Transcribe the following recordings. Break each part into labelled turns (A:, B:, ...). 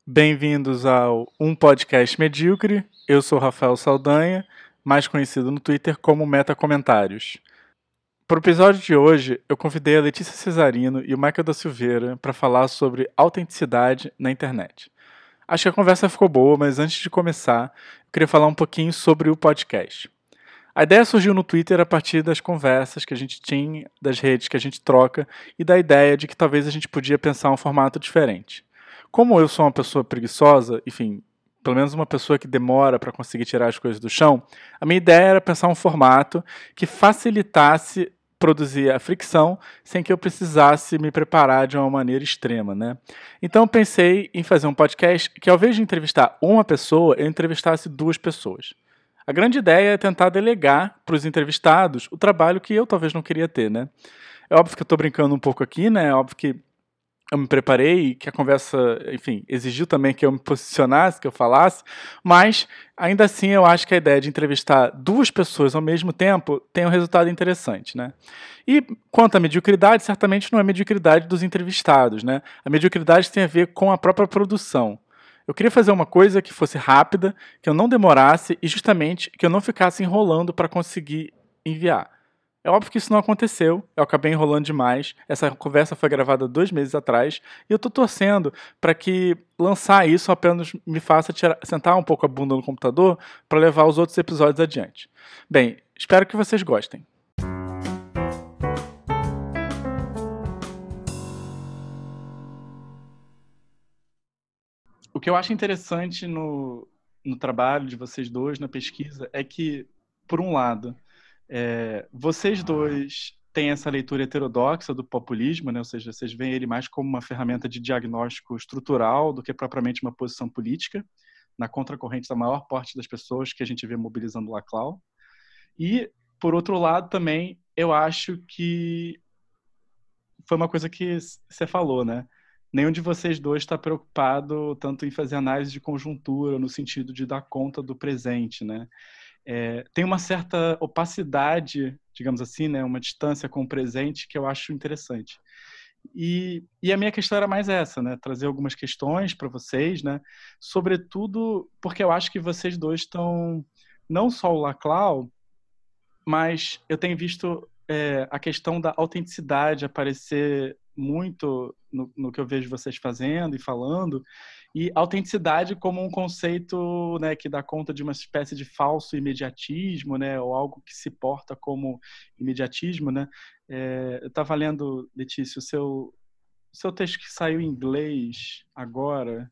A: Bem-vindos ao Um Podcast Medíocre. Eu sou Rafael Saldanha, mais conhecido no Twitter como Meta Comentários. Para o episódio de hoje, eu convidei a Letícia Cesarino e o Michael da Silveira para falar sobre autenticidade na internet. Acho que a conversa ficou boa, mas antes de começar, eu queria falar um pouquinho sobre o podcast. A ideia surgiu no Twitter a partir das conversas que a gente tinha, das redes que a gente troca e da ideia de que talvez a gente podia pensar um formato diferente. Como eu sou uma pessoa preguiçosa, enfim, pelo menos uma pessoa que demora para conseguir tirar as coisas do chão, a minha ideia era pensar um formato que facilitasse produzir a fricção sem que eu precisasse me preparar de uma maneira extrema, né? Então eu pensei em fazer um podcast que, ao invés de entrevistar uma pessoa, eu entrevistasse duas pessoas. A grande ideia é tentar delegar para os entrevistados o trabalho que eu talvez não queria ter, né? É óbvio que eu estou brincando um pouco aqui, né? É óbvio que eu me preparei, que a conversa, enfim, exigiu também que eu me posicionasse, que eu falasse, mas ainda assim eu acho que a ideia de entrevistar duas pessoas ao mesmo tempo tem um resultado interessante, né? E quanto à mediocridade, certamente não é a mediocridade dos entrevistados, né? A mediocridade tem a ver com a própria produção. Eu queria fazer uma coisa que fosse rápida, que eu não demorasse e justamente que eu não ficasse enrolando para conseguir enviar. É óbvio que isso não aconteceu, eu acabei enrolando demais. Essa conversa foi gravada 2 meses atrás e eu tô torcendo para que lançar isso apenas me faça sentar um pouco a bunda no computador para levar os outros episódios adiante. Bem, espero que vocês gostem. O que eu acho interessante no trabalho de vocês dois, na pesquisa, é que, por um lado, vocês dois têm essa leitura heterodoxa do populismo, né? Ou seja, vocês veem ele mais como uma ferramenta de diagnóstico estrutural do que propriamente uma posição política, na contracorrente da maior parte das pessoas que a gente vê mobilizando o Laclau. E, por outro lado, também, eu acho que foi uma coisa que você falou, né? Nenhum de vocês dois está preocupado tanto em fazer análise de conjuntura, no sentido de dar conta do presente, né? Tem uma certa opacidade, digamos assim, né? Uma distância com o presente que eu acho interessante. E a minha questão era mais essa, né? Trazer algumas questões para vocês, né? Sobretudo porque eu acho que vocês dois estão, não só o Laclau, mas eu tenho visto a questão da autenticidade aparecer muito no que eu vejo vocês fazendo e falando, e autenticidade como um conceito, né, que dá conta de uma espécie de falso imediatismo, né, ou algo que se porta como imediatismo, né. Eu estava lendo, Letícia, o seu texto que saiu em inglês agora,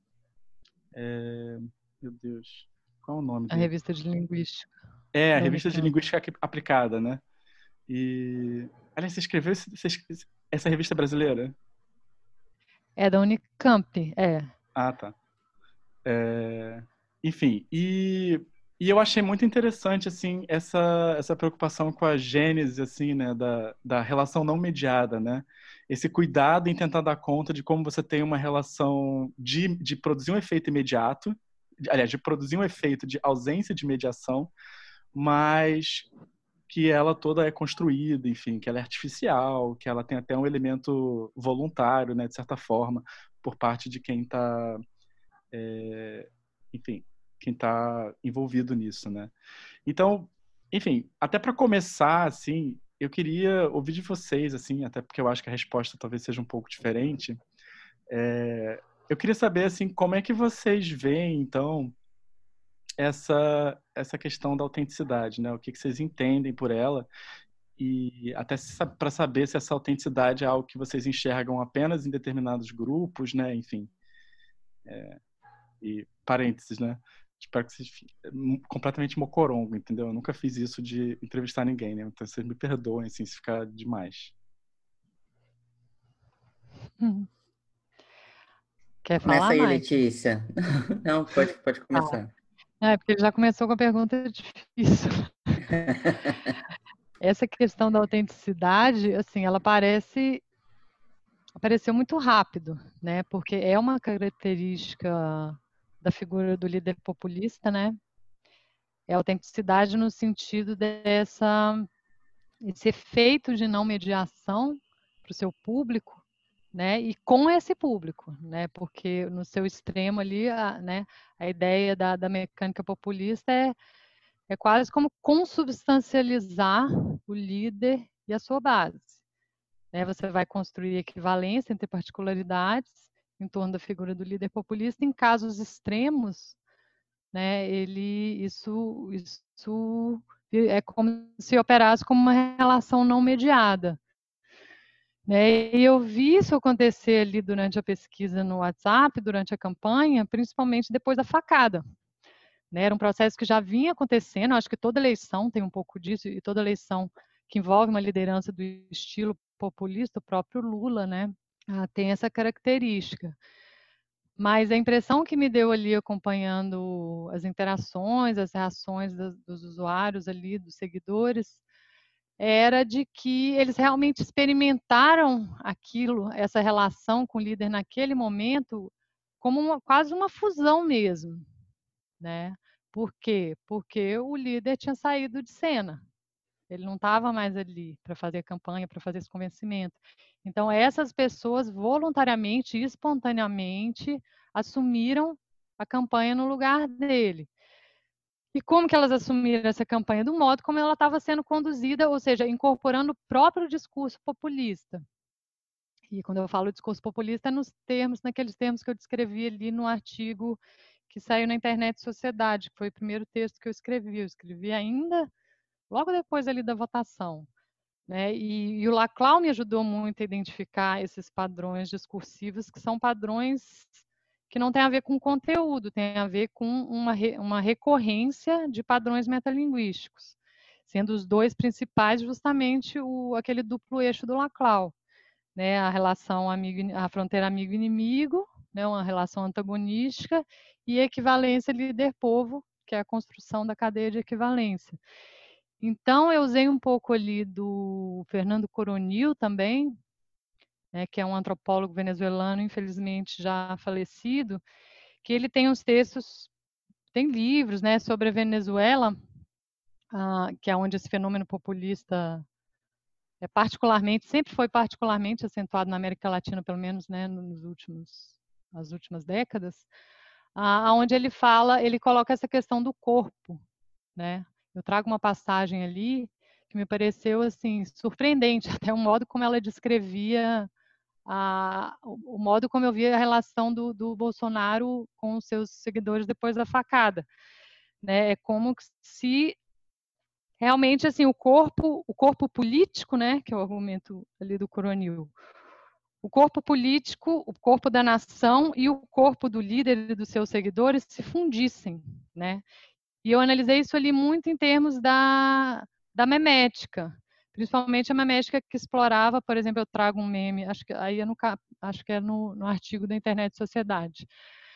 A: meu Deus, qual é o nome
B: A
A: dele?
B: revista de linguística
A: A
B: da
A: revista de
B: Unicamp.
A: linguística aplicada, né? E. Aliás, você escreveu essa revista brasileira?
B: É da Unicamp, é.
A: Ah, tá. Enfim, e eu achei muito interessante, assim, essa preocupação com a gênese, assim, né, da relação não mediada, né? Esse cuidado em tentar dar conta de como você tem uma relação de produzir um efeito imediato, aliás, de produzir um efeito de ausência de mediação, mas que ela toda é construída, enfim, que ela é artificial, que ela tem até um elemento voluntário, né, de certa forma, por parte de quem está, enfim, quem está envolvido nisso, né? Então, enfim, até para começar, assim, eu queria ouvir de vocês, assim, até porque eu acho que a resposta talvez seja um pouco diferente. Eu queria saber, assim, como é que vocês veem, então, essa questão da autenticidade, né? O que vocês entendem por ela? E até para saber se essa autenticidade é algo que vocês enxergam apenas em determinados grupos, né? Enfim, e parênteses, né? Espero que vocês completamente mocorongo, entendeu? Eu nunca fiz isso de entrevistar ninguém, né? Então vocês me perdoem assim, se ficar demais.
B: Quer
C: Começa
B: falar,
C: aí,
B: Mike?
C: Letícia. Não, pode
B: Ah,
C: começar.
B: porque ele já começou com a pergunta difícil. Essa questão da autenticidade, assim, ela apareceu muito rápido, né? Porque é uma característica da figura do líder populista, né? É a autenticidade no sentido esse efeito de não mediação para o seu público, né? E com esse público, né? Porque no seu extremo ali, né, a ideia da mecânica populista é quase como consubstancializar o líder e a sua base, né? Você vai construir equivalência entre particularidades em torno da figura do líder populista. Em casos extremos, né, isso é como se operasse como uma relação não mediada, né? E eu vi isso acontecer ali durante a pesquisa no WhatsApp, durante a campanha, principalmente depois da facada, né? Era um processo que já vinha acontecendo, acho que toda eleição tem um pouco disso, e toda eleição que envolve uma liderança do estilo populista, o próprio Lula, né, tem essa característica. Mas a impressão que me deu ali acompanhando as interações, as reações dos usuários ali, dos seguidores, era de que eles realmente experimentaram aquilo, essa relação com o líder naquele momento, como quase uma fusão mesmo, né? Por quê? Porque o líder tinha saído de cena. Ele não estava mais ali para fazer a campanha, para fazer esse convencimento. Então, essas pessoas voluntariamente e espontaneamente assumiram a campanha no lugar dele. E como que elas assumiram essa campanha? Do modo como ela estava sendo conduzida, ou seja, incorporando o próprio discurso populista. E quando eu falo discurso populista, é naqueles termos que eu descrevi ali no artigo que saiu na Internet Sociedade, que foi o primeiro texto que eu escrevi. Eu escrevi ainda logo depois ali da votação, né? E o Laclau me ajudou muito a identificar esses padrões discursivos, que são padrões que não têm a ver com conteúdo, tem a ver com uma recorrência de padrões metalinguísticos, sendo os dois principais justamente aquele duplo eixo do Laclau, né? A fronteira amigo-inimigo, né? Uma relação antagonística, e equivalência líder-povo, que é a construção da cadeia de equivalência. Então, eu usei um pouco ali do Fernando Coronil também, né, que é um antropólogo venezuelano, infelizmente já falecido, que ele tem uns textos, tem livros, né, sobre a Venezuela, que é onde esse fenômeno populista sempre foi particularmente acentuado na América Latina, pelo menos, né, nas últimas décadas, onde ele coloca essa questão do corpo, né? Eu trago uma passagem ali que me pareceu assim surpreendente, até o modo como ela descrevia o modo como eu via a relação do Bolsonaro com os seus seguidores depois da facada, né? É como se realmente assim o corpo político, né, que é o argumento ali do Coronil, o corpo político, o corpo da nação e o corpo do líder e dos seus seguidores se fundissem, né? E eu analisei isso ali muito em termos da memética, principalmente a memética que explorava, por exemplo, eu trago um meme, acho que é no artigo da Internet Sociedade.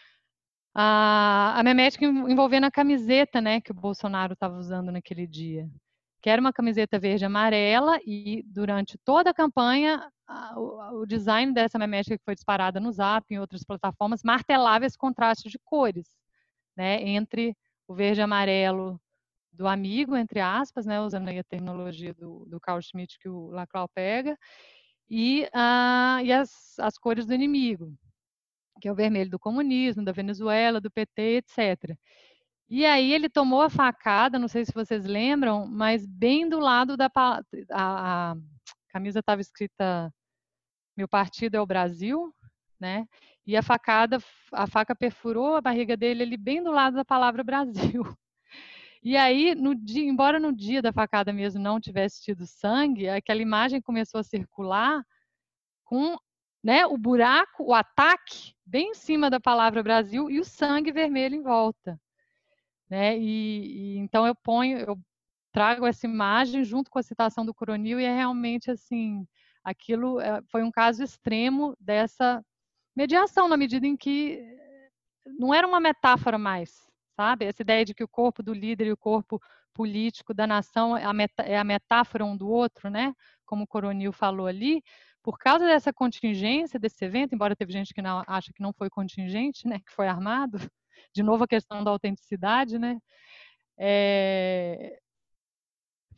B: A memética envolvendo a camiseta, né, que o Bolsonaro estava usando naquele dia, que era uma camiseta verde e amarela, e durante toda a campanha, o design dessa memética que foi disparada no Zap e em outras plataformas martelava esse contraste de cores, né, entre o verde e amarelo do amigo, entre aspas, né, usando aí a terminologia do Carl Schmitt que o Laclau pega, e as cores do inimigo, que é o vermelho do comunismo, da Venezuela, do PT, etc. E aí ele tomou a facada, não sei se vocês lembram, mas bem do lado a camisa estava escrita "Meu partido é o Brasil", né? E a faca perfurou a barriga dele ali bem do lado da palavra Brasil. E aí, embora no dia da facada mesmo não tivesse tido sangue, aquela imagem começou a circular com, né, o buraco, o ataque, bem em cima da palavra Brasil e o sangue vermelho em volta, né? Então eu trago essa imagem junto com a citação do Coronil, e é realmente assim, aquilo foi um caso extremo dessa mediação, na medida em que não era uma metáfora mais, sabe? Essa ideia de que o corpo do líder e o corpo político da nação é a metáfora um do outro, né? Como o Coronil falou ali, por causa dessa contingência desse evento, embora teve gente que não, acha que não foi contingente, né? Que foi armado. De novo a questão da autenticidade, né?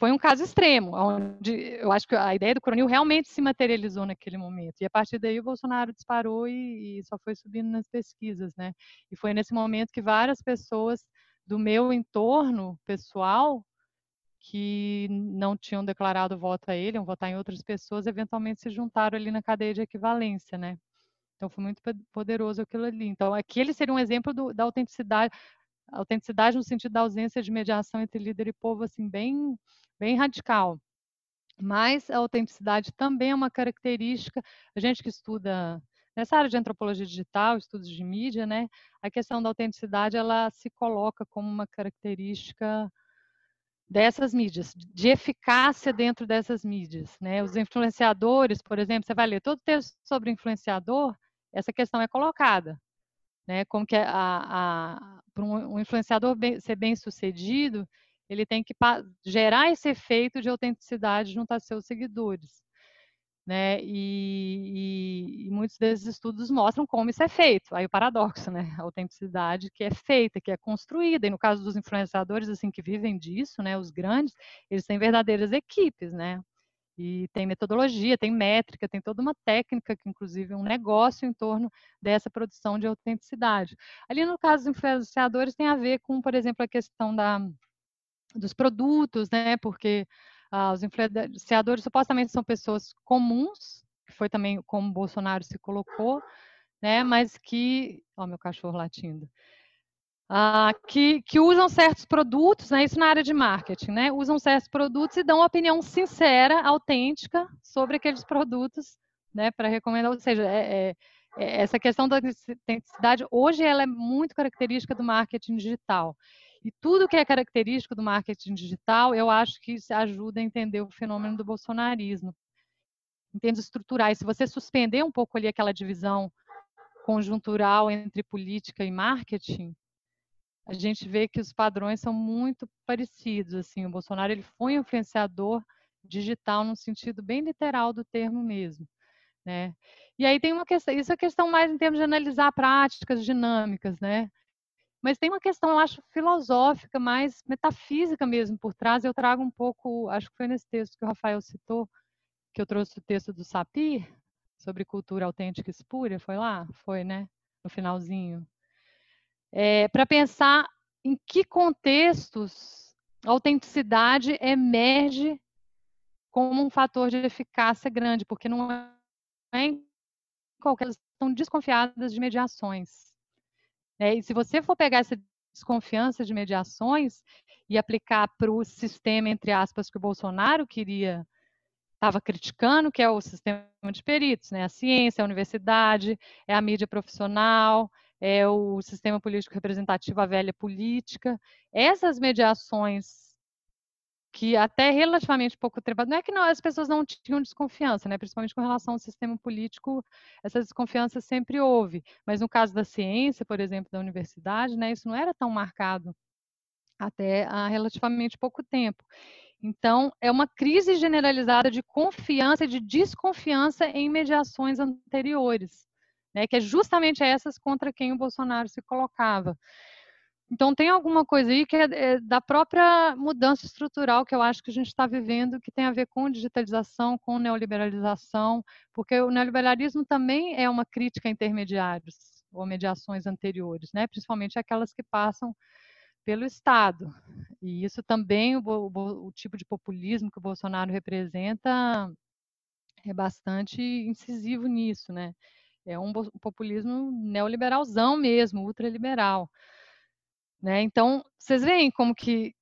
B: foi um caso extremo, onde eu acho que a ideia do coronel realmente se materializou naquele momento. E a partir daí o Bolsonaro disparou e só foi subindo nas pesquisas, né? E foi nesse momento que várias pessoas do meu entorno pessoal que não tinham declarado voto a ele, iam votar em outras pessoas, eventualmente se juntaram ali na cadeia de equivalência, né? Então foi muito poderoso aquilo ali. Então aquele seria um exemplo da autenticidade, autenticidade no sentido da ausência de mediação entre líder e povo, assim, bem radical. Mas a autenticidade também é uma característica, a gente que estuda nessa área de antropologia digital, estudos de mídia, né, a questão da autenticidade, ela se coloca como uma característica dessas mídias, de eficácia dentro dessas mídias, né? Os influenciadores, por exemplo, você vai ler todo texto sobre influenciador, essa questão é colocada, né? Como que para um influenciador ser bem sucedido, ele tem que gerar esse efeito de autenticidade junto a seus seguidores, né? E muitos desses estudos mostram como isso é feito. Aí o paradoxo, né? A autenticidade que é feita, que é construída. E no caso dos influenciadores, assim, que vivem disso, né? Os grandes, eles têm verdadeiras equipes, né? E tem metodologia, tem métrica, tem toda uma técnica, que inclusive é um negócio em torno dessa produção de autenticidade. Ali no caso dos influenciadores tem a ver com, por exemplo, a questão dos produtos, né? Porque os influenciadores supostamente são pessoas comuns, que foi também como o Bolsonaro se colocou, né? Mas que, ó, meu cachorro latindo, que usam certos produtos, né? Isso na área de marketing, né? Usam certos produtos e dão uma opinião sincera, autêntica sobre aqueles produtos, né? Para recomendar, ou seja, essa questão da autenticidade hoje ela é muito característica do marketing digital. E tudo que é característico do marketing digital, eu acho que isso ajuda a entender o fenômeno do bolsonarismo. Em termos estruturais, se você suspender um pouco ali aquela divisão conjuntural entre política e marketing, a gente vê que os padrões são muito parecidos. Assim, o Bolsonaro ele foi um influenciador digital no sentido bem literal do termo mesmo, né? E aí tem uma questão, isso é questão mais em termos de analisar práticas dinâmicas, né? Mas tem uma questão, eu acho, filosófica, mais metafísica mesmo por trás. Eu trago um pouco, acho que foi nesse texto que o Rafael citou, que eu trouxe o texto do Sapir, sobre cultura autêntica e espúria, foi lá? Foi, né? No finalzinho. Para pensar em que contextos a autenticidade emerge como um fator de eficácia grande, porque não é em qualquer, elas estão desconfiadas de mediações. E se você for pegar essa desconfiança de mediações e aplicar para o sistema, entre aspas, que o Bolsonaro estava criticando, que é o sistema de peritos, né? A ciência, a universidade, é a mídia profissional, é o sistema político representativo, a velha política. Essas mediações que até relativamente pouco tempo, não é que não, as pessoas não tinham desconfiança, né? Principalmente com relação ao sistema político, essa desconfiança sempre houve. Mas no caso da ciência, por exemplo, da universidade, né, isso não era tão marcado até há relativamente pouco tempo. Então, é uma crise generalizada de confiança e de desconfiança em mediações anteriores, né, que é justamente essas contra quem o Bolsonaro se colocava. Então, tem alguma coisa aí que é da própria mudança estrutural que eu acho que a gente está vivendo, que tem a ver com digitalização, com neoliberalização, porque o neoliberalismo também é uma crítica a intermediários ou mediações anteriores, né? Principalmente aquelas que passam pelo Estado. E isso também, o tipo de populismo que o Bolsonaro representa é bastante incisivo nisso, né? É um populismo neoliberalzão mesmo, ultraliberal. Né? Então, vocês veem como que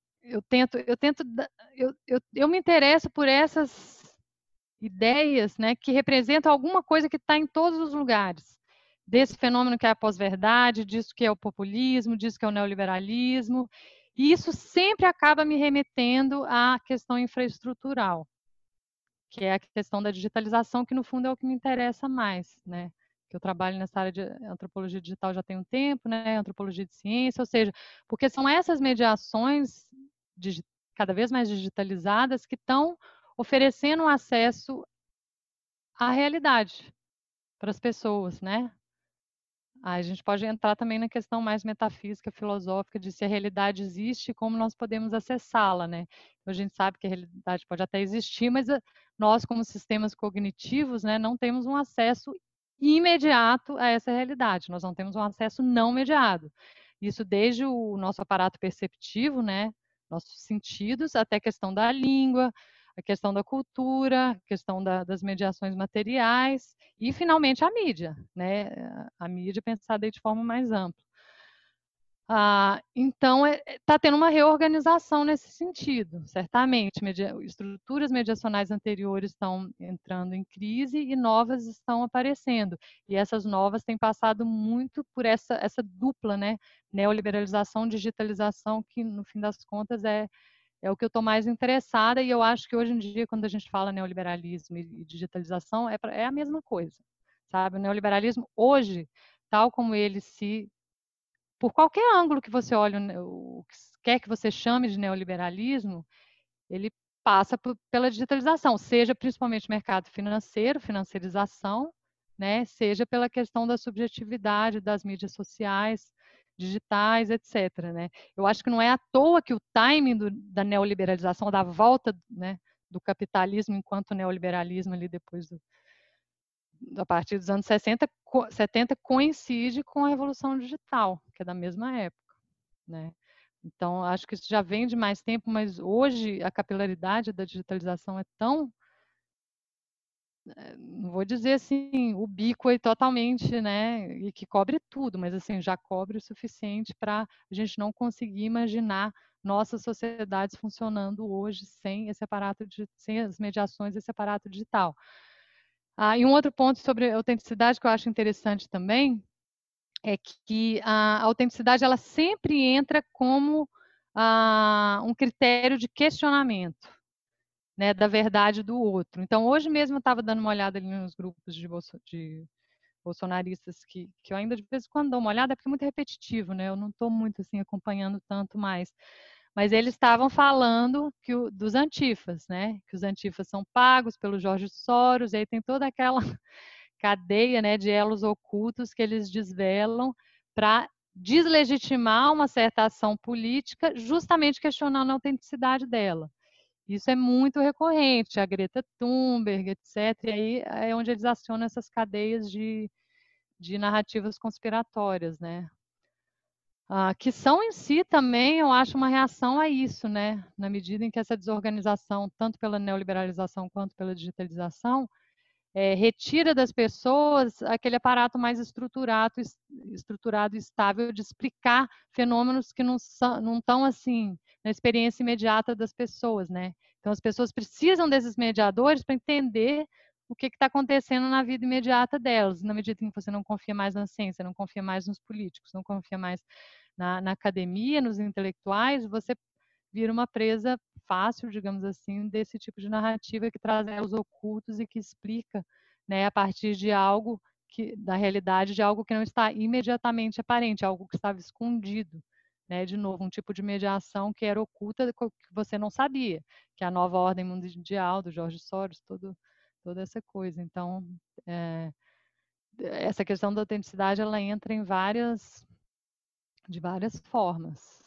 B: eu me interesso por essas ideias, né, que representam alguma coisa que está em todos os lugares, desse fenômeno que é a pós-verdade, disso que é o populismo, disso que é o neoliberalismo, e isso sempre acaba me remetendo à questão infraestrutural, que é a questão da digitalização, que no fundo é o que me interessa mais, né? Que eu trabalho nessa área de antropologia digital já tem um tempo, né? Antropologia de ciência, ou seja, porque são essas mediações cada vez mais digitalizadas que estão oferecendo acesso à realidade para as pessoas, né? a gente pode entrar também na questão mais metafísica, filosófica, de se a realidade existe e como nós podemos acessá-la, né? A gente sabe que a realidade pode até existir, mas nós, como sistemas cognitivos, né, não temos um acesso imediato a essa realidade, nós não temos um acesso não mediado. Isso desde o nosso aparato perceptivo, né, nossos sentidos, até a questão da língua, a questão da cultura, a questão das mediações materiais e, finalmente, a mídia, né? A mídia pensada aí de forma mais ampla. Então, está tendo uma reorganização nesse sentido, certamente. Estruturas mediacionais anteriores estão entrando em crise e novas estão aparecendo. E essas novas têm passado muito por essa dupla, né? Neoliberalização, digitalização, que, no fim das contas, é o que eu estou mais interessada, e eu acho que hoje em dia, quando a gente fala neoliberalismo e digitalização, é a mesma coisa, sabe? O neoliberalismo hoje, tal como ele por qualquer ângulo que você olhe, o que quer que você chame de neoliberalismo, ele passa pela digitalização, seja principalmente mercado financeiro, financiarização, né? Seja pela questão da subjetividade das mídias sociais, digitais, etc. Né? Eu acho que não é à toa que o timing da neoliberalização, da volta, né, do capitalismo enquanto neoliberalismo ali depois a partir dos anos 70 coincide com a Revolução Digital, que é da mesma época, né? Então, acho que isso já vem de mais tempo, mas hoje a capilaridade da digitalização é tão, não vou dizer assim, ubíqua e totalmente, né, e que cobre tudo, mas assim, já cobre o suficiente para a gente não conseguir imaginar nossas sociedades funcionando hoje sem sem as mediações desse aparato digital. E um outro ponto sobre autenticidade que eu acho interessante também é que a autenticidade ela sempre entra como um critério de questionamento, né, da verdade do outro. Então, hoje mesmo eu estava dando uma olhada ali nos grupos de bolsonaristas que eu ainda de vez em quando dou uma olhada, porque é muito repetitivo, né? Eu não estou muito assim acompanhando tanto mais. Mas eles estavam falando dos antifas, né? Que os antifas são pagos pelo Jorge Soros, e aí tem toda aquela cadeia, né, de elos ocultos que eles desvelam para deslegitimar uma certa ação política, justamente questionando a autenticidade dela. Isso é muito recorrente, a Greta Thunberg, etc. E aí é onde eles acionam essas cadeias de narrativas conspiratórias, né? Que são em si também, eu acho, uma reação a isso, né? Na medida em que essa desorganização, tanto pela neoliberalização quanto pela digitalização, retira das pessoas aquele aparato mais estruturado e estável de explicar fenômenos que não estão assim na experiência imediata das pessoas, né? Então as pessoas precisam desses mediadores para entender o que está acontecendo na vida imediata delas. Na medida em que você não confia mais na ciência, não confia mais nos políticos, não confia mais na academia, nos intelectuais, você vira uma presa fácil, digamos assim, desse tipo de narrativa que traz os ocultos e que explica, né, a partir de algo da realidade, de algo que não está imediatamente aparente, algo que estava escondido, né? De novo, um tipo de mediação que era oculta, que você não sabia, que é a nova ordem mundial do Jorge Soros, toda essa coisa. Então, essa questão da autenticidade, ela entra de várias formas.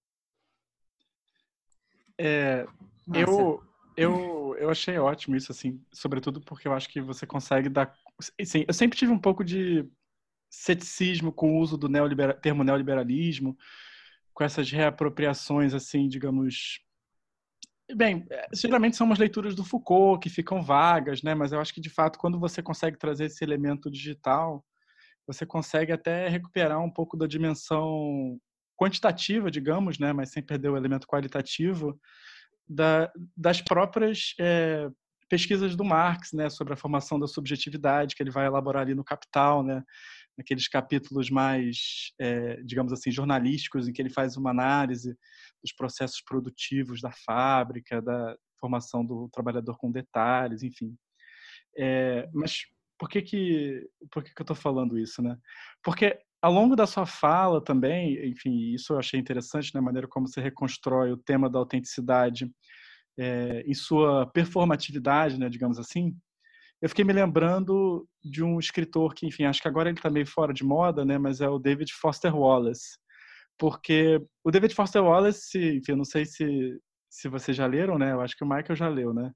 A: Eu achei ótimo isso, assim, sobretudo porque eu acho que você consegue dar... Assim, eu sempre tive um pouco de ceticismo com o uso do termo neoliberalismo, com essas reapropriações, assim, digamos... Bem, geralmente são umas leituras do Foucault que ficam vagas, né? Mas eu acho que, de fato, quando você consegue trazer esse elemento digital, você consegue até recuperar um pouco da dimensão quantitativa, digamos, né? Mas sem perder o elemento qualitativo das próprias pesquisas do Marx, né, sobre a formação da subjetividade, que ele vai elaborar ali no Capital, né, naqueles capítulos mais, digamos assim, jornalísticos, em que ele faz uma análise dos processos produtivos da fábrica, da formação do trabalhador com detalhes, enfim. Mas por que eu estou falando isso, né? Porque ao longo da sua fala também, enfim, isso eu achei interessante, né, a maneira como você reconstrói o tema da autenticidade em sua performatividade, né, digamos assim, eu fiquei me lembrando de um escritor que, enfim, acho que agora ele está meio fora de moda, né? Mas é o David Foster Wallace. Porque o David Foster Wallace, enfim, eu não sei se vocês já leram, né? Eu acho que o Michael já leu, né?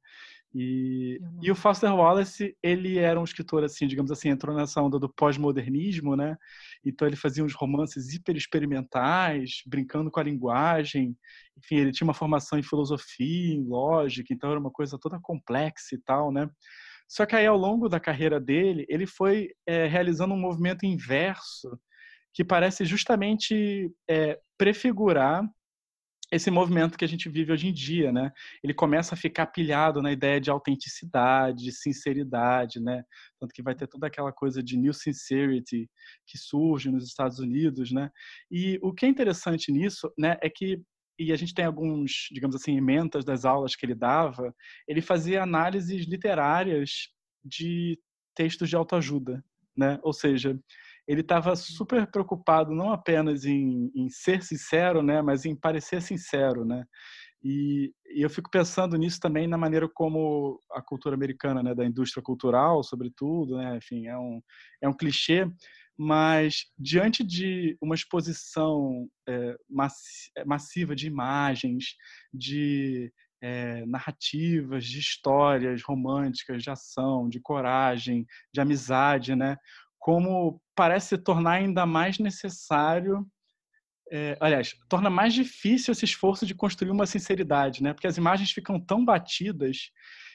A: E o Foster Wallace, ele era um escritor, assim, digamos assim, entrou nessa onda do pós-modernismo, né? Então ele fazia uns romances hiper experimentais, brincando com a linguagem. Enfim, ele tinha uma formação em filosofia, em lógica, então era uma coisa toda complexa e tal, né? Só que aí, ao longo da carreira dele, ele foi realizando um movimento inverso que parece justamente prefigurar esse movimento que a gente vive hoje em dia, né? Ele começa a ficar pilhado na ideia de autenticidade, de sinceridade, né? Tanto que vai ter toda aquela coisa de new sincerity que surge nos Estados Unidos, né? E o que é interessante nisso, né, é que, e a gente tem alguns, digamos assim, ementas das aulas que ele dava, ele fazia análises literárias de textos de autoajuda, né? Ou seja, ele estava super preocupado não apenas em ser sincero, né, mas em parecer sincero, né? E eu fico pensando nisso também na maneira como a cultura americana, né, da indústria cultural, sobretudo, né, enfim, é um clichê, mas diante de uma exposição massiva de imagens, de narrativas, de histórias românticas, de ação, de coragem, de amizade, né? Como parece se tornar ainda mais necessário, aliás, torna mais difícil esse esforço de construir uma sinceridade, né? Porque as imagens ficam tão batidas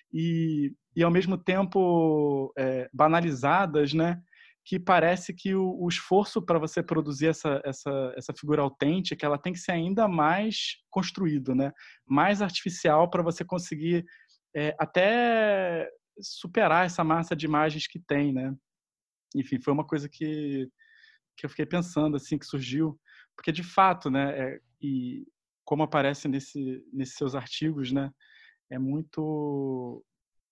A: e ao mesmo tempo banalizadas, né? Que parece que o esforço para você produzir essa figura autêntica, ela tem que ser ainda mais construído, né? Mais artificial para você conseguir até superar essa massa de imagens que tem, né? Enfim, foi uma coisa que eu fiquei pensando, assim, que surgiu, porque de fato, né, e como aparece nesses seus artigos, né, é muito...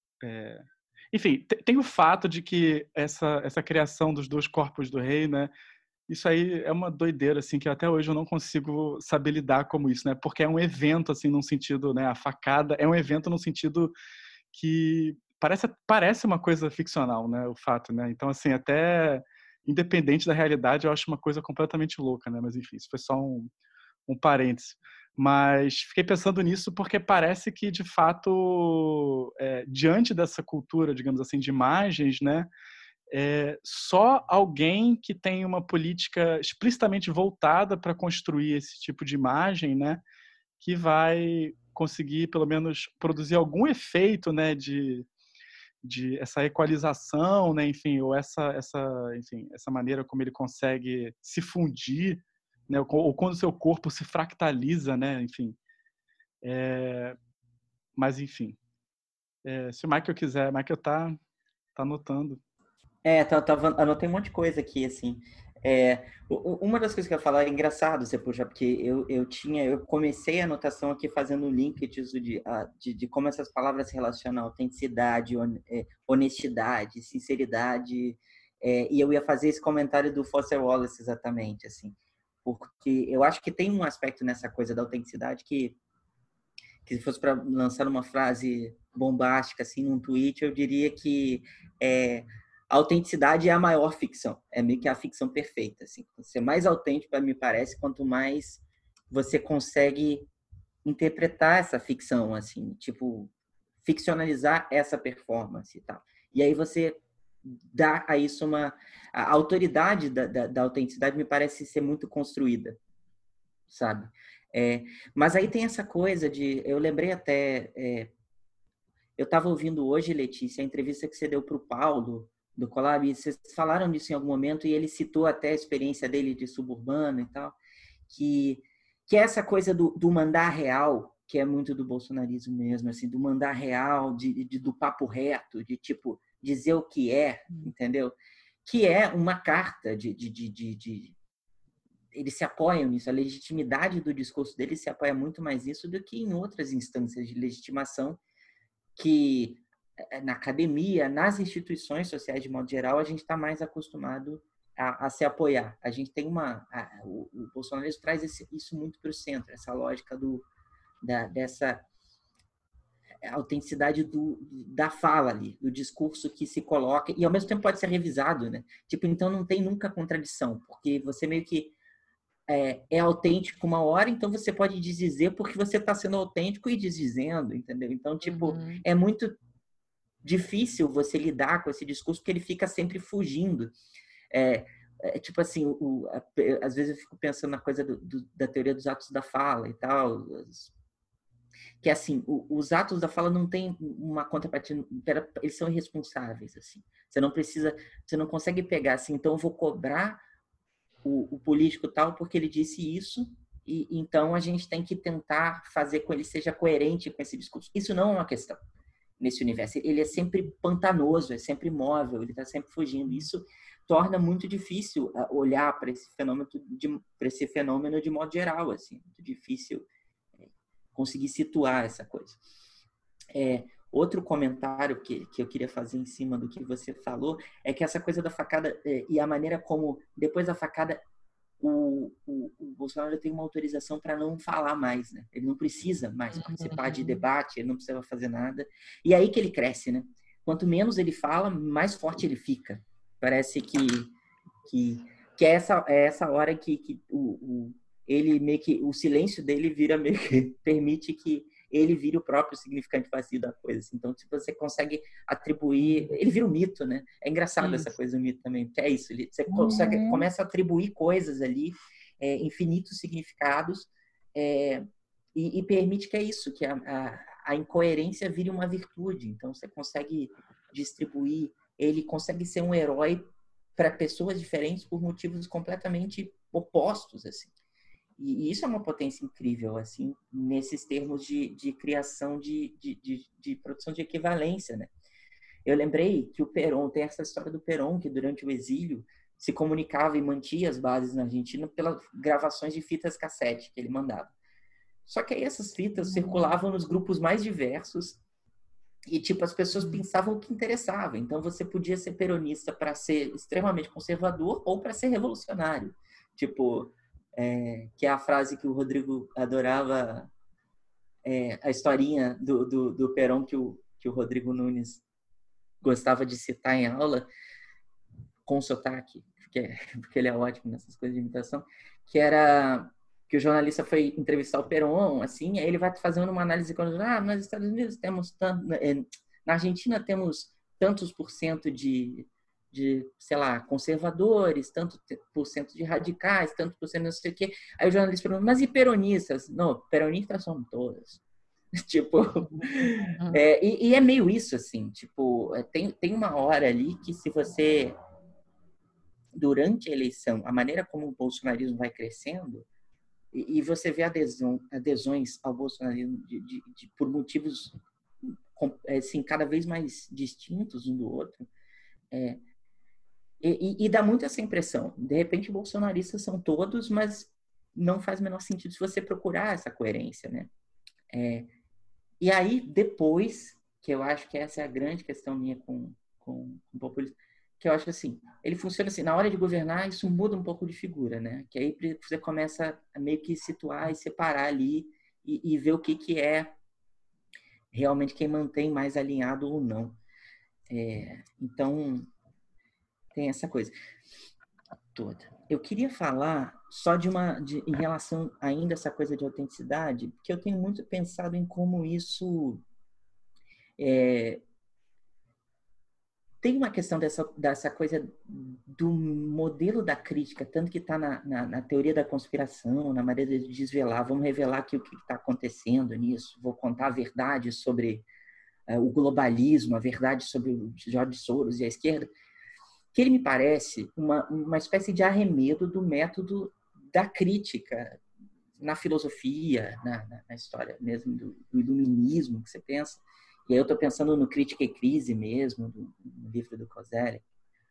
A: Enfim, tem o fato de que essa criação dos dois corpos do rei, né, isso aí é uma doideira, assim, que até hoje eu não consigo saber lidar como isso, né, porque é um evento, assim, num sentido, né, a facada é um evento num sentido que parece uma coisa ficcional, né, o fato, né, então, assim, até independente da realidade, eu acho uma coisa completamente louca, né, mas enfim, isso foi só um parêntese. Mas fiquei pensando nisso porque parece que, de fato, diante dessa cultura, digamos assim, de imagens, né, só alguém que tem uma política explicitamente voltada para construir esse tipo de imagem, né, que vai conseguir, pelo menos, produzir algum efeito, né, de essa equalização, né, enfim, ou enfim, essa maneira como ele consegue se fundir, né, ou quando o seu corpo se fractaliza, né, enfim. Mas, enfim, se o Michael quiser, Michael tá anotando.
C: Anotei um monte de coisa aqui, assim. Uma das coisas que eu ia falar é engraçado você puxar, porque eu comecei a anotação aqui fazendo linkages de como essas palavras se relacionam a autenticidade, honestidade, sinceridade, e eu ia fazer esse comentário do Foster Wallace exatamente, assim, porque eu acho que tem um aspecto nessa coisa da autenticidade que se fosse para lançar uma frase bombástica assim num tweet, eu diria que a autenticidade é a maior ficção, é meio que a ficção perfeita, assim. Ser mais autêntico, me parece, quanto mais você consegue interpretar essa ficção, assim, tipo, ficcionalizar essa performance e tal. E aí você dá a isso a autoridade da autenticidade me parece ser muito construída, sabe? Mas aí tem essa coisa eu lembrei até, eu estava ouvindo hoje, Letícia, a entrevista que você deu para o Paulo, do Collab, e vocês falaram disso em algum momento, e ele citou até a experiência dele de suburbano e tal, que é essa coisa do mandar real, que é muito do bolsonarismo mesmo, assim, do mandar real, do papo reto, de tipo, dizer o que é, entendeu? Que é uma carta eles se apoiam nisso, a legitimidade do discurso deles se apoia muito mais nisso do que em outras instâncias de legitimação que na academia, nas instituições sociais de modo geral, a gente está mais acostumado a se apoiar. A gente tem o bolsonarismo traz isso muito para o centro, essa lógica dessa a autenticidade da fala ali, do discurso que se coloca, e ao mesmo tempo pode ser revisado, né? Tipo, então não tem nunca contradição, porque você meio que é autêntico uma hora, então você pode desdizer porque você está sendo autêntico e desdizendo, entendeu? Então, tipo, é muito difícil você lidar com esse discurso porque ele fica sempre fugindo. Tipo assim, às vezes eu fico pensando na coisa da teoria dos atos da fala e tal, que assim, os atos da fala não tem uma contrapartida, eles são irresponsáveis, assim. Você não consegue pegar assim, então eu vou cobrar o político tal porque ele disse isso, e então a gente tem que tentar fazer com que ele seja coerente com esse discurso. Isso não é uma questão nesse universo. Ele é sempre pantanoso, é sempre móvel, ele está sempre fugindo. Isso torna muito difícil olhar para esse fenômeno de modo geral, assim, muito difícil conseguir situar essa coisa. Outro comentário que eu queria fazer em cima do que você falou é que essa coisa da facada e a maneira como, depois da facada, o Bolsonaro tem uma autorização para não falar mais, né? Ele não precisa mais participar de debate, ele não precisa fazer nada. E é aí que ele cresce, né? Quanto menos ele fala, mais forte ele fica. Parece que é essa hora que ele meio que o silêncio dele vira meio que permite que ele vire o próprio significante vazio da coisa. Então, se você consegue atribuir... Ele vira um mito, né? É engraçado essa coisa do mito também, porque é isso. Você começa a atribuir coisas ali, infinitos significados, e permite que é isso, que a incoerência vire uma virtude. Então, você consegue distribuir... Ele consegue ser um herói para pessoas diferentes por motivos completamente opostos, assim. E isso é uma potência incrível, assim, nesses termos de criação de produção de equivalência, né? Eu lembrei que o Perón, tem essa história do Perón, que durante o exílio se comunicava e mantinha as bases na Argentina pelas gravações de fitas cassete que ele mandava. Só que aí essas fitas circulavam nos grupos mais diversos e, tipo, as pessoas pensavam o que interessava. Então, você podia ser peronista para ser extremamente conservador ou para ser revolucionário. Tipo... que é a frase que o Rodrigo adorava, a historinha do Perón que o Rodrigo Nunes gostava de citar em aula, com sotaque, porque ele é ótimo nessas coisas de imitação, que era que o jornalista foi entrevistar o Perón, assim, aí ele vai fazendo uma análise quando nos Estados Unidos temos na Argentina temos tantos por cento de, sei lá, conservadores, tanto por cento de radicais, tanto por cento não sei o quê. Aí o jornalista pergunta, mas e peronistas? Não, peronistas são todas. Tipo, e é meio isso, assim, tipo, tem uma hora ali que se você, durante a eleição, a maneira como o bolsonarismo vai crescendo, e você vê adesões ao bolsonarismo por motivos assim, cada vez mais distintos um do outro, e dá muito essa impressão. De repente, bolsonaristas são todos, mas não faz o menor sentido se você procurar essa coerência, né? E aí, depois, que eu acho que essa é a grande questão minha com o populismo, que eu acho que assim, ele funciona assim, na hora de governar, isso muda um pouco de figura, né? Que aí você começa a meio que situar e separar ali e ver o que é realmente quem mantém mais alinhado ou não. Então... tem essa coisa toda. Eu queria falar só em relação ainda a essa coisa de autenticidade, porque eu tenho muito pensado em como isso tem uma questão dessa coisa do modelo da crítica, tanto que está na teoria da conspiração, na maneira de desvelar, vamos revelar aqui o que está acontecendo nisso, vou contar a verdade sobre o globalismo, a verdade sobre o George Soros e a esquerda, que ele me parece uma espécie de arremedo do método da crítica na filosofia, na história mesmo do iluminismo que você pensa. E aí eu estou pensando no Crítica e Crise mesmo, no livro do Koselleck,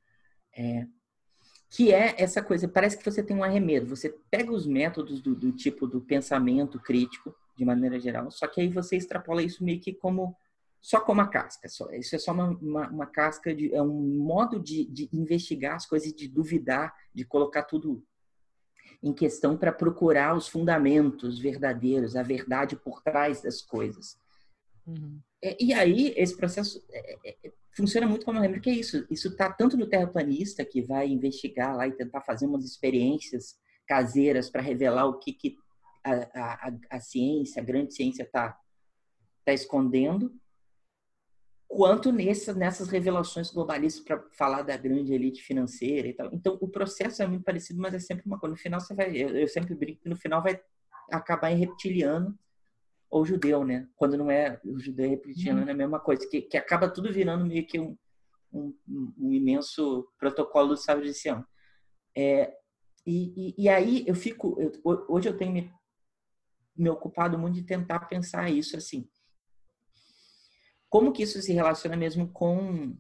C: que é essa coisa, parece que você tem um arremedo, você pega os métodos do tipo do pensamento crítico, de maneira geral, só que aí você extrapola isso meio que só como a casca. Isso é só uma casca, é um modo de investigar as coisas, de duvidar, de colocar tudo em questão para procurar os fundamentos verdadeiros, a verdade por trás das coisas.
B: Uhum.
C: E aí, esse processo funciona muito como eu lembro que é isso. Isso está tanto no terraplanista, que vai investigar lá e tentar fazer umas experiências caseiras para revelar o que a ciência, a grande ciência está escondendo, quanto nessas revelações globalistas para falar da grande elite financeira e tal. Então, o processo é muito parecido, mas é sempre uma coisa. No final, eu sempre brinco que no final vai acabar em reptiliano ou judeu, né? Quando não é o judeu e reptiliano, é a mesma coisa, que acaba tudo virando meio que um imenso protocolo do sábio de Sião. E aí hoje eu tenho me ocupado muito de tentar pensar isso assim. Como que isso se relaciona mesmo com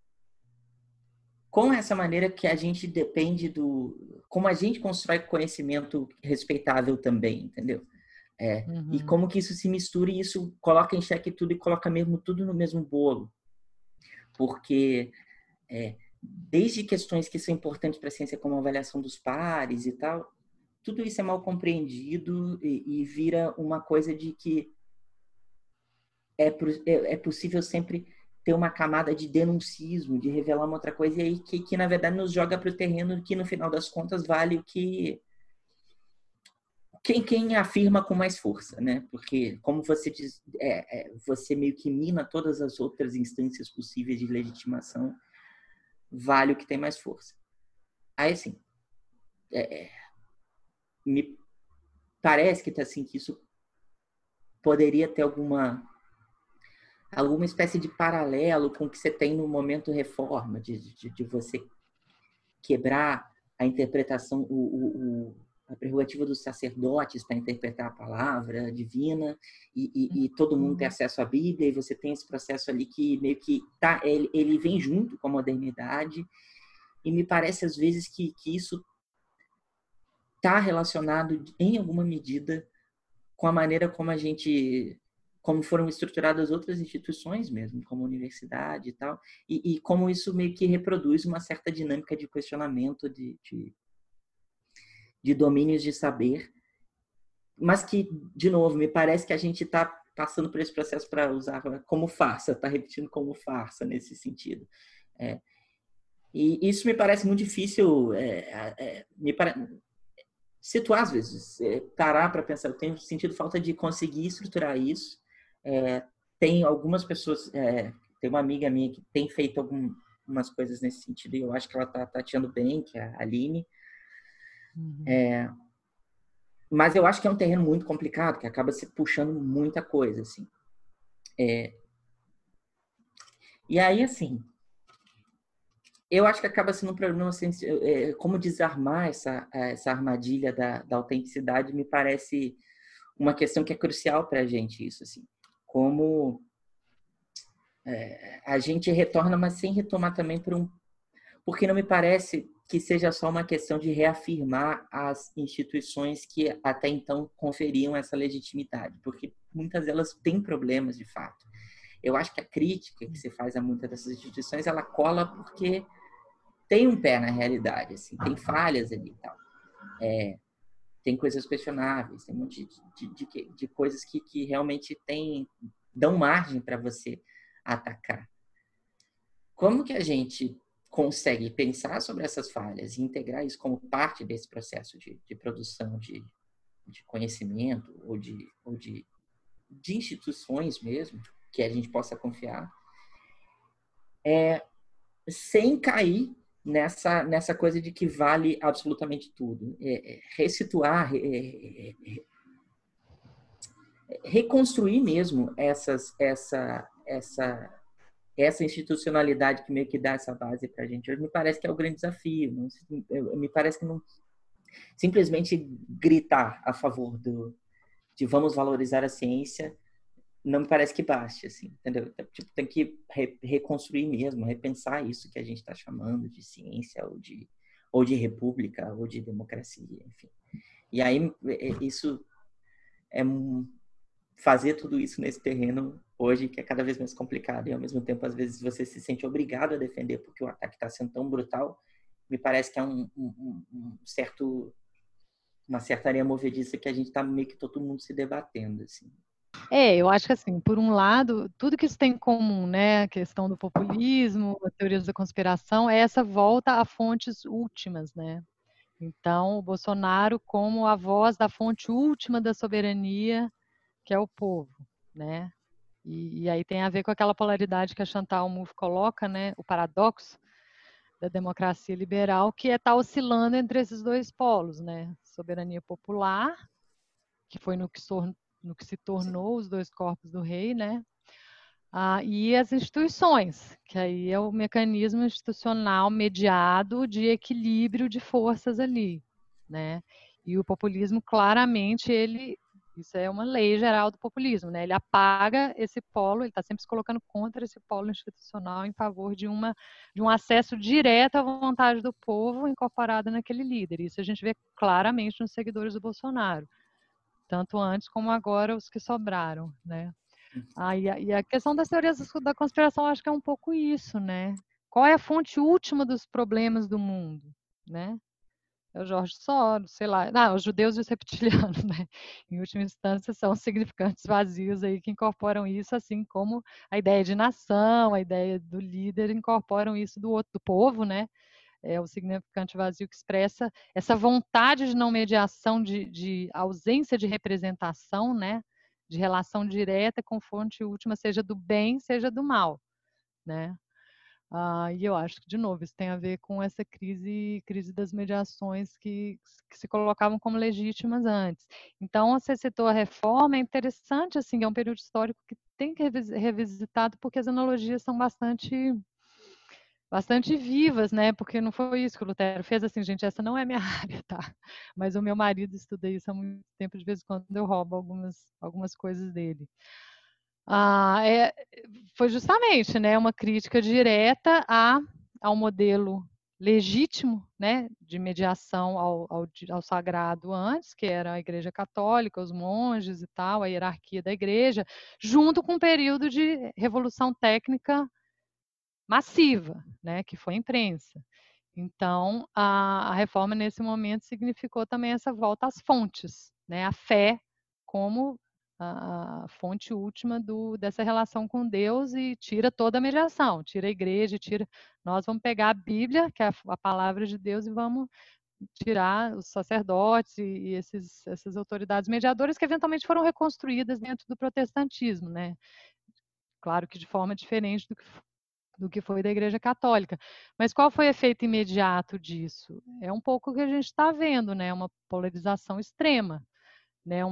C: essa maneira que a gente depende como a gente constrói conhecimento respeitável também, entendeu? E como que isso se mistura e isso coloca em xeque tudo e coloca mesmo tudo no mesmo bolo. Porque desde questões que são importantes para a ciência, como a avaliação dos pares e tal, tudo isso é mal compreendido e vira uma coisa de que é possível sempre ter uma camada de denuncismo, de revelar uma outra coisa, e aí que na verdade nos joga para o terreno que, no final das contas, vale o que quem afirma com mais força, né? Porque, como você diz, você meio que mina todas as outras instâncias possíveis de legitimação, vale o que tem mais força. Aí, assim, me parece que assim, que isso poderia ter alguma espécie de paralelo com o que você tem no momento reforma, de você quebrar a interpretação, a prerrogativa dos sacerdotes para interpretar a palavra divina e todo mundo tem acesso à Bíblia, e você tem esse processo ali que meio que ele vem junto com a modernidade, e me parece às vezes que isso está relacionado em alguma medida com a maneira como foram estruturadas outras instituições mesmo, como a universidade e tal, e como isso meio que reproduz uma certa dinâmica de questionamento de domínios de saber, mas que, de novo, me parece que a gente está passando por esse processo para usar como farsa, está repetindo como farsa nesse sentido. E isso me parece muito difícil, situar às vezes, parar para pensar. Eu tenho sentido falta de conseguir estruturar isso. Tem algumas pessoas, tem uma amiga minha que tem feito algumas coisas nesse sentido, e eu acho que ela está tateando bem, que é a Aline. Mas eu acho que é um terreno muito complicado, que acaba se puxando muita coisa, assim. E aí, assim, eu acho que acaba sendo um problema, assim, como desarmar essa armadilha da autenticidade, me parece uma questão que é crucial para a gente, isso, assim. Como a gente retorna, mas sem retomar também porque não me parece que seja só uma questão de reafirmar as instituições que até então conferiam essa legitimidade, porque muitas delas têm problemas de fato. Eu acho que a crítica que se faz a muitas dessas instituições, ela cola porque tem um pé na realidade, assim, tem falhas ali e tal. Tem coisas questionáveis, tem um monte de coisas que realmente dão margem para você atacar. Como que a gente consegue pensar sobre essas falhas e integrar isso como parte desse processo de produção de conhecimento ou de instituições mesmo, que a gente possa confiar, sem cair nessa coisa de que vale absolutamente tudo. Ressituar, reconstruir mesmo essa institucionalidade que meio que dá essa base para a gente hoje, me parece que é o grande desafio. Me parece que não simplesmente gritar a favor de vamos valorizar a ciência não me parece que baste, assim, entendeu? Tipo, tem que reconstruir mesmo, repensar isso que a gente está chamando de ciência ou de república ou de democracia, enfim. E aí isso fazer tudo isso nesse terreno hoje, que é cada vez mais complicado, e ao mesmo tempo, às vezes, você se sente obrigado a defender porque o ataque está sendo tão brutal, me parece que é uma certa areia movediça que a gente está meio que todo mundo se debatendo, assim.
B: Eu acho que assim, por um lado, tudo que isso tem em comum, né, a questão do populismo, as teorias da conspiração, é essa volta a fontes últimas, né? Então, o Bolsonaro como a voz da fonte última da soberania, que é o povo, né? E aí tem a ver com aquela polaridade que a Chantal Mouffe coloca, né? O paradoxo da democracia liberal, que é estar oscilando entre esses dois polos, né? Soberania popular, que foi no que se tornou os dois corpos do rei, né? E as instituições, que aí é o mecanismo institucional mediado de equilíbrio de forças ali, né? E o populismo, claramente, isso é uma lei geral do populismo, né? Ele apaga esse polo, ele está sempre se colocando contra esse polo institucional em favor de um acesso direto à vontade do povo incorporada naquele líder. Isso a gente vê claramente nos seguidores do Bolsonaro, tanto antes como agora os que sobraram, né? E a questão das teorias da conspiração, acho que é um pouco isso, né? Qual é a fonte última dos problemas do mundo, né? É o Jorge Soros, sei lá. Os judeus e os reptilianos, né? Em última instância, são significantes vazios aí que incorporam isso, assim como a ideia de nação, a ideia do líder incorporam isso do outro, do povo, né? É o significante vazio que expressa essa vontade de não mediação, de ausência de representação, né? De relação direta com fonte última, seja do bem, seja do mal, né? E eu acho que, de novo, isso tem a ver com essa crise das mediações que se colocavam como legítimas antes. Então, você citou a reforma, é interessante, assim, é um período histórico que tem que ser revisitado, porque as analogias são bastante vivas, né? Porque não foi isso que o Lutero fez, assim, gente, essa não é minha área, tá? Mas o meu marido estuda isso há muito tempo, de vez em quando eu roubo algumas coisas dele. Ah, é, Foi justamente, né, uma crítica direta ao modelo legítimo, né, de mediação ao sagrado antes, que era a Igreja Católica, os monges e tal, a hierarquia da Igreja, junto com um período de revolução técnica massiva, né, que foi a imprensa. Então, a reforma nesse momento significou também essa volta às fontes, né, a fé como a fonte última dessa relação com Deus, e tira toda a mediação, tira a igreja, nós vamos pegar a Bíblia, que é a palavra de Deus, e vamos tirar os sacerdotes e essas autoridades mediadoras que eventualmente foram reconstruídas dentro do protestantismo, né? Claro que de forma diferente do que foi da Igreja Católica. Mas qual foi o efeito imediato disso? É um pouco o que a gente está vendo, né? Uma polarização extrema, né?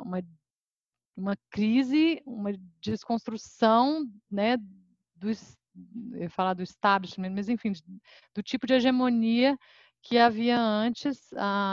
B: Uma crise, uma desconstrução, né? Eu ia falar do establishment, mas enfim, do tipo de hegemonia que havia antes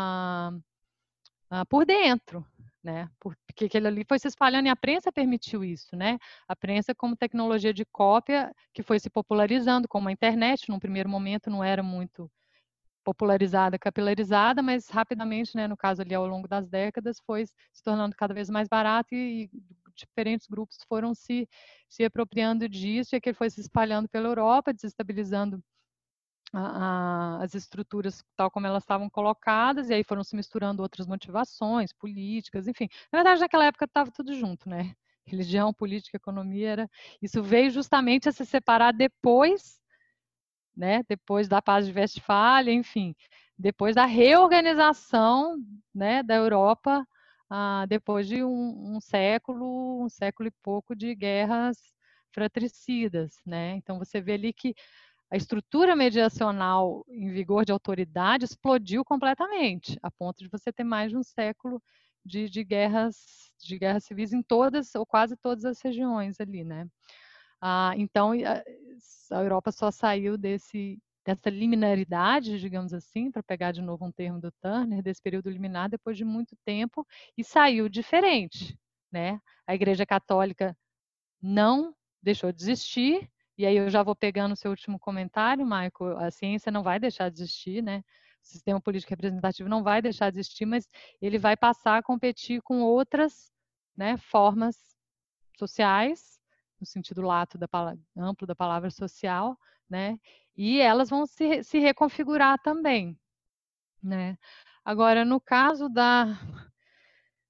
B: por dentro, né? Porque aquele ali foi se espalhando e a prensa permitiu isso, né? A prensa como tecnologia de cópia que foi se popularizando, como a internet, num primeiro momento não era muito popularizada, capilarizada, mas rapidamente, né, no caso ali ao longo das décadas, foi se tornando cada vez mais barato e diferentes grupos foram se apropriando disso, e aquele foi se espalhando pela Europa, desestabilizando as estruturas tal como elas estavam colocadas, e aí foram se misturando outras motivações políticas, enfim. Na verdade, naquela época estava tudo junto, né? Religião, política, economia, isso veio justamente a se separar depois, né? Depois da Paz de Westfália, enfim, depois da reorganização, né, da Europa, depois de um século e pouco de guerras fratricidas, né? Então você vê ali que a estrutura mediacional em vigor de autoridade explodiu completamente, a ponto de você ter mais de um século de guerras civis em todas ou quase todas as regiões ali, né? Então, a Europa só saiu dessa liminaridade, digamos assim, para pegar de novo um termo do Turner, desse período liminar, depois de muito tempo, e saiu diferente, né? A Igreja Católica não deixou de existir, e aí eu já vou pegando o seu último comentário, Michael, a ciência não vai deixar de existir, né? O sistema político representativo não vai deixar de existir, mas ele vai passar a competir com outras, né, formas sociais, no sentido lato amplo da palavra social, né? E elas vão se reconfigurar também, né? Agora, no caso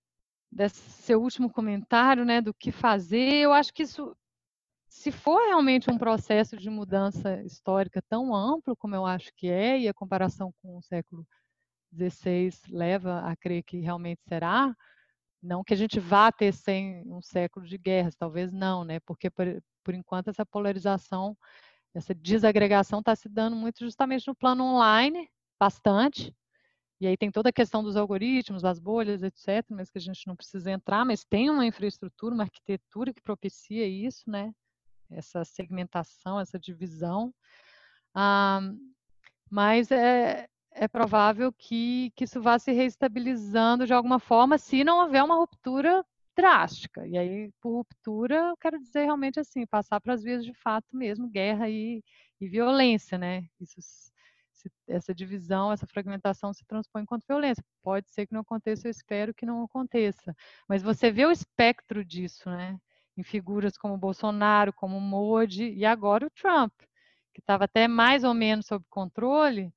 B: desse seu último comentário, né, do que fazer, eu acho que isso, se for realmente um processo de mudança histórica tão amplo como eu acho que é, e a comparação com o século XVI leva a crer que realmente será, não que a gente vá ter um século de guerras, talvez não, né? Porque por enquanto essa polarização, essa desagregação está se dando muito justamente no plano online, bastante. E aí tem toda a questão dos algoritmos, das bolhas, etc., mas que a gente não precisa entrar, mas tem uma infraestrutura, uma arquitetura que propicia isso, né? Essa segmentação, essa divisão. Ah, mas é provável que isso vá se reestabilizando de alguma forma, se não houver uma ruptura drástica. E aí, por ruptura, eu quero dizer realmente assim, passar para as vias de fato mesmo, guerra e violência, né? Essa divisão, essa fragmentação se transpõe enquanto violência. Pode ser que não aconteça, eu espero que não aconteça. Mas você vê o espectro disso, né? Em figuras como Bolsonaro, como Modi e agora o Trump, que estava até mais ou menos sob controle,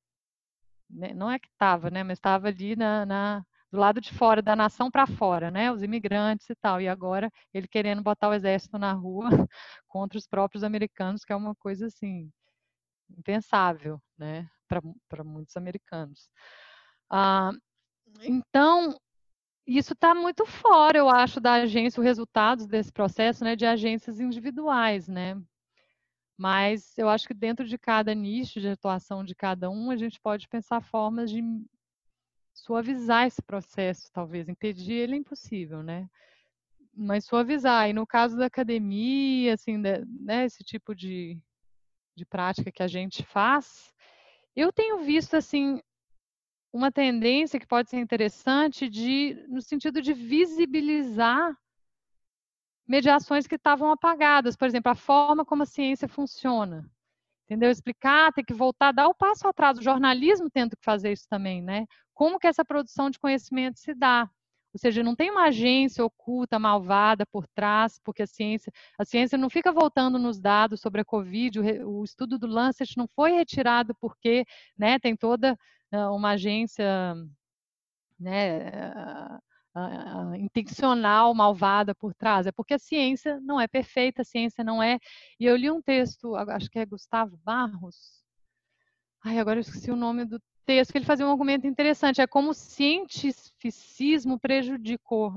B: né? Não é que estava, né? Mas estava ali do lado de fora, da nação para fora, né? Os imigrantes e tal. E agora ele querendo botar o exército na rua contra os próprios americanos, que é uma coisa assim impensável, né? Para muitos americanos. Ah, então, isso está muito fora, eu acho, da agência, os resultados desse processo, né? De agências individuais, né? Mas eu acho que dentro de cada nicho de atuação de cada um, a gente pode pensar formas de suavizar esse processo, talvez. Impedir ele é impossível, né? Mas suavizar. E no caso da academia, assim, né, esse tipo de prática que a gente faz, eu tenho visto, assim, uma tendência que pode ser interessante no sentido de visibilizar mediações que estavam apagadas. Por exemplo, a forma como a ciência funciona. Entendeu? Explicar, ter que voltar, dar o passo atrás. O jornalismo tendo que fazer isso também, né? Como que essa produção de conhecimento se dá? Ou seja, não tem uma agência oculta, malvada por trás, porque a ciência não fica voltando nos dados sobre a Covid, o estudo do Lancet não foi retirado porque, né, tem toda uma agência, né, intencional, malvada por trás. É porque a ciência não é perfeita, a ciência não é. E eu li um texto, acho que é Gustavo Barros. Ai, agora eu esqueci o nome do texto, que ele fazia um argumento interessante. É como o cientificismo prejudicou,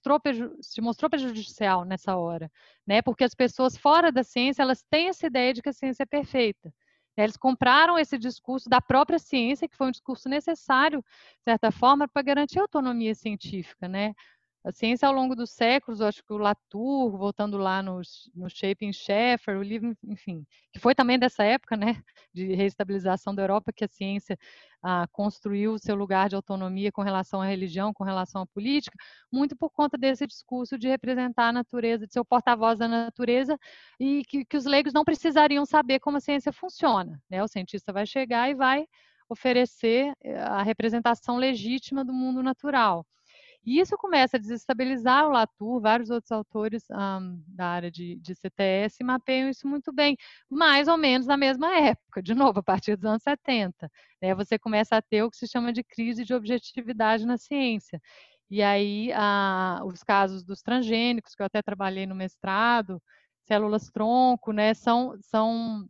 B: se mostrou prejudicial nessa hora, né? Porque as pessoas fora da ciência, elas têm essa ideia de que a ciência é perfeita. Eles compraram esse discurso da própria ciência, que foi um discurso necessário, de certa forma, para garantir a autonomia científica, né? A ciência, ao longo dos séculos, eu acho que o Latour, voltando lá no Shaping Sheffer, o livro, enfim, que foi também dessa época, né, de reestabilização da Europa, que a ciência construiu o seu lugar de autonomia com relação à religião, com relação à política, muito por conta desse discurso de representar a natureza, de ser o porta-voz da natureza, e que os leigos não precisariam saber como a ciência funciona, né? O cientista vai chegar e vai oferecer a representação legítima do mundo natural. E isso começa a desestabilizar o Latour, vários outros autores da área de CTS mapeiam isso muito bem, mais ou menos na mesma época, de novo, a partir dos anos 70. Né, você começa a ter o que se chama de crise de objetividade na ciência. E aí, os casos dos transgênicos, que eu até trabalhei no mestrado, células-tronco, né, são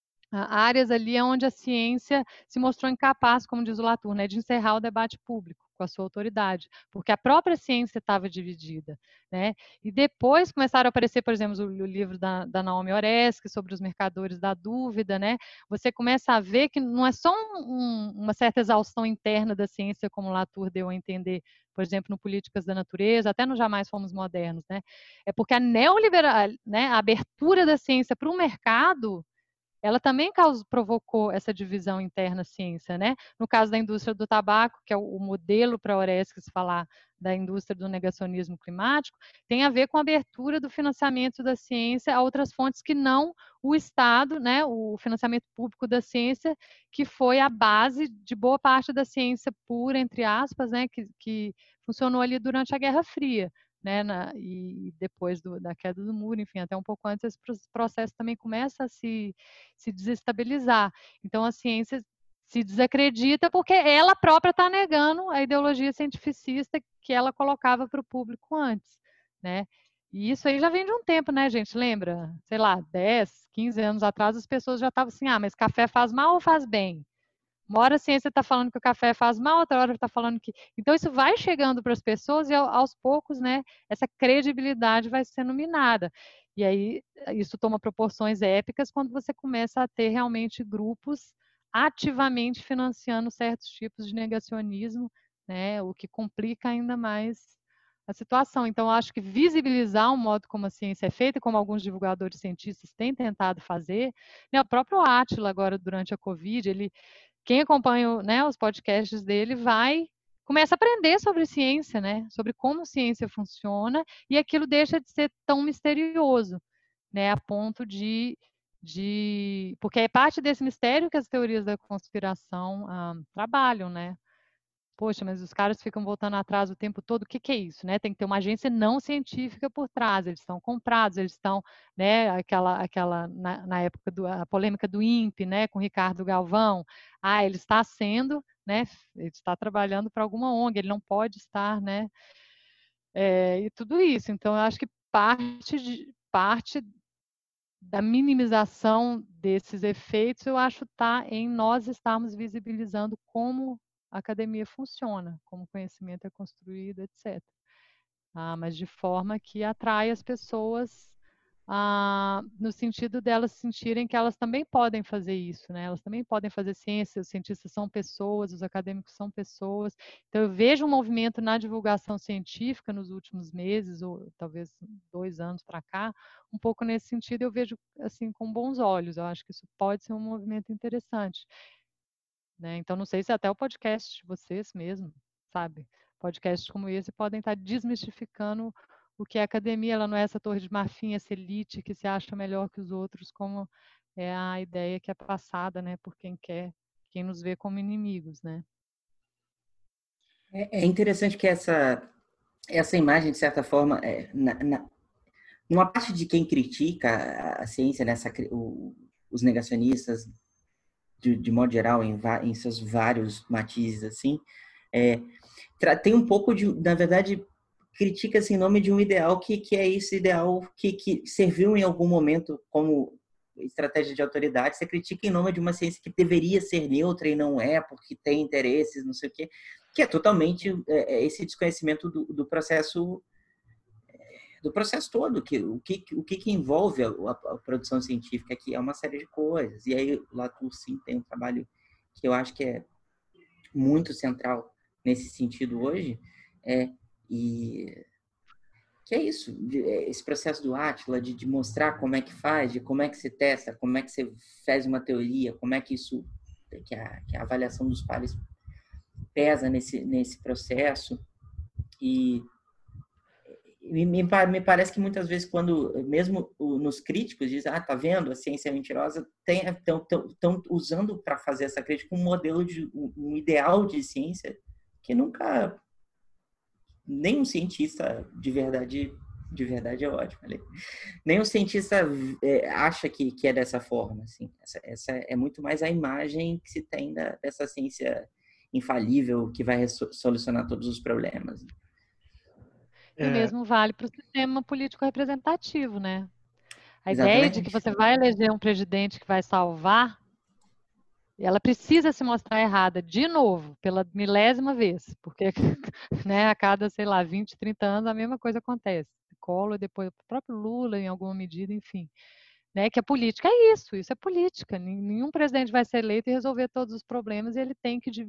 B: áreas ali onde a ciência se mostrou incapaz, como diz o Latour, né, de encerrar o debate público com a sua autoridade, porque a própria ciência estava dividida, né? E depois começaram a aparecer, por exemplo, o livro da Naomi Oreskes sobre os mercadores da dúvida, né? Você começa a ver que não é só uma certa exaustão interna da ciência, como o Latour deu a entender, por exemplo, no Políticas da Natureza, até no Jamais Fomos Modernos, né? É porque a neoliberal, né, a abertura da ciência para o mercado, ela também provocou essa divisão interna à ciência, né? No caso da indústria do tabaco, que é o modelo para a Oreskes falar da indústria do negacionismo climático, tem a ver com a abertura do financiamento da ciência a outras fontes que não o Estado, né? O financiamento público da ciência, que foi a base de boa parte da ciência pura, entre aspas, né? Que funcionou ali durante a Guerra Fria. Né, e depois da queda do muro, enfim, até um pouco antes, esse processo também começa a se desestabilizar. Então, a ciência se desacredita porque ela própria está negando a ideologia cientificista que ela colocava para o público antes, né? E isso aí já vem de um tempo, né, gente? Lembra? Sei lá, 10, 15 anos atrás, as pessoas já estavam assim, mas café faz mal ou faz bem? Uma hora a ciência está falando que o café faz mal, outra hora está falando que. Então, isso vai chegando para as pessoas e, aos poucos, né, essa credibilidade vai sendo minada. E aí, isso toma proporções épicas quando você começa a ter realmente grupos ativamente financiando certos tipos de negacionismo, né, o que complica ainda mais a situação. Então, eu acho que visibilizar o modo como a ciência é feita, como alguns divulgadores cientistas têm tentado fazer, né, o próprio Átila, agora, durante a Covid, quem acompanha, né, os podcasts dele começa a aprender sobre ciência, né, sobre como ciência funciona, e aquilo deixa de ser tão misterioso, né, a ponto porque é parte desse mistério que as teorias da conspiração trabalham, né? Poxa, mas os caras ficam voltando atrás o tempo todo. O que, que é isso, né? Tem que ter uma agência não científica por trás. Eles estão comprados, eles estão, né? Aquela na época a polêmica do INPE, né? Com Ricardo Galvão. Ele está sendo, né? Ele está trabalhando para alguma ONG. Ele não pode estar, né? E tudo isso. Então, eu acho que parte da minimização desses efeitos, eu acho, está em nós estarmos visibilizando como a academia funciona, como o conhecimento é construído, etc. Mas de forma que atrai as pessoas no sentido delas sentirem que elas também podem fazer isso, né? Elas também podem fazer ciência, os cientistas são pessoas, os acadêmicos são pessoas. Então, eu vejo um movimento na divulgação científica nos últimos meses, ou talvez 2 anos para cá, um pouco nesse sentido, eu vejo assim com bons olhos. Eu acho que isso pode ser um movimento interessante, né? Então, não sei se até o podcast de vocês mesmo, sabe? Podcasts como esse podem estar desmistificando o que é academia. Ela não é essa torre de marfim, essa elite que se acha melhor que os outros, como é a ideia que é passada, né, por quem nos vê como inimigos, né?
C: É interessante que essa imagem, de certa forma, numa parte de quem critica a ciência, os negacionistas, de modo geral, em seus vários matizes, assim, tem um pouco na verdade, critica-se em nome de um ideal que é esse ideal que serviu em algum momento como estratégia de autoridade. Você critica em nome de uma ciência que deveria ser neutra e não é, porque tem interesses, não sei o quê, que é totalmente esse desconhecimento do processo todo, o que envolve a produção científica, que é uma série de coisas. E aí o Latour, sim, tem um trabalho que eu acho que é muito central nesse sentido hoje, e que é isso, esse processo do Átila, de mostrar como é que faz, de como é que se testa, como é que você faz uma teoria, como é que isso, que a avaliação dos pares pesa nesse processo. E me parece que muitas vezes, quando mesmo nos críticos dizem, tá vendo, a ciência é mentirosa, estão usando para fazer essa crítica um modelo um ideal de ciência que nunca nenhum cientista de verdade é ótimo, ali. Nenhum cientista acha que é dessa forma, assim. Essa é muito mais a imagem que se tem dessa ciência infalível que vai solucionar todos os problemas.
B: E o mesmo vale para o sistema político representativo, né? A ideia de que
C: Exatamente.
B: você vai eleger um presidente que vai salvar, ela precisa se mostrar errada de novo, pela milésima vez, porque né, a cada, sei lá, 20, 30 anos a mesma coisa acontece. Collor, depois o próprio Lula, em alguma medida, enfim. Né, que a política é isso é política. Nenhum presidente vai ser eleito e resolver todos os problemas, e ele tem que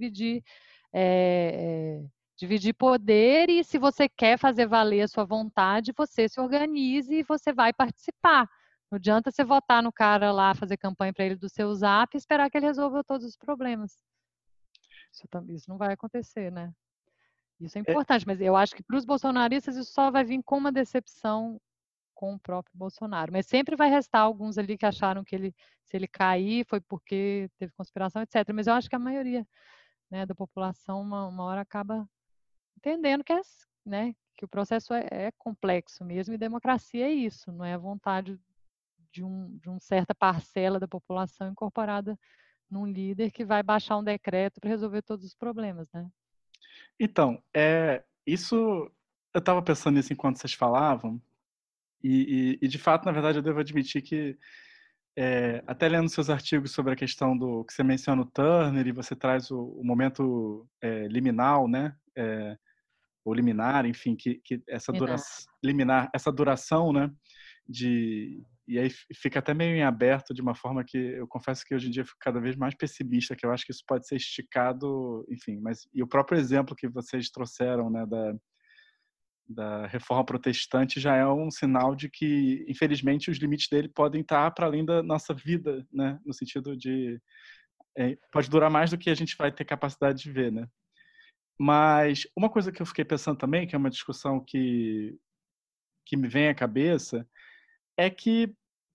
B: dividir poder, e se você quer fazer valer a sua vontade, você se organize e você vai participar. Não adianta você votar no cara lá, fazer campanha para ele do seu zap e esperar que ele resolva todos os problemas. Isso não vai acontecer, né? Isso é importante, mas eu acho que para os bolsonaristas isso só vai vir com uma decepção com o próprio Bolsonaro. Mas sempre vai restar alguns ali que acharam que se ele cair, foi porque teve conspiração, etc. Mas eu acho que a maioria, né, da população, uma hora acaba entendendo né, que o processo é complexo mesmo, e democracia é isso, não é a vontade de uma certa parcela da população incorporada num líder que vai baixar um decreto para resolver todos os problemas, né?
A: Então, isso eu estava pensando nisso enquanto vocês falavam, e de fato, na verdade, eu devo admitir que, até lendo seus artigos sobre a questão do que você menciona o Turner e você traz o momento liminal, né? Ou liminar, enfim, que essa
B: Minar.
A: liminar, essa duração, né? E aí fica até meio em aberto de uma forma que eu confesso que hoje em dia eu fico cada vez mais pessimista, que eu acho que isso pode ser esticado, enfim, e o próprio exemplo que vocês trouxeram, né, da reforma protestante já é um sinal de que, infelizmente, os limites dele podem estar para além da nossa vida, né, no sentido de pode durar mais do que a gente vai ter capacidade de ver, né? Mas uma coisa que eu fiquei pensando também, que é uma discussão que me vem à cabeça, é que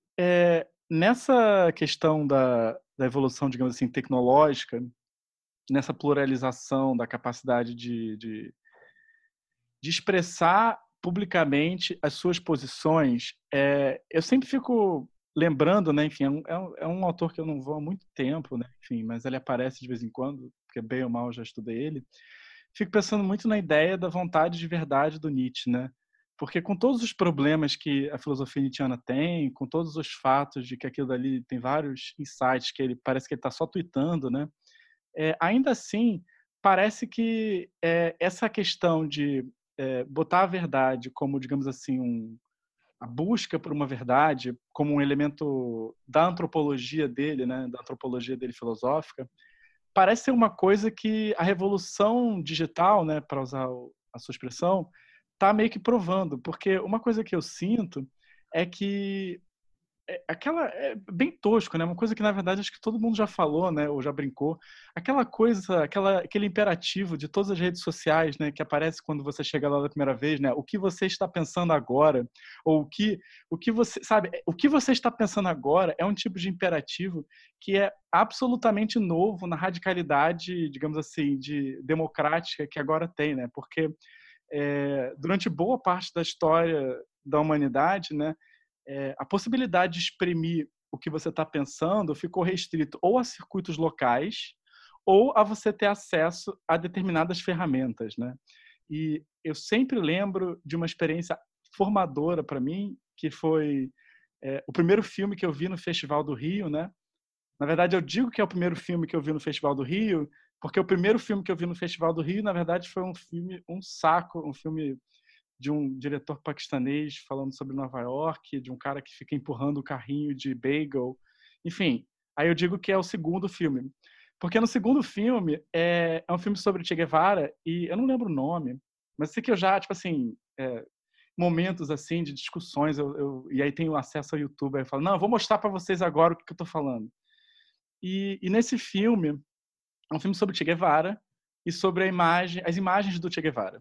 A: nessa questão da evolução, digamos assim, tecnológica, nessa pluralização da capacidade de expressar publicamente as suas posições, eu sempre fico lembrando, né, enfim, é um autor que eu não vou há muito tempo, né, enfim, mas ele aparece de vez em quando, porque bem ou mal eu já estudei ele. Fico pensando muito na ideia da vontade de verdade do Nietzsche, né? Porque com todos os problemas que a filosofia nietzschiana tem, com todos os fatos de que aquilo dali tem vários insights que ele parece que ele está só tweetando, né? Ainda assim, parece que essa questão de botar a verdade como, digamos assim, a busca por uma verdade como um elemento da antropologia dele, né? Da antropologia dele filosófica, parece ser uma coisa que a revolução digital, né, para usar a sua expressão, está meio que provando, porque uma coisa que eu sinto é que é bem tosco, né? Uma coisa que na verdade acho que todo mundo já falou, né, ou já brincou, aquela coisa, aquele imperativo de todas as redes sociais, né, que aparece quando você chega lá da primeira vez, né? O que você está pensando agora, ou o que você, sabe, o que você está pensando agora é um tipo de imperativo que é absolutamente novo na radicalidade, digamos assim, de democrática que agora tem, né? Porque durante boa parte da história da humanidade, né, a possibilidade de exprimir o que você está pensando ficou restrito ou a circuitos locais ou a você ter acesso a determinadas ferramentas, né? E eu sempre lembro de uma experiência formadora para mim, que foi o primeiro filme que eu vi no Festival do Rio, né? Na verdade, eu digo que é o primeiro filme que eu vi no Festival do Rio, porque o primeiro filme que eu vi no Festival do Rio, na verdade, foi um filme, um filme de um diretor paquistanês falando sobre Nova York, de um cara que fica empurrando o carrinho de bagel. Enfim, aí eu digo que é o segundo filme. Porque no segundo filme é um filme sobre Che Guevara e eu não lembro o nome, mas sei que eu já, tipo assim, momentos assim de discussões, e aí tenho acesso ao YouTube, aí eu falo, não, eu vou mostrar para vocês agora o que eu tô falando. E nesse filme, é um filme sobre Che Guevara e sobre as imagens do Che Guevara.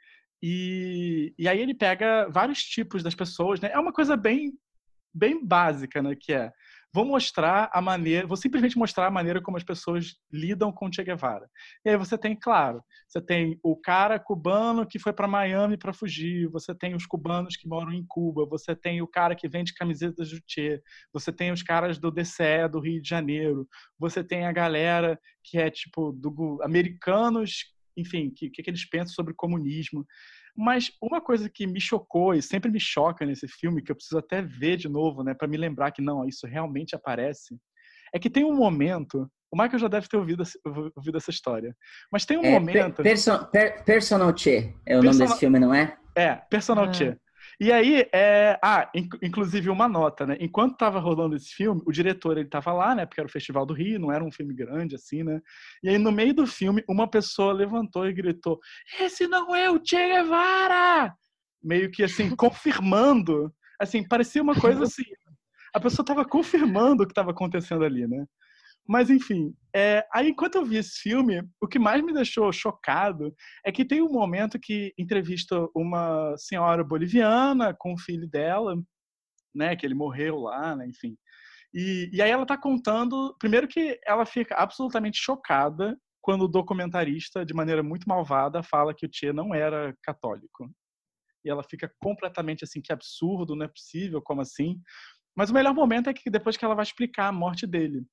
A: E aí ele pega vários tipos das pessoas, né? É uma coisa bem básica, né? Que vou simplesmente mostrar a maneira como as pessoas lidam com Che Guevara. E aí você tem, claro, você tem o cara cubano que foi para Miami para fugir, você tem os cubanos que moram em Cuba, você tem o cara que vende camisetas do Che, você tem os caras do DCE do Rio de Janeiro, você tem a galera que é tipo americanos, enfim, que eles pensam sobre comunismo. Mas uma coisa que me chocou e sempre me choca nesse filme, que eu preciso até ver de novo, né, para me lembrar que não, isso realmente aparece, é que tem um momento, o Michael já deve ter ouvido essa história, mas tem um momento...
C: Personal Che é o nome desse
A: Personal,
C: filme, não é?
A: Personal Che. E aí, inclusive uma nota, né? Enquanto estava rolando esse filme, o diretor, ele estava lá, né? Porque era o Festival do Rio, não era um filme grande, assim, né? E aí, no meio do filme, uma pessoa levantou e gritou, esse não é o Che Guevara! Meio que, assim, confirmando. Assim, parecia uma coisa assim. A pessoa estava confirmando o que estava acontecendo ali, né? Mas, enfim, aí enquanto eu vi esse filme, o que mais me deixou chocado é que tem um momento que entrevista uma senhora boliviana com o filho dela, né, que ele morreu lá, né, enfim. E aí ela tá contando, primeiro que ela fica absolutamente chocada quando o documentarista, de maneira muito malvada, fala que o Che não era católico. E ela fica completamente assim, que absurdo, não é possível, como assim? Mas o melhor momento é que depois que ela vai explicar a morte dele.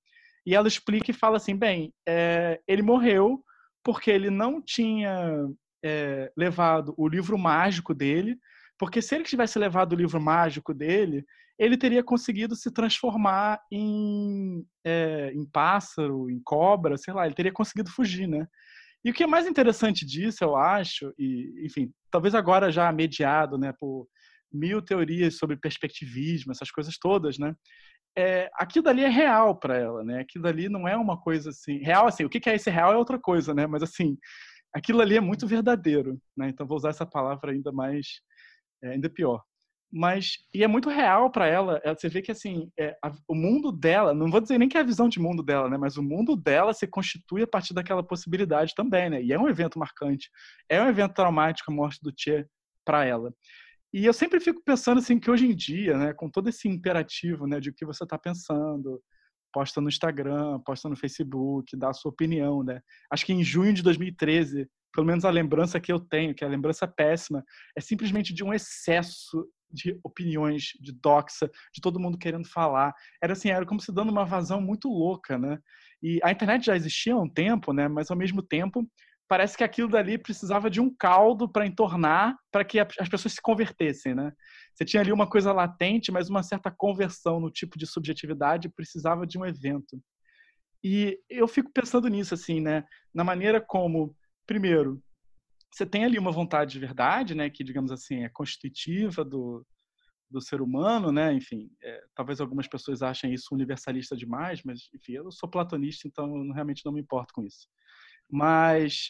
A: e ela explica e fala assim, bem, ele morreu porque ele não tinha levado o livro mágico dele, porque se ele tivesse levado o livro mágico dele, ele teria conseguido se transformar em pássaro, em cobra, sei lá, ele teria conseguido fugir, né? E o que é mais interessante disso, eu acho, e, enfim, talvez agora já mediado, né, por mil teorias sobre perspectivismo, essas coisas todas, né? Aquilo dali é real para ela, né? Aquilo dali não é uma coisa assim... Real, assim, o que é esse real é outra coisa, né? Mas, assim, aquilo ali é muito verdadeiro, né? Então, vou usar essa palavra ainda mais... ainda pior. E é muito real para ela. Você vê que, assim, o mundo dela, não vou dizer nem que é a visão de mundo dela, né? Mas o mundo dela se constitui a partir daquela possibilidade também, né? E é um evento marcante. É um evento traumático a morte do Che para ela. E eu sempre fico pensando, assim, que hoje em dia, né? Com todo esse imperativo, né? De o que você está pensando, posta no Instagram, posta no Facebook, dá a sua opinião, né? Acho que em junho de 2013, pelo menos a lembrança que eu tenho, que é a lembrança péssima, é simplesmente de um excesso de opiniões, de doxa, de todo mundo querendo falar. Era como se dando uma vazão muito louca, né? E a internet já existia há um tempo, né? Mas ao mesmo tempo parece que aquilo dali precisava de um caldo para entornar, para que as pessoas se convertessem, né? Você tinha ali uma coisa latente, mas uma certa conversão no tipo de subjetividade precisava de um evento. E eu fico pensando nisso, assim, né? Na maneira como, primeiro, você tem ali uma vontade de verdade, né? Que, digamos assim, é constitutiva do ser humano, né? Enfim, talvez algumas pessoas achem isso universalista demais, mas, enfim, eu sou platonista, então eu realmente não me importo com isso. Mas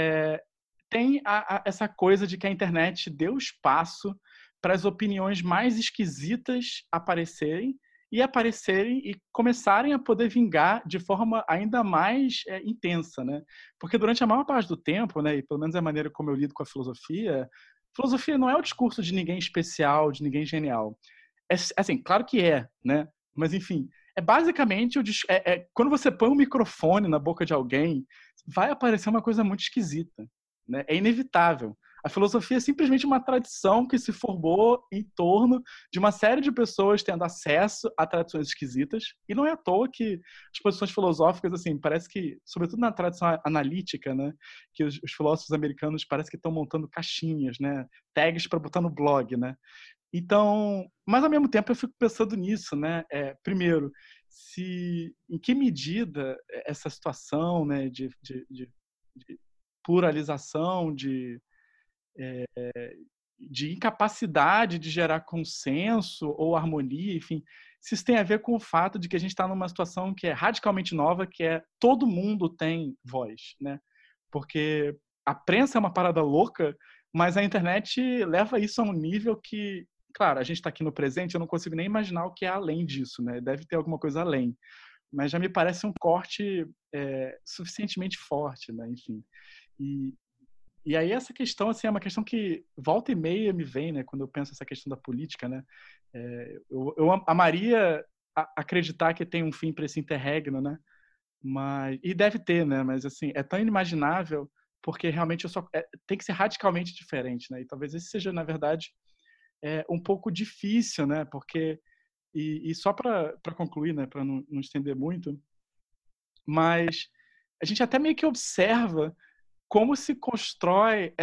A: tem essa coisa de que a internet deu espaço para as opiniões mais esquisitas aparecerem e começarem a poder vingar de forma ainda mais intensa, né? Porque durante a maior parte do tempo, né, e pelo menos a maneira como eu lido com a filosofia não é o discurso de ninguém especial, de ninguém genial. Assim, claro que né? Mas, enfim, basicamente quando você põe um microfone na boca de alguém, vai aparecer uma coisa muito esquisita, né? É inevitável. A filosofia é simplesmente uma tradição que se formou em torno de uma série de pessoas tendo acesso a tradições esquisitas, e não é à toa que as posições filosóficas, assim, parece que, sobretudo na tradição analítica, né, que os filósofos americanos parece que estão montando caixinhas, né, tags para botar no blog, né? Então, mas ao mesmo tempo eu fico pensando nisso, né? Primeiro, em que medida essa situação, né, de pluralização, de incapacidade de gerar consenso ou harmonia, enfim, se isso tem a ver com o fato de que a gente está numa situação que é radicalmente nova, que é todo mundo tem voz, né? Porque a prensa é uma parada louca, mas a internet leva isso a um nível que, claro, a gente está aqui no presente, eu não consigo nem imaginar o que é além disso, né? Deve ter alguma coisa além. Mas já me parece um corte suficientemente forte, né? Enfim. E aí essa questão, assim, é uma questão que volta e meia me vem, né? Quando eu penso essa questão da política, né? Eu amaria acreditar que tem um fim para esse interregno, né? E deve ter, né? Mas, assim, é tão inimaginável porque realmente tem que ser radicalmente diferente, né? E talvez esse seja, na verdade, um pouco difícil, né? Porque, e só para concluir, né? Para não estender muito, mas a gente até meio que observa como se constrói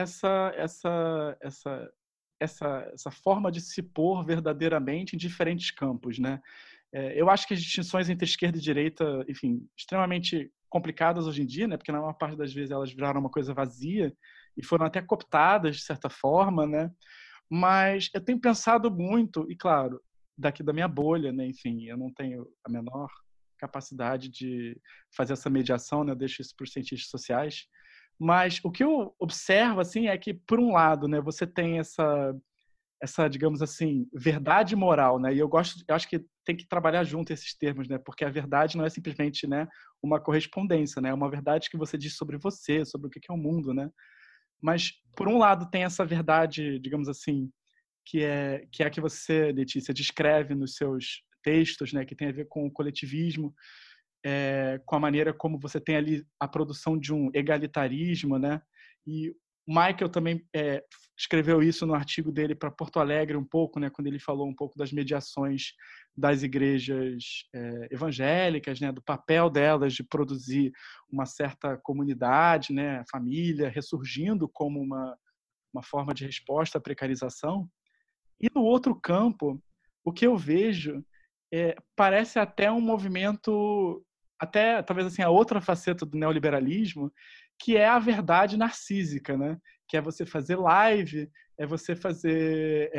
A: essa forma de se pôr verdadeiramente em diferentes campos, né? Eu acho que as distinções entre esquerda e direita, enfim, extremamente complicadas hoje em dia, né? Porque na maior parte das vezes elas viraram uma coisa vazia e foram até cooptadas de certa forma, né? Mas eu tenho pensado muito, e claro, daqui da minha bolha, né? Enfim, eu não tenho a menor capacidade de fazer essa mediação, né? Eu deixo isso para os cientistas sociais. Mas o que eu observo, assim, é que, por um lado, né, você tem essa, digamos assim, verdade moral, né? E eu acho que tem que trabalhar junto esses termos, né? Porque a verdade não é simplesmente, né, uma correspondência, né? É uma verdade que você diz sobre você, sobre o que é o mundo, né? Mas, por um lado, tem essa verdade, digamos assim, que é a que você, Letícia, descreve nos seus textos, né? Que tem a ver com o coletivismo, com a maneira como você tem ali a produção de um egalitarismo, né? E Michael também escreveu isso no artigo dele para Porto Alegre um pouco, né, quando ele falou um pouco das mediações das igrejas evangélicas, né, do papel delas de produzir uma certa comunidade, né, família, ressurgindo como uma forma de resposta à precarização. E no outro campo, o que eu vejo parece até um movimento, até talvez assim a outra faceta do neoliberalismo, que é a verdade narcísica, né? Que é você fazer live, é você fazer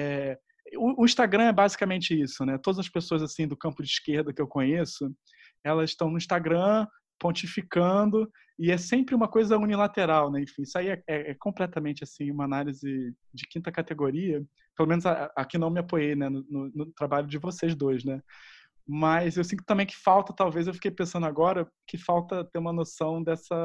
A: o Instagram é basicamente isso, né? Todas as pessoas assim do campo de esquerda que eu conheço, elas estão no Instagram pontificando e é sempre uma coisa unilateral, né? Enfim, isso aí é completamente assim uma análise de quinta categoria. Pelo menos aqui não me apoiei, né, no trabalho de vocês dois, né? Mas eu sinto também que falta, talvez, eu fiquei pensando agora, que falta ter uma noção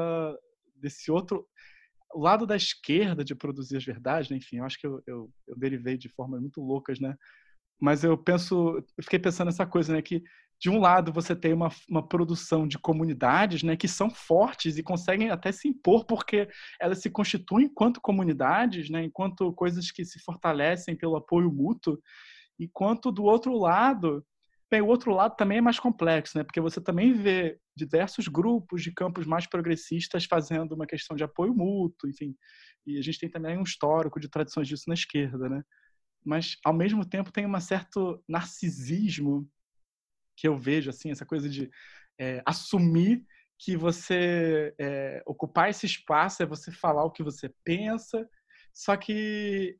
A: desse outro lado da esquerda de produzir as verdades, né? Enfim, eu acho que eu derivei de formas muito loucas, né? Mas eu fiquei pensando nessa coisa, né? Que de um lado você tem uma produção de comunidades, né? Que são fortes e conseguem até se impor porque elas se constituem enquanto comunidades, né? Enquanto coisas que se fortalecem pelo apoio mútuo. Enquanto do outro lado, bem, o outro lado também é mais complexo, né? Porque você também vê diversos grupos de campos mais progressistas fazendo uma questão de apoio mútuo, enfim. E a gente tem também um histórico de tradições disso na esquerda, né? Mas ao mesmo tempo tem um certo narcisismo que eu vejo, assim, essa coisa de assumir que você ocupar esse espaço é você falar o que você pensa, só que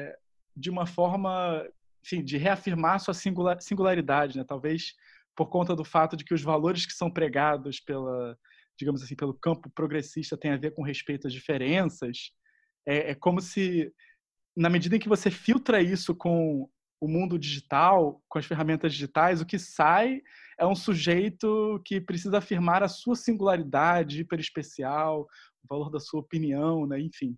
A: de uma forma, enfim, de reafirmar a sua singularidade, né? Talvez por conta do fato de que os valores que são pregados digamos assim, pelo campo progressista têm a ver com respeito às diferenças. É como se na medida em que você filtra isso com o mundo digital, com as ferramentas digitais, o que sai é um sujeito que precisa afirmar a sua singularidade hiper especial, o valor da sua opinião, né? Enfim.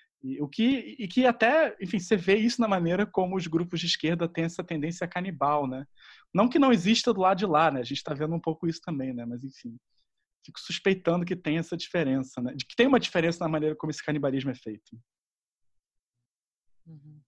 A: E que até, enfim, você vê isso na maneira como os grupos de esquerda têm essa tendência canibal, né? Não que não exista do lado de lá, né? A gente está vendo um pouco isso também, né? Mas, enfim, fico suspeitando que tem essa diferença, né? De que tem uma diferença na maneira como esse canibalismo é feito.
B: Uhum.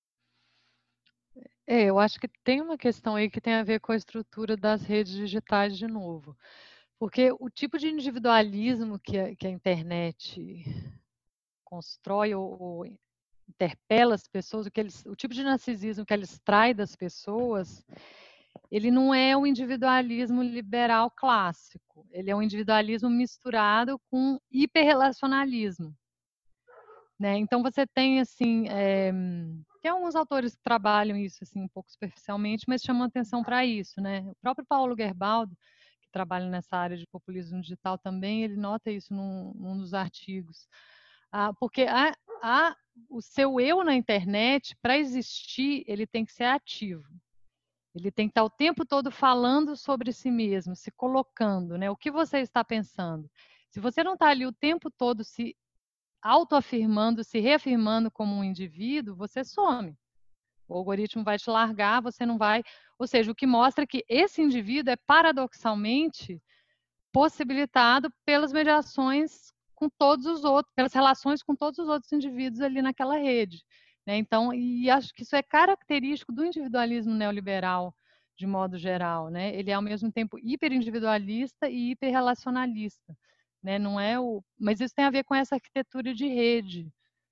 B: Eu acho que tem uma questão aí que tem a ver com a estrutura das redes digitais de novo. Porque o tipo de individualismo que a internet constrói ou interpela as pessoas, o tipo de narcisismo que ela extrai das pessoas, ele não é o individualismo liberal clássico. Ele é um individualismo misturado com hiperrelacionalismo. Né? Então você tem assim, tem alguns autores que trabalham isso assim um pouco superficialmente, mas chamam atenção para isso, né? O próprio Paulo Gerbaldo, que trabalha nessa área de populismo digital também, ele nota isso num dos artigos, porque o seu eu na internet, para existir, ele tem que ser ativo. Ele tem que estar o tempo todo falando sobre si mesmo, se colocando, né? O que você está pensando? Se você não está ali o tempo todo se autoafirmando, se reafirmando como um indivíduo, você some. O algoritmo vai te largar, você não vai. Ou seja, o que mostra que esse indivíduo é paradoxalmente possibilitado pelas mediações com todos os outros, pelas relações com todos os outros indivíduos ali naquela rede. Né? Então, e acho que isso é característico do individualismo neoliberal, de modo geral. Né? Ele é, ao mesmo tempo, hiperindividualista e hiperrelacionalista. Né? Não é mas isso tem a ver com essa arquitetura de rede,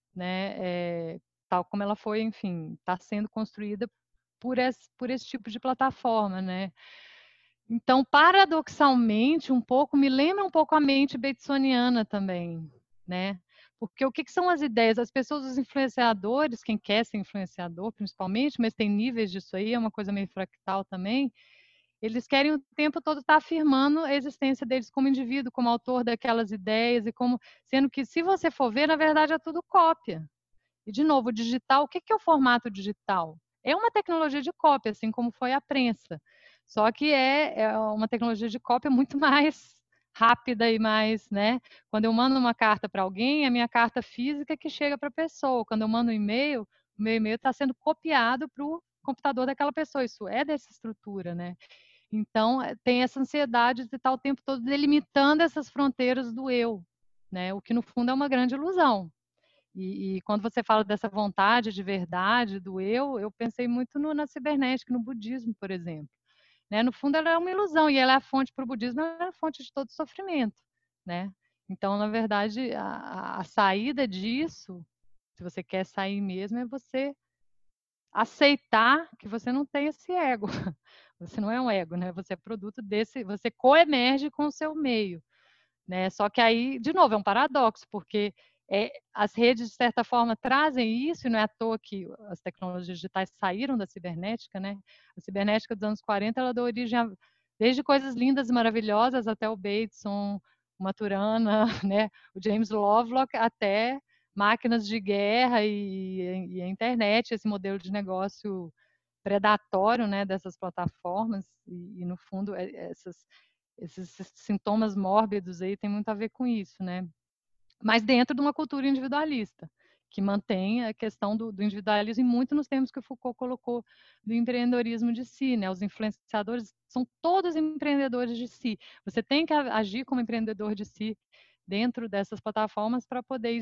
B: né? Tal como ela foi, enfim, está sendo construída por esse tipo de plataforma, né? Então, paradoxalmente, me lembra um pouco a mente batesoniana também, né? Porque o que são as ideias? As pessoas, os influenciadores, quem quer ser influenciador, principalmente, mas tem níveis disso aí, é uma coisa meio fractal também, eles querem o tempo todo estar afirmando a existência deles como indivíduo, como autor daquelas ideias, sendo que, se você for ver, na verdade é tudo cópia. E, de novo, o digital, o que é o formato digital? É uma tecnologia de cópia, assim como foi a prensa. Só que é uma tecnologia de cópia muito mais rápida e mais, né? Quando eu mando uma carta para alguém, é a minha carta física que chega para a pessoa. Quando eu mando um e-mail, o meu e-mail está sendo copiado para o computador daquela pessoa. Isso é dessa estrutura, né? Então, tem essa ansiedade de estar o tempo todo delimitando essas fronteiras do eu, né? O que, no fundo, é uma grande ilusão. E quando você fala dessa vontade de verdade do eu pensei muito na cibernética, no budismo, por exemplo. Né? No fundo, ela é uma ilusão, e ela é a fonte para o budismo, ela é a fonte de todo sofrimento. Né? Então, na verdade, a saída disso, se você quer sair mesmo, é você aceitar que você não tem esse ego. Você não é um ego, né? Você é produto desse, você coemerge com o seu meio. Né? Só que aí, de novo, é um paradoxo, porque as redes, de certa forma, trazem isso, e não é à toa que as tecnologias digitais saíram da cibernética. Né? A cibernética dos anos 40, ela deu origem a desde coisas lindas e maravilhosas até o Bateson, o Maturana, né? O James Lovelock, até máquinas de guerra e a internet, esse modelo de negócio predatório, né, dessas plataformas, e no fundo, esses sintomas mórbidos aí tem muito a ver com isso, né? Mas dentro de uma cultura individualista, que mantém a questão do individualismo, e muito nos termos que o Foucault colocou do empreendedorismo de si, né? Os influenciadores são todos empreendedores de si. Você tem que agir como empreendedor de si dentro dessas plataformas para poder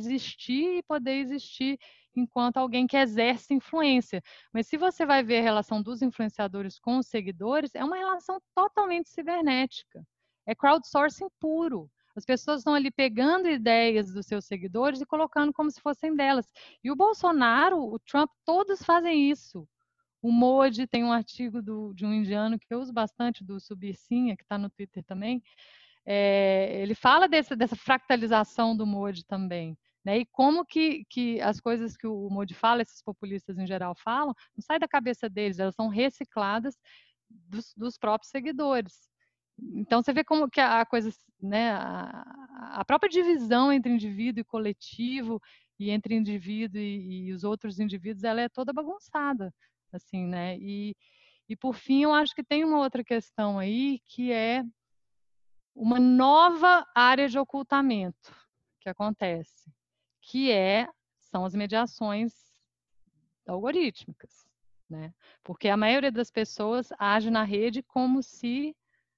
B: existir enquanto alguém que exerce influência. Mas se você vai ver a relação dos influenciadores com os seguidores, é uma relação totalmente cibernética. É crowdsourcing puro. As pessoas estão ali pegando ideias dos seus seguidores e colocando como se fossem delas. E o Bolsonaro, o Trump, todos fazem isso. O Modi tem um artigo de um indiano que eu uso bastante, do Subir Sinha, que está no Twitter também. Ele fala dessa fractalização do Modi também. Né? E como que as coisas que o Modi fala, esses populistas em geral falam, não sai da cabeça deles, elas são recicladas dos próprios seguidores. Então você vê como que a coisa, né, a própria divisão entre indivíduo e coletivo, e entre indivíduo e os outros indivíduos, ela é toda bagunçada, assim, né? E por fim, eu acho que tem uma outra questão aí, que é uma nova área de ocultamento que acontece, que são as mediações algorítmicas, né? Porque a maioria das pessoas age na rede como se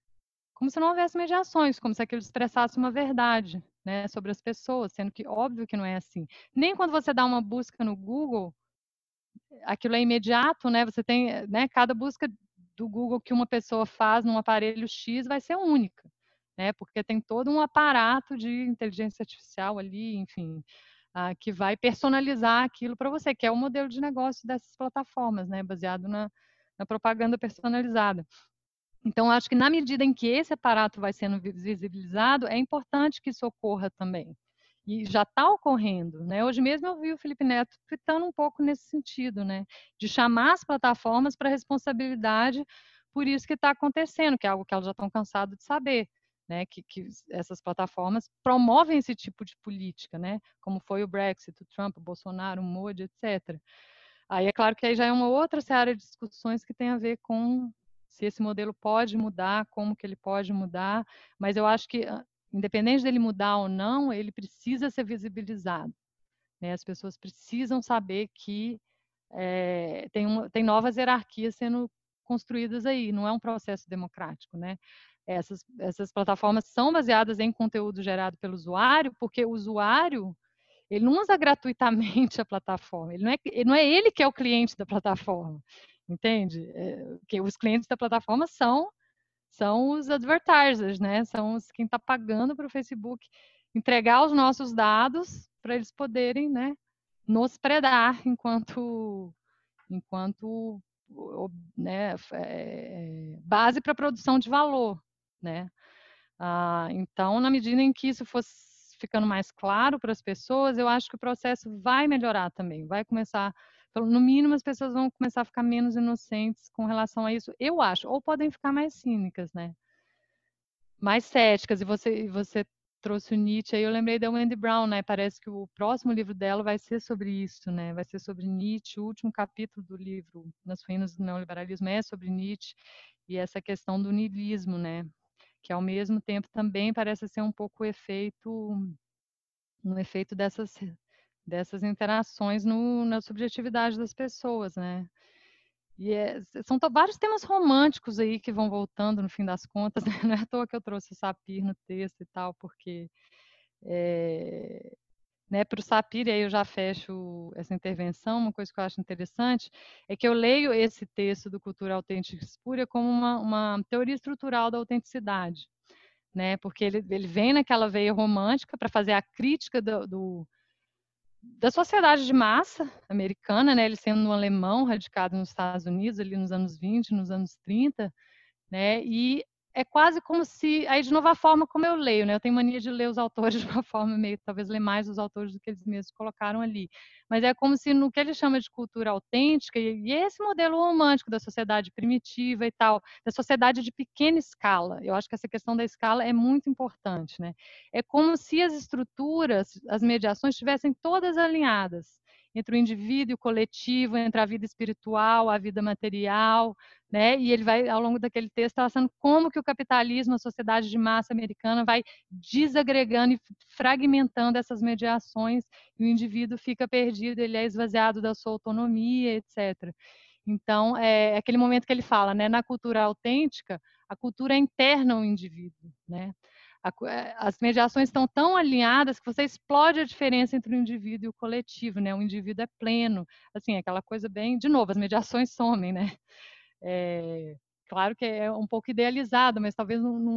B: não houvesse mediações, como se aquilo expressasse uma verdade, né, sobre as pessoas, sendo que óbvio que não é assim. Nem quando você dá uma busca no Google, aquilo é imediato, né? Você tem, né, cada busca do Google que uma pessoa faz num aparelho X vai ser única, né? Porque tem todo um aparato de inteligência artificial ali, enfim, que vai personalizar aquilo para você, que é o modelo de negócio dessas plataformas, né? Baseado na propaganda personalizada. Então, acho que na medida em que esse aparato vai sendo visibilizado, é importante que isso ocorra também. E já está ocorrendo, né? Hoje mesmo eu vi o Felipe Neto tweetando um pouco nesse sentido, né? De chamar as plataformas para responsabilidade por isso que está acontecendo, que é algo que elas já estão cansadas de saber, né? Que essas plataformas promovem esse tipo de política, né? Como foi o Brexit, o Trump, o Bolsonaro, o Modi, etc. Aí é claro que aí já é uma outra seara de discussões que tem a ver com se esse modelo pode mudar, como que ele pode mudar, mas eu acho que, independente dele mudar ou não, ele precisa ser visibilizado. Né? As pessoas precisam saber que tem novas hierarquias sendo construídas aí, não é um processo democrático. Né? Essas plataformas são baseadas em conteúdo gerado pelo usuário, porque o usuário ele não usa gratuitamente a plataforma, ele não é ele que é o cliente da plataforma, entende? Porque os clientes da plataforma são os advertisers, né? São quem está pagando para o Facebook entregar os nossos dados para eles poderem, né, nos predar enquanto né, base para a produção de valor, né? Então, na medida em que isso fosse ficando mais claro para as pessoas, eu acho que o processo vai melhorar também, vai começar, no mínimo as pessoas vão começar a ficar menos inocentes com relação a isso, eu acho, ou podem ficar mais cínicas, né? Mais céticas, e você trouxe o Nietzsche, aí eu lembrei da Wendy Brown, né? Parece que o próximo livro dela vai ser sobre isso, né? Vai ser sobre Nietzsche, o último capítulo do livro Nas Ruínas do Neoliberalismo é sobre Nietzsche e essa questão do niilismo, né? Que ao mesmo tempo também parece ser um pouco um efeito dessas interações na subjetividade das pessoas, né? E são vários temas românticos aí que vão voltando no fim das contas, né? Não é à toa que eu trouxe o Sapir no texto e tal, porque né, para o Sapir, e aí eu já fecho essa intervenção, uma coisa que eu acho interessante é que eu leio esse texto do Cultura Autêntica e Espúria como uma teoria estrutural da autenticidade, né, porque ele vem naquela veia romântica para fazer a crítica da sociedade de massa americana, né, ele sendo um alemão radicado nos Estados Unidos ali nos anos 20, nos anos 30, né? E é quase como se, aí de novo a forma como eu leio, né? Eu tenho mania de ler os autores de uma forma meio, talvez ler mais os autores do que eles mesmos colocaram ali. Mas é como se no que ele chama de cultura autêntica, e esse modelo romântico da sociedade primitiva e tal, da sociedade de pequena escala, eu acho que essa questão da escala é muito importante, né? É como se as estruturas, as mediações estivessem todas alinhadas entre o indivíduo e o coletivo, entre a vida espiritual, a vida material, né? E ele vai, ao longo daquele texto, traçando como que o capitalismo, a sociedade de massa americana, vai desagregando e fragmentando essas mediações, e o indivíduo fica perdido, ele é esvaziado da sua autonomia, etc. Então, é aquele momento que ele fala, né? Na cultura autêntica, a cultura é interna ao indivíduo, né? As mediações estão tão alinhadas que você explode a diferença entre o indivíduo e o coletivo, né? O indivíduo é pleno, assim, aquela coisa bem, de novo, as mediações somem, né? Claro que é um pouco idealizado, mas talvez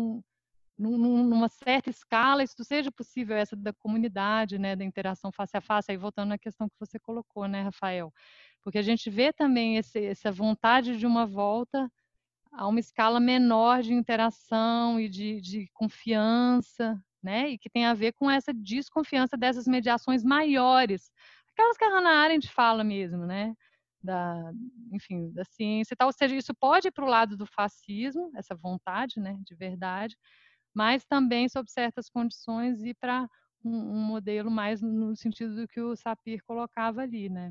B: numa certa escala isso seja possível, essa da comunidade, né, da interação face a face, aí voltando na questão que você colocou, né, Rafael? Porque a gente vê também essa vontade de uma volta a uma escala menor de interação e de confiança, né? E que tem a ver com essa desconfiança dessas mediações maiores, aquelas que a Hannah Arendt fala mesmo, né? Enfim, da ciência e tal. Ou seja, isso pode ir para o lado do fascismo, essa vontade, né, de verdade, mas também, sob certas condições, ir para um modelo mais no sentido do que o Sapir colocava ali, né?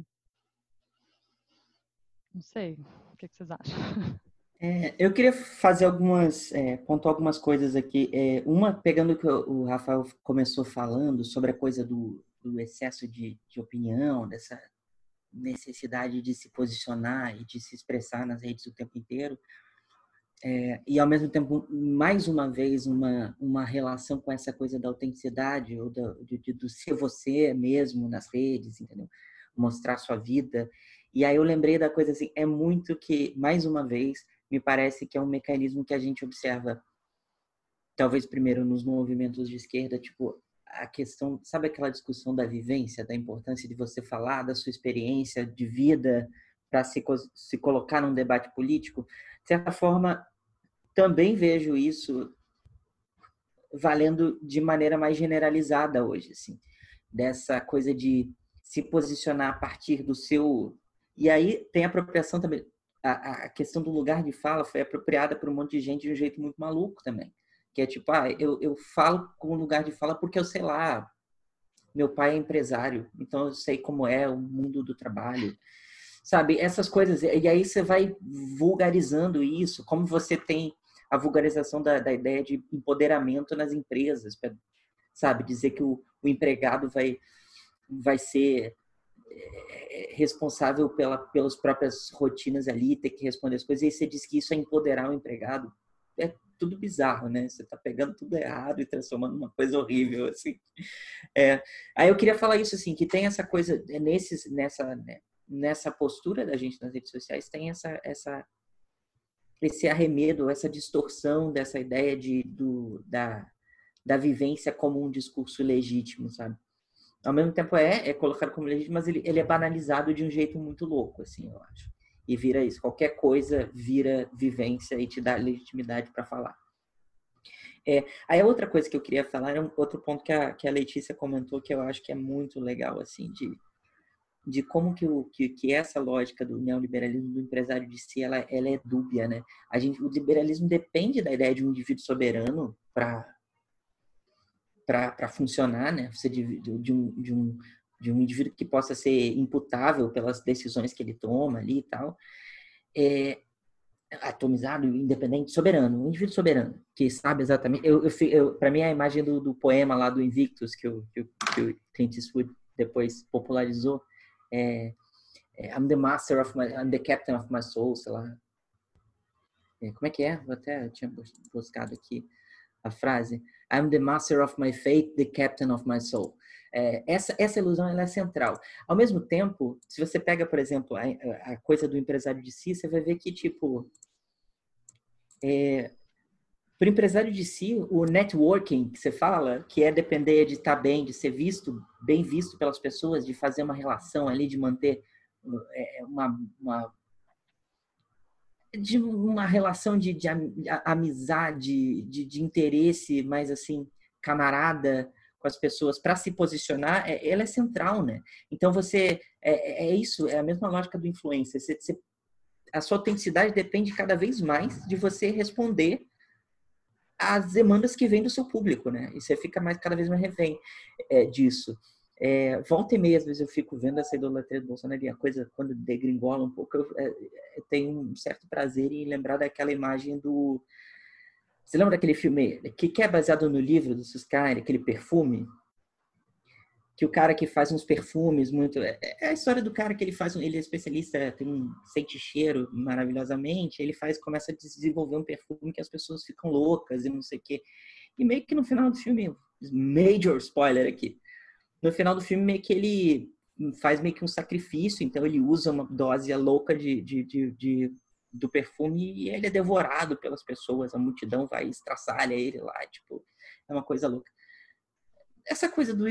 B: Não sei, o que vocês acham?
C: Eu queria fazer pontuar algumas coisas aqui. Uma, pegando o que o Rafael começou falando sobre a coisa do excesso de opinião, dessa necessidade de se posicionar e de se expressar nas redes o tempo inteiro. E, ao mesmo tempo, mais uma vez, uma relação com essa coisa da autenticidade, ou do ser você mesmo nas redes, entendeu? Mostrar sua vida. E aí eu lembrei da coisa assim, é muito que, mais uma vez, me parece que é um mecanismo que a gente observa, talvez primeiro nos movimentos de esquerda, tipo, a questão, sabe aquela discussão da vivência, da importância de você falar da sua experiência de vida para se colocar num debate político? De certa forma, também vejo isso valendo de maneira mais generalizada hoje, assim, dessa coisa de se posicionar a partir do seu... E aí tem a apropriação também, a questão do lugar de fala foi apropriada por um monte de gente de um jeito muito maluco também, que é tipo, eu falo com lugar de fala porque eu sei lá, meu pai é empresário, então eu sei como é o mundo do trabalho, sabe? Essas coisas. E aí você vai vulgarizando isso, como você tem a vulgarização da ideia de empoderamento nas empresas, sabe? Dizer que o empregado vai ser responsável pelas próprias rotinas ali, ter que responder as coisas, e aí você diz que isso é empoderar o empregado. É tudo bizarro, né? Você tá pegando tudo errado e transformando numa coisa horrível, assim. Aí eu queria falar isso, assim, que tem essa coisa, nessa postura da gente nas redes sociais, tem esse arremedo, essa distorção dessa ideia da vivência como um discurso legítimo, sabe? Ao mesmo tempo é colocado como legítimo, mas ele é banalizado de um jeito muito louco, assim, eu acho. E vira isso, qualquer coisa vira vivência e te dá legitimidade para falar. Aí a outra coisa que eu queria falar é outro ponto que a Letícia comentou, que eu acho que é muito legal, assim, de como que essa lógica do neoliberalismo, do empresário de si, ela é dúbia, né? O liberalismo depende da ideia de um indivíduo soberano para funcionar, né? Você de um indivíduo que possa ser imputável pelas decisões que ele toma ali e tal, atomizado, independente, soberano, um indivíduo soberano, que sabe exatamente... Para mim, a imagem do poema lá do Invictus, que o Clint Eastwood depois popularizou, I'm the captain of my soul, sei lá. Como é que é? Eu tinha buscado aqui a frase. I'm the master of my fate, the captain of my soul. Essa ilusão ela é central. Ao mesmo tempo, se você pega, por exemplo, a coisa do empresário de si, você vai ver que, tipo, para o empresário de si, o networking que você fala, que é depender de estar bem, de ser visto, bem visto pelas pessoas, de fazer uma relação ali, de manter uma relação de amizade, de interesse, mais assim, camarada com as pessoas para se posicionar, ela é central, né? Então você isso, é a mesma lógica do influencer. A sua autenticidade depende cada vez mais de você responder às demandas que vêm do seu público, né? E você fica cada vez mais refém disso. Volta e meia, às vezes eu fico vendo essa idolatria do Bolsonaro e a coisa, quando degringola um pouco, eu tenho um certo prazer em lembrar daquela imagem do... Você lembra daquele filme que é baseado no livro do Susskind, aquele Perfume? Que o cara que faz uns perfumes muito... É a história do cara que ele é especialista, sente cheiro maravilhosamente, ele começa a desenvolver um perfume que as pessoas ficam loucas e não sei o quê. E meio que no final do filme, major spoiler aqui, no final do filme, meio que ele faz meio que um sacrifício, então ele usa uma dose louca do perfume e ele é devorado pelas pessoas, a multidão vai estraçalha ele lá, tipo, é uma coisa louca. Essa coisa do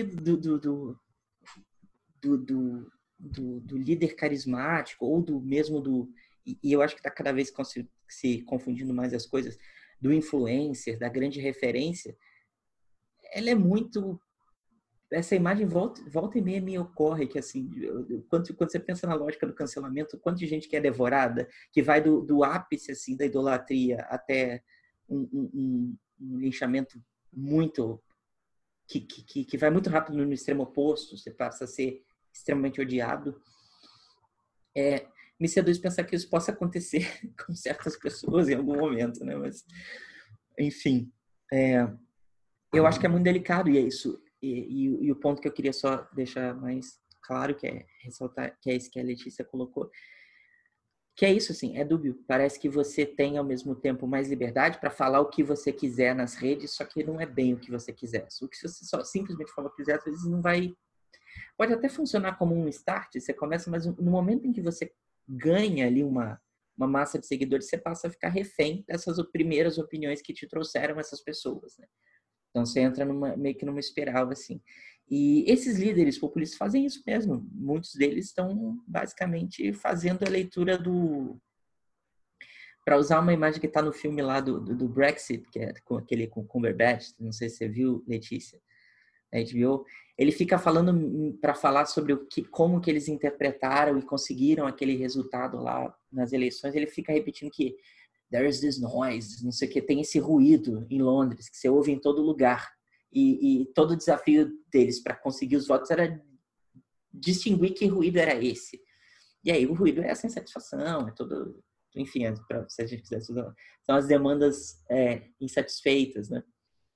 C: líder carismático, ou e eu acho que está cada vez se confundindo mais as coisas, do influencer, da grande referência, ela é muito... Essa imagem volta e meia me ocorre que, assim, quando você pensa na lógica do cancelamento, quanto de gente que é devorada, que vai do ápice, assim, da idolatria até um linchamento muito... Que vai muito rápido no extremo oposto, você passa a ser extremamente odiado. Me seduz pensar que isso possa acontecer com certas pessoas em algum momento, né? Mas, enfim, eu acho que é muito delicado e é isso. E o ponto que eu queria só deixar mais claro, que é ressaltar, que é isso que a Letícia colocou, que é isso, assim, é dúbio. Parece que você tem, ao mesmo tempo, mais liberdade para falar o que você quiser nas redes, só que não é bem o que você quiser. O que você só simplesmente falar o que quiser, às vezes não vai... Pode até funcionar como um start, você começa, mas no momento em que você ganha ali uma massa de seguidores, você passa a ficar refém dessas primeiras opiniões que te trouxeram essas pessoas, né? Então, você entra meio que numa espiral, assim. E esses líderes populistas fazem isso mesmo. Muitos deles estão, basicamente, fazendo a leitura para usar uma imagem que está no filme lá do Brexit, que é com aquele com Cumberbatch, não sei se você viu, Letícia, na HBO. Ele fica falando para falar sobre como que eles interpretaram e conseguiram aquele resultado lá nas eleições. Ele fica repetindo que there is this noise, não sei o que, tem esse ruído em Londres, que você ouve em todo lugar. E todo o desafio deles para conseguir os votos era distinguir que ruído era esse. E aí o ruído é essa insatisfação, é todo... Enfim, se a gente quiser estudar, são as demandas insatisfeitas, né?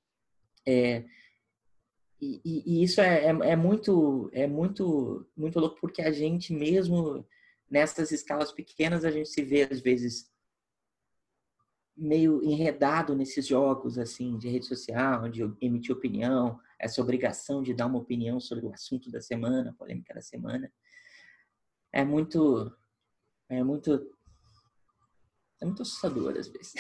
C: E isso é muito louco, porque a gente mesmo nessas escalas pequenas, a gente se vê às vezes meio enredado nesses jogos assim de rede social, de emitir opinião, essa obrigação de dar uma opinião sobre o assunto da semana, a polêmica da semana. É muito assustador às vezes.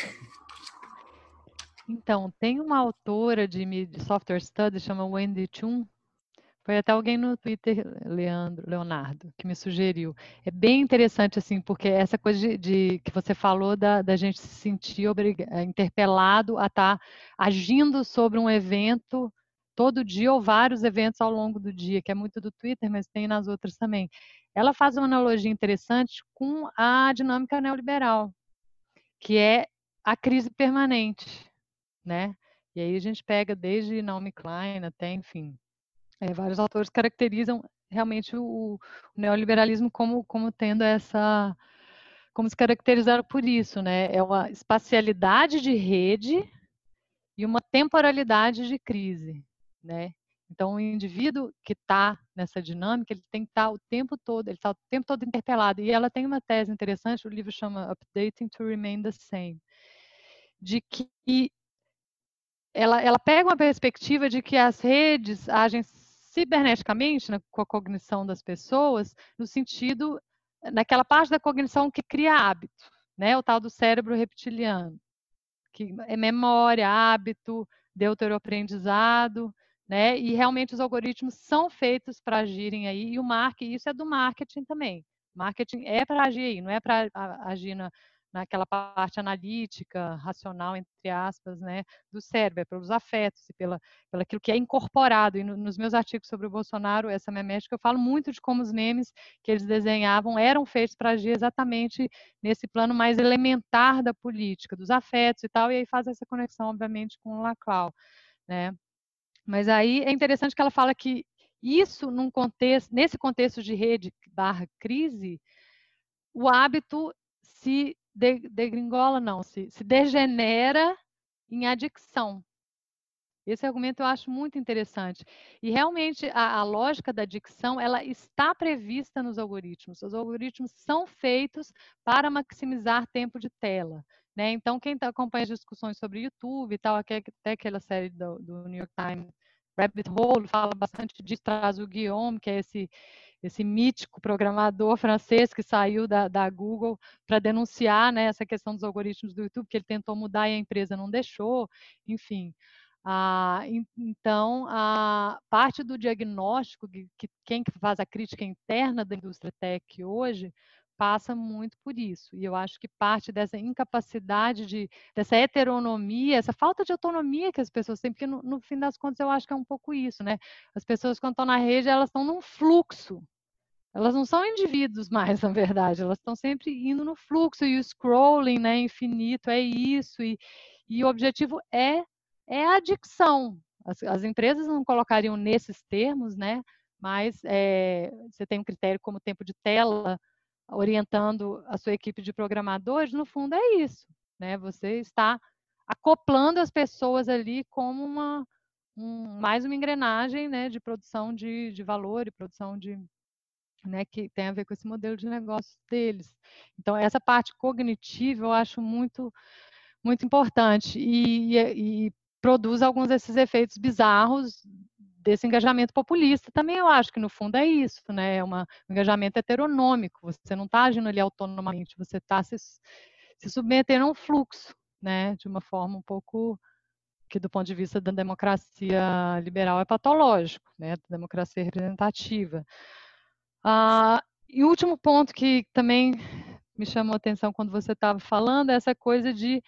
B: Então, tem uma autora de software studies, chama Wendy Chun. Foi até alguém no Twitter, Leonardo, que me sugeriu. É bem interessante, assim, porque essa coisa que você falou da gente se sentir interpelado a estar agindo sobre um evento todo dia ou vários eventos ao longo do dia, que é muito do Twitter, mas tem nas outras também. Ela faz uma analogia interessante com a dinâmica neoliberal, que é a crise permanente, né? E aí a gente pega desde Naomi Klein até, enfim, vários autores caracterizam realmente o neoliberalismo como tendo como se caracterizaram por isso, né? É uma espacialidade de rede e uma temporalidade de crise, né? Então, o indivíduo que está nessa dinâmica, ele tem que estar o tempo todo, ele está o tempo todo interpelado. E ela tem uma tese interessante, o livro chama Updating to Remain the Same, de que ela pega uma perspectiva de que as redes agem ciberneticamente, com a cognição das pessoas, no sentido, naquela parte da cognição que cria hábito, né? O tal do cérebro reptiliano, que é memória, hábito, deuteroaprendizado, né? E realmente os algoritmos são feitos para agirem aí, e isso é do marketing também. Marketing é para agir aí, não é para agir naquela parte analítica, racional, entre aspas, né, do cérebro, é pelos afetos e pelo aquilo que é incorporado. E nos meus artigos sobre o Bolsonaro, essa memética, eu falo muito de como os memes que eles desenhavam eram feitos para agir exatamente nesse plano mais elementar da política, dos afetos e tal, e aí faz essa conexão, obviamente, com o Laclau, né? Mas aí é interessante que ela fala que isso, nesse contexto de rede / crise, o hábito se degringola, não, se degenera em adicção. Esse argumento eu acho muito interessante. E realmente a lógica da adicção, ela está prevista nos algoritmos. Os algoritmos são feitos para maximizar tempo de tela, né? Então, quem acompanha as discussões sobre YouTube e tal, até aquela série do New York Times, Rabbit Hole, fala bastante disso, traz o Guillaume, que é esse mítico programador francês que saiu da Google para denunciar, né, essa questão dos algoritmos do YouTube, que ele tentou mudar e a empresa não deixou, enfim. Então, a parte do diagnóstico, que quem faz a crítica interna da indústria tech hoje, passa muito por isso. E eu acho que parte dessa incapacidade, dessa heteronomia, essa falta de autonomia que as pessoas têm, porque no fim das contas eu acho que é um pouco isso, né? As pessoas, quando estão na rede, elas estão num fluxo. Elas não são indivíduos mais, na verdade, elas estão sempre indo no fluxo, e o scrolling, né, infinito, é isso, e o objetivo é a adicção. As empresas não colocariam nesses termos, né, mas você tem um critério como tempo de tela, orientando a sua equipe de programadores, no fundo é isso, né, você está acoplando as pessoas ali como mais uma engrenagem, né, de produção de valor e produção de, né, que tem a ver com esse modelo de negócio deles. Então, essa parte cognitiva eu acho muito, muito importante e produz alguns desses efeitos bizarros desse engajamento populista. Também eu acho que, no fundo, é isso, né? É um engajamento heteronômico. Você não está agindo ali autonomamente, você está se submetendo a um fluxo, né? De uma forma um pouco que, do ponto de vista da democracia liberal, é patológico, né? Da democracia representativa. E o último ponto que também me chamou a atenção quando você estava falando é essa coisa de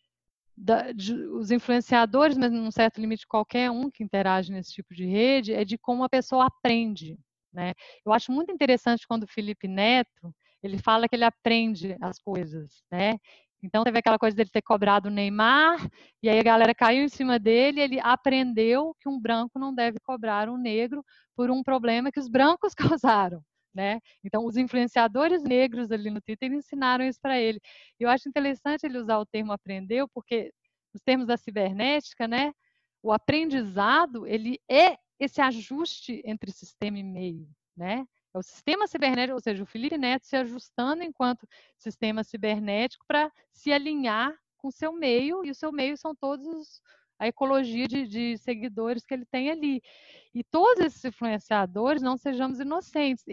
B: os influenciadores, mas num certo limite qualquer um que interage nesse tipo de rede, é de como a pessoa aprende, né? Eu acho muito interessante quando o Felipe Neto, ele fala que ele aprende as coisas, né? Então, teve aquela coisa dele ter cobrado o Neymar, e aí a galera caiu em cima dele, e ele aprendeu que um branco não deve cobrar um negro por um problema que os brancos causaram, né? Então, os influenciadores negros ali no Twitter ensinaram isso para ele. Eu acho interessante ele usar o termo aprendeu, porque nos termos da cibernética, né, o aprendizado, ele é esse ajuste entre sistema e meio, né? É o sistema cibernético, ou seja, o Felipe Neto se ajustando enquanto sistema cibernético para se alinhar com o seu meio, e o seu meio são todos a ecologia de seguidores que ele tem ali. E todos esses influenciadores, não sejamos inocentes,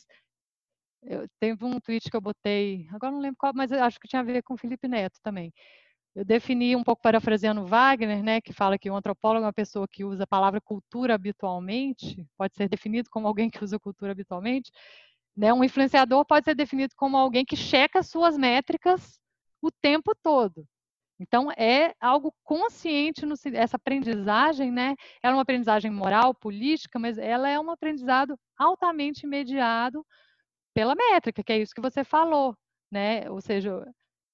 B: teve um tweet que eu botei, agora não lembro qual, mas eu acho que tinha a ver com o Felipe Neto também. Eu defini, um pouco parafraseando Wagner, né, que fala que o antropólogo é uma pessoa que usa a palavra cultura habitualmente, pode ser definido como alguém que usa cultura habitualmente, né? Um influenciador pode ser definido como alguém que checa suas métricas o tempo todo. Então, é algo consciente, essa aprendizagem, né? Ela é uma aprendizagem moral, política, mas ela é um aprendizado altamente mediado pela métrica, que é isso que você falou, né? Ou seja,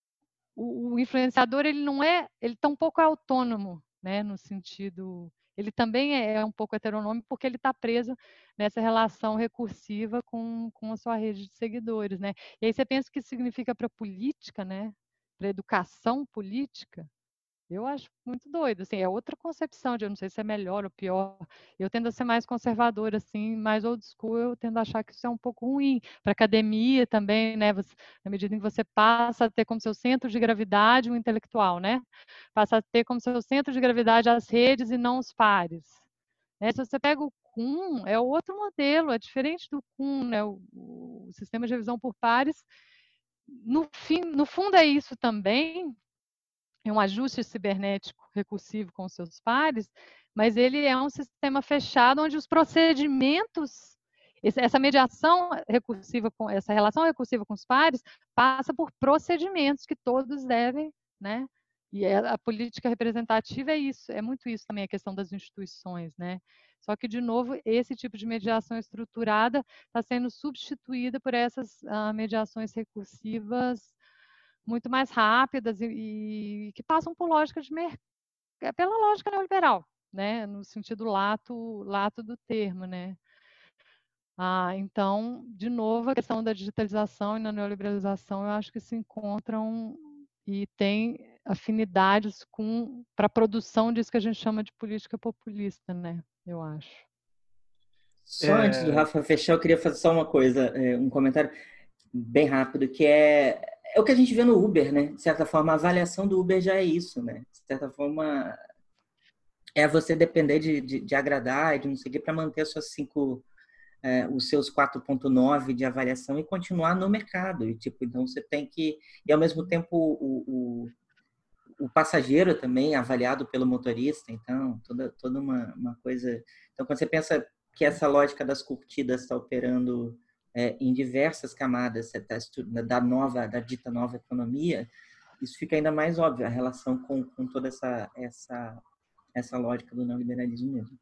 B: o influenciador, ele tampouco é autônomo, né? No sentido, ele também é um pouco heteronômico, porque ele está preso nessa relação recursiva com a sua rede de seguidores, né? E aí você pensa o que significa para a política, né? Para a educação política. Eu acho muito doido, assim, é outra concepção eu não sei se é melhor ou pior. Eu tendo a ser mais conservadora, assim, mais old school, eu tendo a achar que isso é um pouco ruim. Para a academia também, né, na medida em que você passa a ter como seu centro de gravidade o intelectual, né? Passa a ter como seu centro de gravidade as redes e não os pares. Né? Se você pega o Kuhn é outro modelo, é diferente do Kuhn, né? O sistema de revisão por pares, no fundo é isso também, é um ajuste cibernético recursivo com os seus pares, mas ele é um sistema fechado onde os procedimentos, essa mediação recursiva, essa relação recursiva com os pares, passa por procedimentos que todos devem, né? E a política representativa é isso, é muito isso também, a questão das instituições, né? Só que, de novo, esse tipo de mediação estruturada está sendo substituída por essas mediações recursivas muito mais rápidas e que passam por lógica de mercado, pela lógica neoliberal, né? No sentido lato do termo, né? Então, de novo, a questão da digitalização e da neoliberalização, eu acho que se encontram e têm afinidades para a produção disso que a gente chama de política populista, né? Eu acho.
C: Só antes do Rafa fechar, eu queria fazer só uma coisa, um comentário bem rápido, que é o que a gente vê no Uber, né? De certa forma, a avaliação do Uber já é isso, né? De certa forma, é você depender de agradar, de não seguir para manter os seus 4.9 de avaliação e continuar no mercado. E, tipo, então você tem que... E, ao mesmo tempo, o passageiro também é avaliado pelo motorista. Então, toda uma coisa... Então, quando você pensa que essa lógica das curtidas está operando em diversas camadas da dita nova economia, isso fica ainda mais óbvio, a relação com toda essa lógica do neoliberalismo mesmo.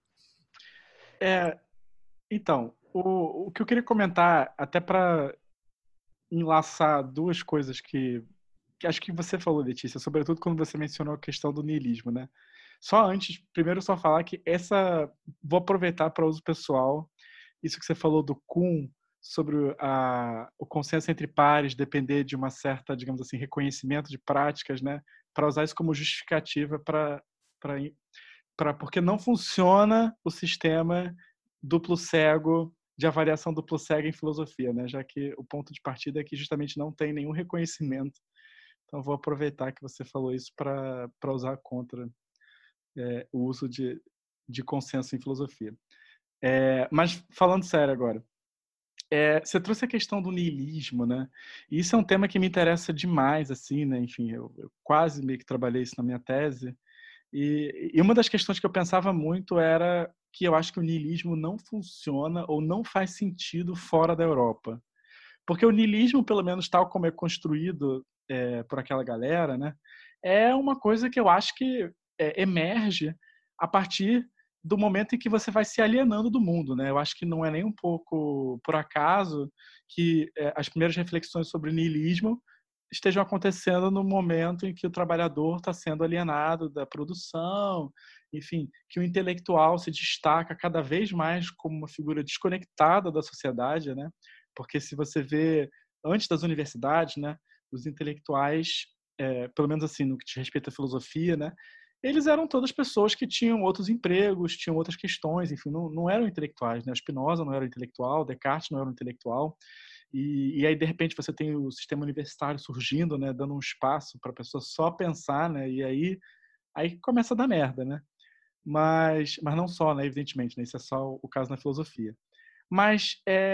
A: Então, o que eu queria comentar, até para enlaçar duas coisas que acho que você falou, Letícia, sobretudo quando você mencionou a questão do niilismo, né? Só antes, primeiro só falar que vou aproveitar para uso pessoal, isso que você falou do Kuhn, sobre o consenso entre pares depender de uma certa, digamos assim, reconhecimento de práticas, né? Para usar isso como justificativa porque não funciona o sistema duplo cego, de avaliação duplo cego em filosofia, né? Já que o ponto de partida é que justamente não tem nenhum reconhecimento. Então, vou aproveitar que você falou isso para usar contra o uso de consenso em filosofia. Mas, falando sério agora, você trouxe a questão do niilismo, né? E isso é um tema que me interessa demais, assim, né? Enfim, eu quase meio que trabalhei isso na minha tese. E uma das questões que eu pensava muito era que eu acho que o niilismo não funciona ou não faz sentido fora da Europa. Porque o niilismo, pelo menos tal como é construído por aquela galera, né, é uma coisa que eu acho que emerge a partir do momento em que você vai se alienando do mundo, né? Eu acho que não é nem um pouco por acaso que as primeiras reflexões sobre o niilismo estejam acontecendo no momento em que o trabalhador está sendo alienado da produção, enfim, que o intelectual se destaca cada vez mais como uma figura desconectada da sociedade, né? Porque se você vê antes das universidades, né, os intelectuais, pelo menos assim no que diz respeito à filosofia, né, eles eram todas pessoas que tinham outros empregos, tinham outras questões, enfim, não eram intelectuais, né? Spinoza não era intelectual, Descartes não era intelectual. E aí, de repente, você tem o sistema universitário surgindo, né, dando um espaço para a pessoa só pensar, né, e aí começa a dar merda, né? Mas não só, né, evidentemente, né, isso é só o caso na filosofia. Mas,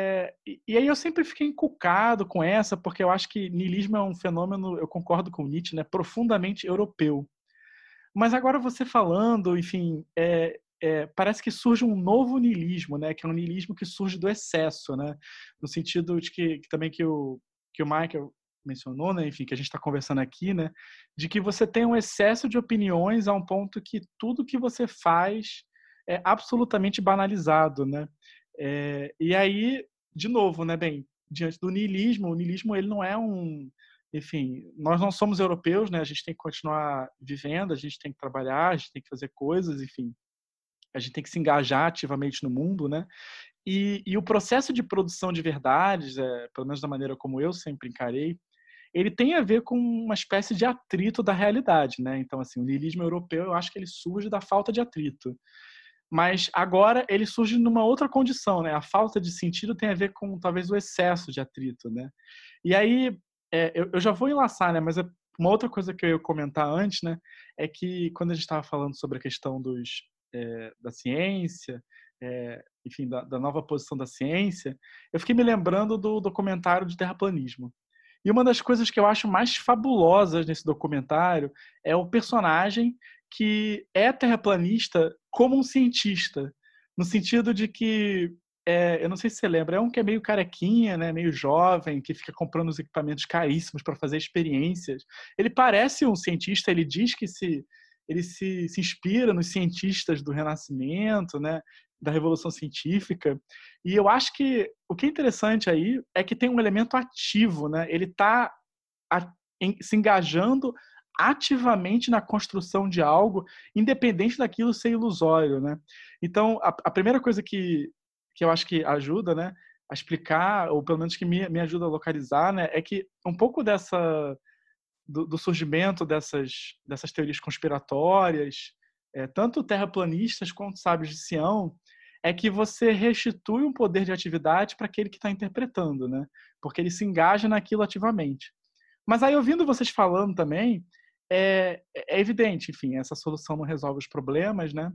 A: e aí eu sempre fiquei encucado com essa, porque eu acho que niilismo é um fenômeno, eu concordo com Nietzsche, né, profundamente europeu. Mas agora você falando, enfim, parece que surge um novo niilismo, né? Que é um niilismo que surge do excesso, né? No sentido de que também que o Michael mencionou, né? Enfim, que a gente está conversando aqui, né? De que você tem um excesso de opiniões a um ponto que tudo que você faz é absolutamente banalizado, né? E aí, de novo, né? Bem, diante do niilismo, o niilismo ele não é enfim, nós não somos europeus, né? A gente tem que continuar vivendo, a gente tem que trabalhar, a gente tem que fazer coisas, enfim, a gente tem que se engajar ativamente no mundo, né? E o processo de produção de verdades, pelo menos da maneira como eu sempre encarei, ele tem a ver com uma espécie de atrito da realidade, né? Então, assim, o niilismo europeu, eu acho que ele surge da falta de atrito. Mas agora ele surge numa outra condição, né? A falta de sentido tem a ver com talvez o excesso de atrito, né? E aí eu já vou enlaçar, né? Mas uma outra coisa que eu ia comentar antes, né? É que quando a gente estava falando sobre a questão da ciência, enfim, da nova posição da ciência, eu fiquei me lembrando do documentário de terraplanismo. E uma das coisas que eu acho mais fabulosas nesse documentário é o personagem que é terraplanista como um cientista, no sentido de que, eu não sei se você lembra, é um que é meio carequinha, né, meio jovem, que fica comprando os equipamentos caríssimos para fazer experiências. Ele parece um cientista, ele diz que ele se inspira nos cientistas do Renascimento, né, da Revolução Científica. E eu acho que o que é interessante aí é que tem um elemento ativo, né? Ele está se engajando ativamente na construção de algo, independente daquilo ser ilusório, né? Então, a primeira coisa que eu acho que ajuda, né, a explicar, ou pelo menos que me ajuda a localizar, né, é que um pouco do surgimento dessas teorias conspiratórias, tanto terraplanistas quanto sábios de Sião, é que você restitui um poder de atividade para aquele que está interpretando, né? Porque ele se engaja naquilo ativamente. Mas aí, ouvindo vocês falando também, é evidente, enfim, essa solução não resolve os problemas, né?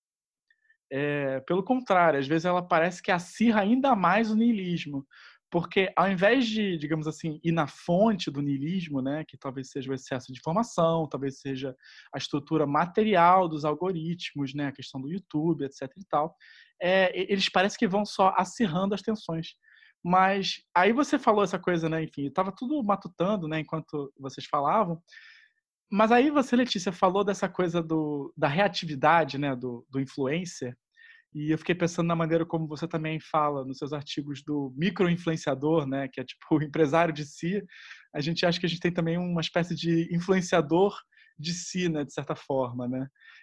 A: Pelo contrário, às vezes ela parece que acirra ainda mais o niilismo, porque ao invés de, digamos assim, ir na fonte do niilismo, né, que talvez seja o excesso de informação, talvez seja a estrutura material dos algoritmos, né, a questão do YouTube, etc e tal, eles parecem que vão só acirrando as tensões. Mas aí você falou essa coisa, né, enfim, eu estava tudo matutando, né, enquanto vocês falavam, mas aí você, Letícia, falou dessa coisa da reatividade, né, do influencer, e eu fiquei pensando na maneira como você também fala nos seus artigos do micro-influenciador, né, que é tipo o empresário de si. A gente acha que a gente tem também uma espécie de influenciador de si, né, de certa forma, né?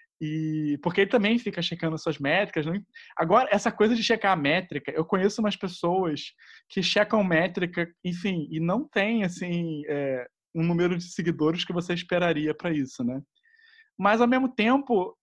A: E porque ele também fica checando suas métricas. Não... Agora, essa coisa de checar a métrica, eu conheço umas pessoas que checam métrica, enfim, e não tem assim um número de seguidores que você esperaria para isso, né? Mas ao mesmo tempo,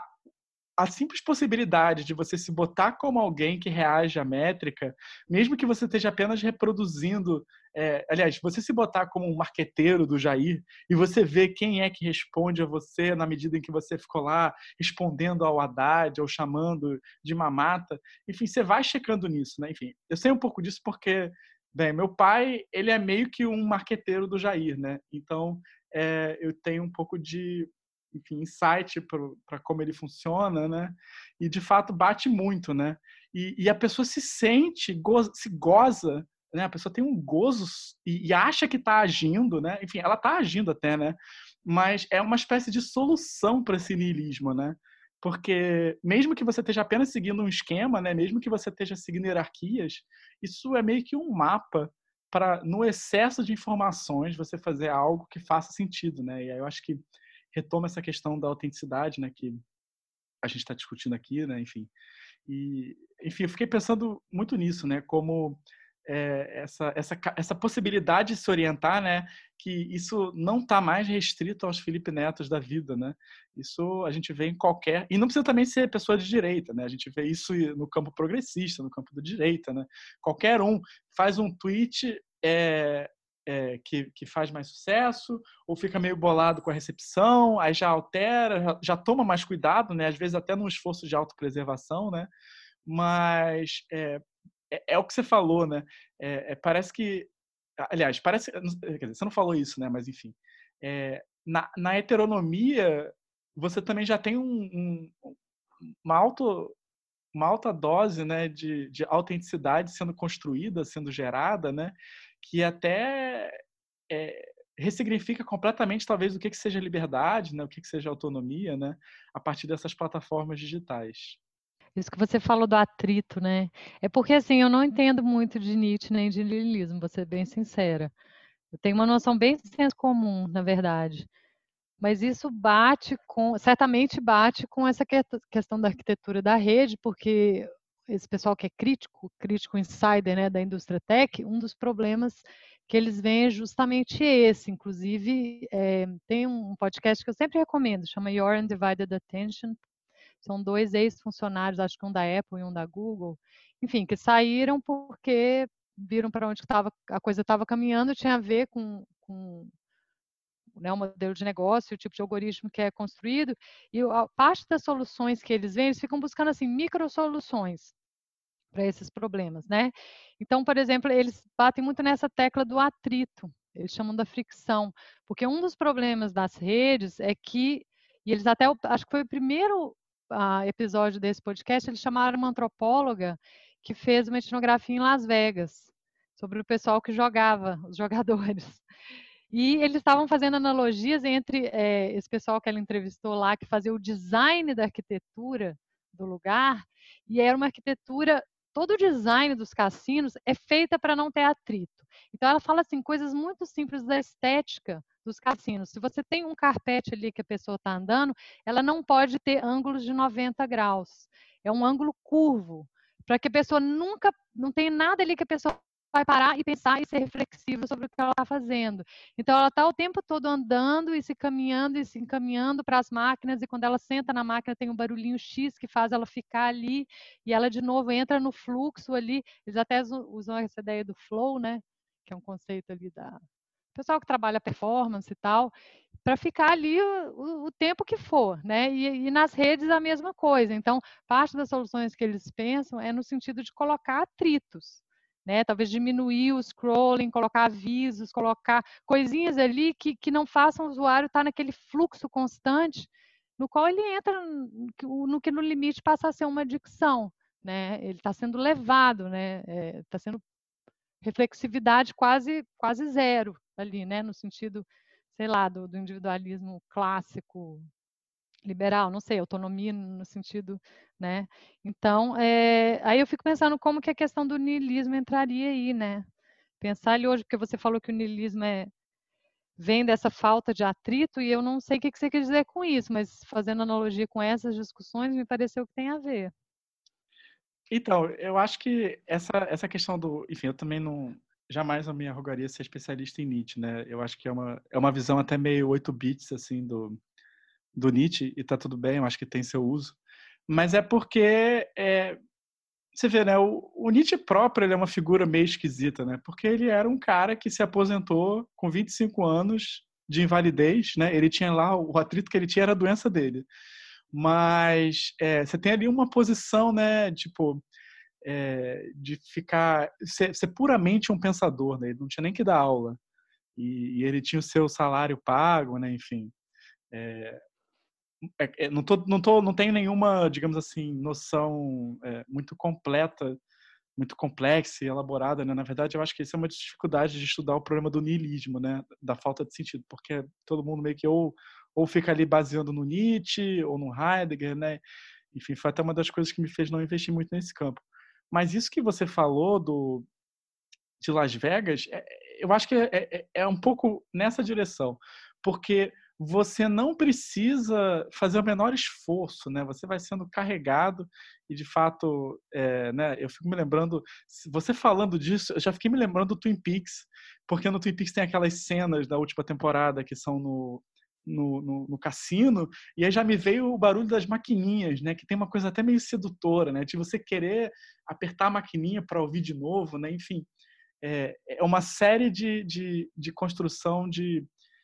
A: a simples possibilidade de você se botar como alguém que reage à métrica, mesmo que você esteja apenas reproduzindo, aliás, você se botar como um marqueteiro do Jair e você ver quem é que responde a você na medida em que você ficou lá respondendo ao Haddad ou chamando de mamata, enfim, você vai checando nisso, né? Enfim, eu sei um pouco disso porque, bem, meu pai, ele é meio que um marqueteiro do Jair, né? Então, eu tenho um pouco de, enfim, insight para como ele funciona, né? E de fato bate muito, né? E a pessoa se sente, se goza, né? A pessoa tem um gozo e acha que está agindo, né? Enfim, ela está agindo até, né? Mas é uma espécie de solução para esse niilismo, né? Porque mesmo que você esteja apenas seguindo um esquema, né? Mesmo que você esteja seguindo hierarquias, isso é meio que um mapa para, no excesso de informações, você fazer algo que faça sentido, né? E aí eu acho que retoma essa questão da autenticidade, né, que a gente está discutindo aqui, né, enfim. E, enfim, eu fiquei pensando muito nisso, né, como essa possibilidade de se orientar, né, que isso não está mais restrito aos Felipe Netos da vida, né. Isso a gente vê em qualquer... E não precisa também ser pessoa de direita, né, a gente vê isso no campo progressista, no campo da direita, né. Qualquer um faz um tweet que faz mais sucesso, ou fica meio bolado com a recepção, aí já altera, já toma mais cuidado, né? Às vezes até num esforço de autopreservação, né? Mas é o que você falou, né? Parece que... Aliás, parece... Quer dizer, você não falou isso, né? Mas, enfim. Na heteronomia, você também já tem uma, uma alta dose, né, de autenticidade sendo construída, sendo gerada, né? Que até ressignifica completamente, talvez, o que seja liberdade, né? O que seja autonomia, né? A partir dessas plataformas digitais.
B: Isso que você falou do atrito, né? É porque, assim, eu não entendo muito de Nietzsche nem de niilismo, vou ser bem sincera. Eu tenho uma noção bem de senso comum, na verdade. Mas isso certamente bate com essa questão da arquitetura da rede, porque esse pessoal que é crítico insider, né, da indústria tech, um dos problemas que eles veem é justamente esse. Inclusive, tem um podcast que eu sempre recomendo, chama Your Undivided Attention. São 2 ex-funcionários, acho que um da Apple e um da Google, enfim, que saíram porque viram para onde a coisa estava caminhando, tinha a ver com né, o modelo de negócio, o tipo de algoritmo que é construído, e a parte das soluções que eles veem, eles ficam buscando assim micro-soluções para esses problemas, né? Então, por exemplo, eles batem muito nessa tecla do atrito, eles chamam da fricção, porque um dos problemas das redes é que, e eles até, acho que foi o primeiro episódio desse podcast, eles chamaram uma antropóloga que fez uma etnografia em Las Vegas, sobre o pessoal que jogava, os jogadores. E eles estavam fazendo analogias entre esse pessoal que ela entrevistou lá, que fazia o design da arquitetura do lugar, e era uma arquitetura, todo o design dos cassinos é feita para não ter atrito. Então ela fala assim, coisas muito simples da estética dos cassinos. Se você tem um carpete ali que a pessoa está andando, ela não pode ter ângulos de 90 graus. É um ângulo curvo, para que a pessoa nunca, não tenha nada ali que a pessoa vai parar e pensar e ser reflexiva sobre o que ela está fazendo. Então, ela está o tempo todo andando e se caminhando e se encaminhando para as máquinas, e quando ela senta na máquina tem um barulhinho X que faz ela ficar ali, e ela de novo entra no fluxo ali. Eles até usam essa ideia do flow, né? Que é um conceito ali da pessoal que trabalha performance e tal, para ficar ali o tempo que for, né? E nas redes a mesma coisa. Então, parte das soluções que eles pensam é no sentido de colocar atritos, né? Talvez diminuir o scrolling, colocar avisos, colocar coisinhas ali que não façam o usuário estar naquele fluxo constante, no qual ele entra no que no limite passa a ser uma adicção, né? Ele está sendo levado, né? Está sendo reflexividade quase zero ali, né? No sentido, sei lá, do individualismo clássico, liberal, não sei, autonomia no sentido, né? Então, aí eu fico pensando como que a questão do niilismo entraria aí, né? Pensar ali hoje, porque você falou que o niilismo vem dessa falta de atrito, e eu não sei o que você quer dizer com isso, mas fazendo analogia com essas discussões, me pareceu que tem a ver.
A: Então, eu acho que essa questão do... Enfim, eu também não... Jamais eu me arrogaria ser especialista em Nietzsche, né? Eu acho que é uma visão até meio 8 bits, assim, do Nietzsche, e tá tudo bem, eu acho que tem seu uso. Mas é porque... você vê, né? O Nietzsche próprio, ele é uma figura meio esquisita, né? Porque ele era um cara que se aposentou com 25 anos de invalidez, né? Ele tinha lá... O atrito que ele tinha era a doença dele. Mas você tem ali uma posição, né? Tipo... de ficar ser puramente um pensador, né? Ele não tinha nem que dar aula, e ele tinha o seu salário pago, né? Enfim, não tenho nenhuma, digamos assim, noção muito completa, muito complexa e elaborada, né? Na verdade, eu acho que isso é uma dificuldade de estudar o problema do niilismo, né? Da falta de sentido, porque todo mundo meio que ou fica ali baseando no Nietzsche ou no Heidegger, né? Enfim, foi até uma das coisas que me fez não investir muito nesse campo. Mas isso que você falou de Las Vegas, eu acho que é um pouco nessa direção, porque você não precisa fazer o menor esforço, né? Você vai sendo carregado e, de fato, né? Eu fico me lembrando, você falando disso, eu já fiquei me lembrando do Twin Peaks, porque no Twin Peaks tem aquelas cenas da última temporada que são no cassino, e aí já me veio o barulho das maquininhas, né? Que tem uma coisa até meio sedutora, né? De você querer apertar a maquininha para ouvir de novo, né? Enfim, é uma série de construção de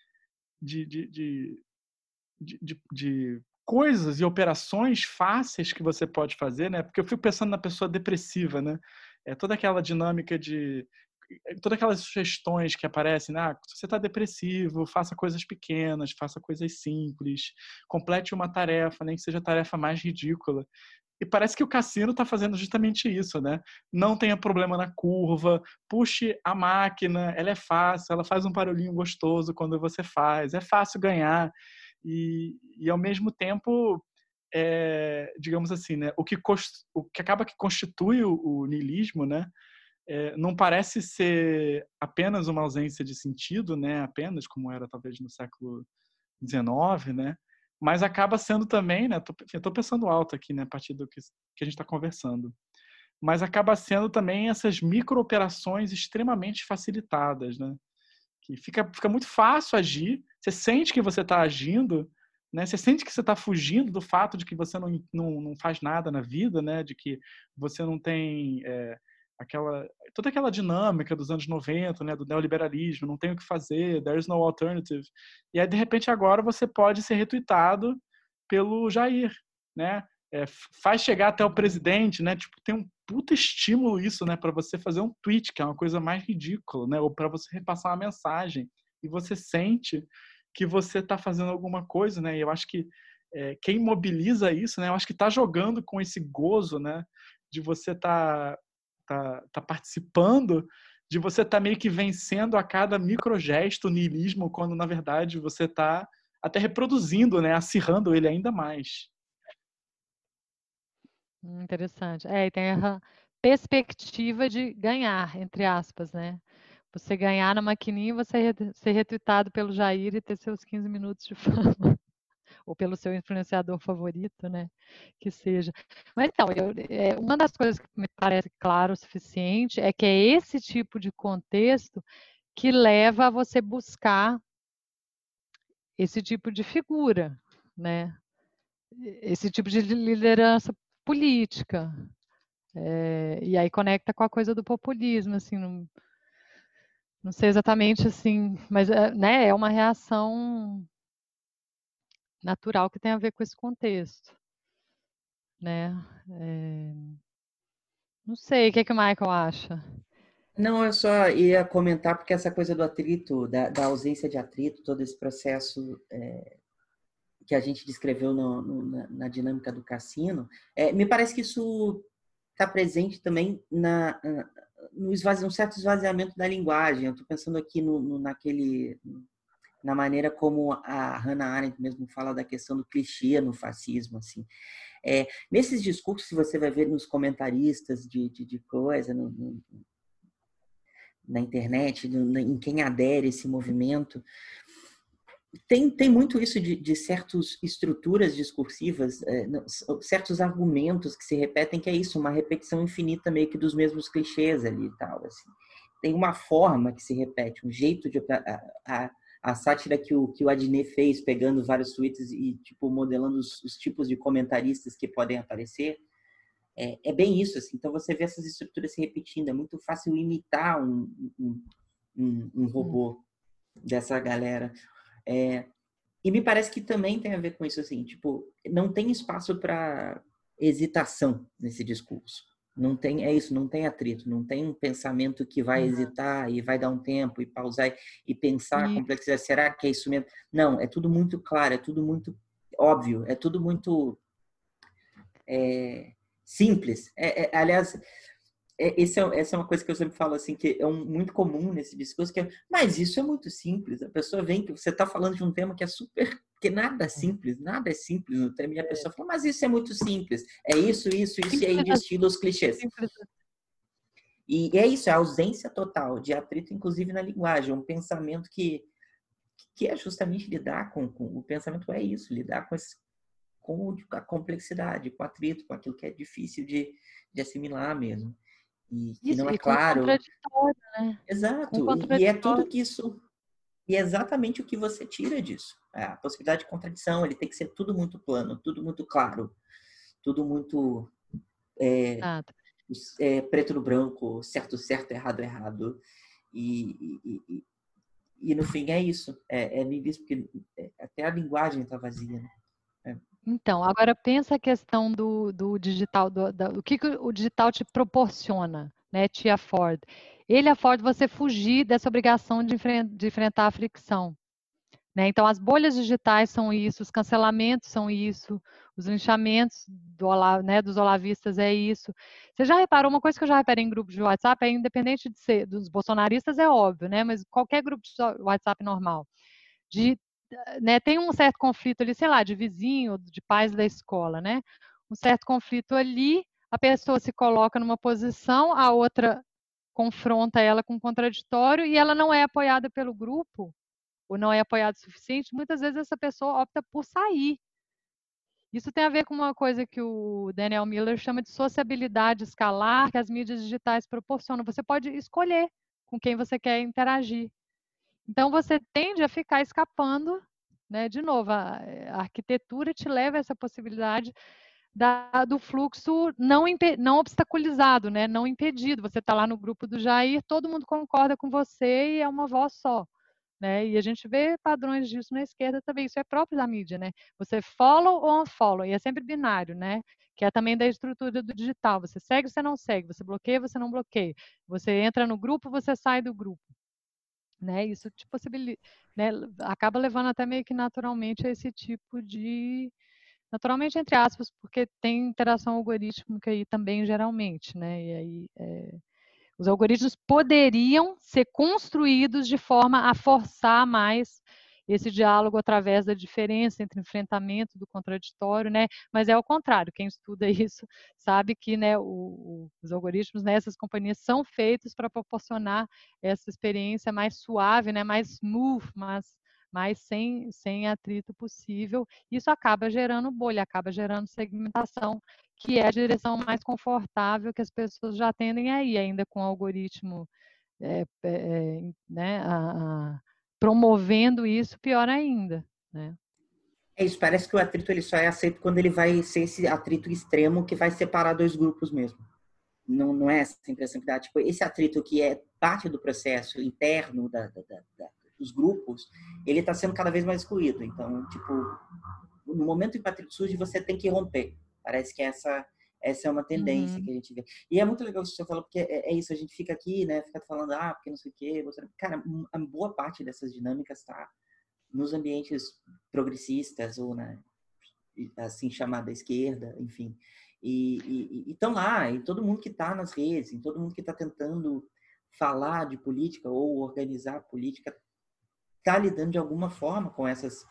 A: coisas e operações fáceis que você pode fazer, né? Porque eu fico pensando na pessoa depressiva, né? Toda aquela dinâmica todas aquelas sugestões que aparecem, né? Se você está depressivo, faça coisas pequenas, faça coisas simples, complete uma tarefa, nem que seja a tarefa mais ridícula. E parece que o cassino está fazendo justamente isso, né? Não tenha problema na curva, puxe a máquina, ela é fácil, ela faz um barulhinho gostoso quando você faz, é fácil ganhar. E ao mesmo tempo, digamos assim, né? O que acaba que constitui o niilismo, né? Não parece ser apenas uma ausência de sentido, né? Apenas, como era talvez no século XIX, né? Mas acaba sendo também, né? Estou pensando alto aqui, né? A partir do que a gente está conversando. Mas acaba sendo também essas micro-operações extremamente facilitadas, né? Que fica muito fácil agir. Você sente que você está agindo, né? Você sente que você está fugindo do fato de que você não faz nada na vida, né? De que você não tem toda aquela dinâmica dos anos 90, né, do neoliberalismo, não tem o que fazer, there is no alternative. E aí, de repente, agora você pode ser retweetado pelo Jair, né? Faz chegar até o presidente, né? Tipo, tem um puta estímulo isso, né? Para você fazer um tweet, que é uma coisa mais ridícula, né? Ou para você repassar uma mensagem. E você sente que você está fazendo alguma coisa, né? E eu acho que quem mobiliza isso, né? Eu acho que está jogando com esse gozo, né? De você tá participando, de você estar meio que vencendo a cada microgesto, o niilismo, quando na verdade você está até reproduzindo, né? Acirrando ele ainda mais.
B: Interessante. E tem a perspectiva de ganhar, entre aspas, né? Você ganhar na maquininha e você ser retweetado pelo Jair e ter seus 15 minutos de fama. Ou pelo seu influenciador favorito, né? Que seja. Mas então, uma das coisas que me parece claro o suficiente é que é esse tipo de contexto que leva a você buscar esse tipo de figura, né? Esse tipo de liderança política. E aí conecta com a coisa do populismo, assim, não sei exatamente assim, mas né, é uma reação natural que tem a ver com esse contexto, né? Não sei, o que o Michael acha?
C: Não, eu só ia comentar porque essa coisa do atrito, da ausência de atrito, todo esse processo que a gente descreveu na dinâmica do cassino, me parece que isso está presente também num certo esvaziamento da linguagem. Eu estou pensando aqui na maneira como a Hannah Arendt mesmo fala da questão do clichê no fascismo, assim. Nesses discursos, se você vai ver nos comentaristas de coisa, na internet, em quem adere a esse movimento, tem muito isso de certas estruturas discursivas, certos argumentos que se repetem, que é isso, uma repetição infinita meio que dos mesmos clichês ali e tal. Assim. Tem uma forma que se repete, um jeito de... A sátira que o Adnet fez, pegando vários tweets e tipo, modelando os tipos de comentaristas que podem aparecer, é bem isso. Assim. Então, você vê essas estruturas se repetindo. É muito fácil imitar um robô dessa galera. E me parece que também tem a ver com isso, assim, tipo, não tem espaço para hesitação nesse discurso. Não tem, não tem atrito, não tem um pensamento que vai hesitar e vai dar um tempo e pausar e pensar a complexidade. Será que é isso mesmo? Não, é tudo muito claro, é tudo muito óbvio, é tudo muito simples. Aliás, essa é uma coisa que eu sempre falo assim, que é muito comum nesse discurso, mas isso é muito simples. A pessoa vem que você está falando de um tema que é super, que nada é simples no tema, e a pessoa fala, mas isso é muito simples. É isso, e aí destila os clichês. E é isso, é a ausência total de atrito, inclusive na linguagem, um pensamento que é justamente lidar com o pensamento, lidar com a complexidade, com o atrito, com aquilo que é difícil de assimilar mesmo. E que não é claro.
B: Contraditório, né?
C: Exato. E é tudo que isso. E é exatamente o que você tira disso. A possibilidade de contradição, ele tem que ser tudo muito plano, tudo muito claro, tudo muito preto no branco, certo, errado. E no fim é isso. É niilismo, porque até a linguagem está vazia, né?
B: Então, agora pensa a questão do digital, o que o digital te proporciona, né, te afforda. Ele afforda você fugir dessa obrigação de enfrentar a fricção. Né? Então, as bolhas digitais são isso, os cancelamentos são isso, os linchamentos dos olavistas é isso. Você já reparou, uma coisa que eu já reparei em grupos de WhatsApp, independente de ser dos bolsonaristas, é óbvio, né? Mas qualquer grupo de WhatsApp normal, né, tem um certo conflito ali, sei lá, de vizinho, de pais da escola, né? Um certo conflito ali, a pessoa se coloca numa posição, a outra confronta ela com um contraditório e ela não é apoiada pelo grupo, ou não é apoiada o suficiente, muitas vezes essa pessoa opta por sair. Isso tem a ver com uma coisa que o Daniel Miller chama de sociabilidade escalar, que as mídias digitais proporcionam. Você pode escolher com quem você quer interagir. Então, você tende a ficar escapando, né? De novo, a arquitetura te leva a essa possibilidade do fluxo não obstaculizado, né? Não impedido. Você está lá no grupo do Jair, todo mundo concorda com você e é uma voz só. Né? E a gente vê padrões disso na esquerda também. Isso é próprio da mídia, né? Você follow ou unfollow, e é sempre binário, né? Que é também da estrutura do digital. Você segue, você não segue. Você bloqueia, você não bloqueia. Você entra no grupo, você sai do grupo. Né? Isso te possibilita, né? Acaba levando até meio que naturalmente a esse tipo de naturalmente entre aspas, porque tem interação algorítmica aí também geralmente, né? E aí os algoritmos poderiam ser construídos de forma a forçar mais esse diálogo através da diferença entre enfrentamento do contraditório, né? Mas é o contrário, quem estuda isso sabe que, né, os algoritmos nessas companhias são feitos para proporcionar essa experiência mais suave, né, mais smooth, mas sem atrito possível. Isso acaba gerando bolha, acaba gerando segmentação, que é a direção mais confortável que as pessoas já tendem a ir, ainda com o algoritmo né, promovendo isso, pior ainda. Né?
C: É isso, parece que o atrito ele só é aceito quando ele vai ser esse atrito extremo que vai separar dois grupos mesmo. Não é essa impressão que dá. Tipo, esse atrito que é parte do processo interno dos grupos, ele está sendo cada vez mais excluído. Então, tipo, no momento em que o atrito surge, você tem que romper. Parece que essa é uma tendência que a gente vê. E é muito legal o que você falou, porque é isso, a gente fica aqui, né, fica falando, porque não sei o quê. Cara, a boa parte dessas dinâmicas está nos ambientes progressistas ou na assim chamada esquerda, enfim. E estão lá, e todo mundo que está nas redes, e todo mundo que está tentando falar de política ou organizar política está lidando de alguma forma com essas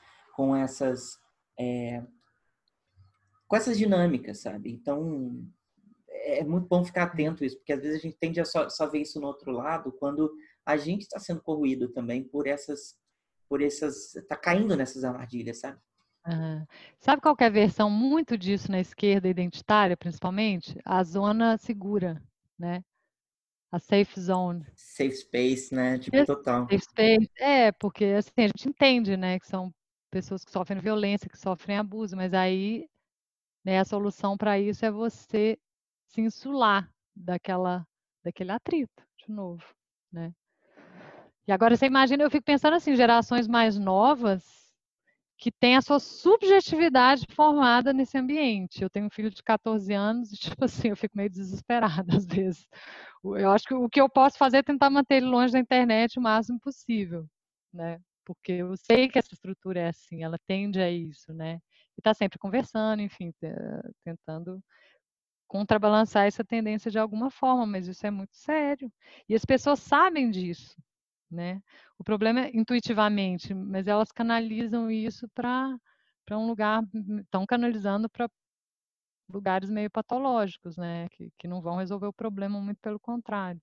C: com essas dinâmicas, sabe? Então é muito bom ficar atento a isso, porque às vezes a gente tende a só ver isso no outro lado, quando a gente está sendo corroído também por essas, tá caindo nessas armadilhas, sabe?
B: Uhum. Sabe qual que é a versão muito disso na esquerda identitária, principalmente? A zona segura, né? A safe zone.
C: Safe space, né? Tipo, total.
B: Safe space, porque assim, a gente entende, né, que são pessoas que sofrem violência, que sofrem abuso, mas aí, né, a solução para isso é você se insular daquele atrito, de novo, né? E agora você imagina, eu fico pensando assim, gerações mais novas que têm a sua subjetividade formada nesse ambiente. Eu tenho um filho de 14 anos e, tipo assim, eu fico meio desesperada às vezes. Eu acho que o que eu posso fazer é tentar manter ele longe da internet o máximo possível, né? Porque eu sei que essa estrutura é assim, ela tende a isso, né? E está sempre conversando, enfim, tentando contrabalançar essa tendência de alguma forma, mas isso é muito sério. E as pessoas sabem disso, né? O problema é intuitivamente, mas elas canalizam isso para um lugar, estão canalizando para lugares meio patológicos, né? Que não vão resolver o problema, muito pelo contrário.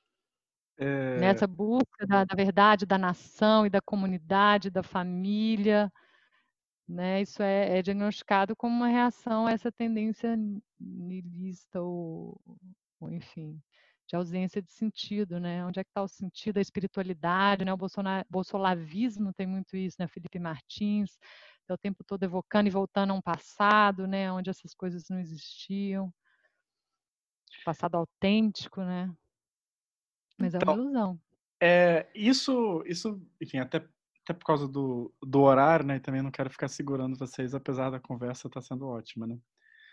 B: Nessa busca da verdade, da nação e da comunidade, da família, né? Isso é diagnosticado como uma reação a essa tendência niilista ou enfim, de ausência de sentido, né? Onde é que está o sentido da espiritualidade, né? O bolsolavismo tem muito isso, né? Felipe Martins, é o tempo todo evocando e voltando a um passado, né? Onde essas coisas não existiam, passado autêntico, né? Mas é uma
A: Então,
B: ilusão.
A: isso, enfim, até por causa do horário, né? E também não quero ficar segurando vocês, apesar da conversa estar sendo ótima, né?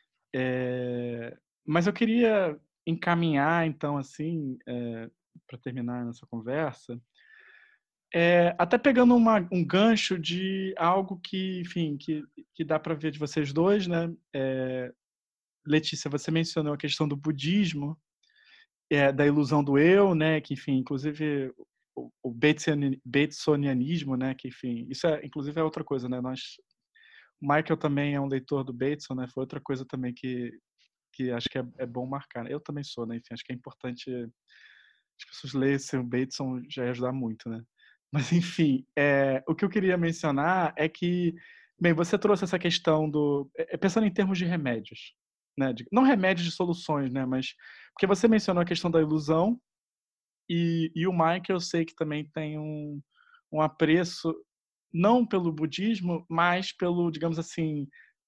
A: Mas eu queria encaminhar, então, assim, para terminar nossa conversa, até pegando um gancho de algo que, enfim, que dá para ver de vocês dois, né? Letícia, você mencionou a questão do budismo, da ilusão do eu, né? Que, enfim, inclusive o Batesonianismo, né? Que, enfim, isso inclusive é outra coisa, né? O Michael também é um leitor do Bateson, né? Foi outra coisa também que acho que é bom marcar. Eu também sou, né? Enfim, acho que é importante as pessoas lessem o Bateson, já ia ajudar muito, né? Mas, enfim, o que eu queria mencionar é que, bem, você trouxe essa questão pensando em termos de remédios, né? Não remédios de soluções, né? Mas, porque você mencionou a questão da ilusão e o Michael, eu sei que também tem um apreço, não pelo budismo, mas pelo, digamos assim,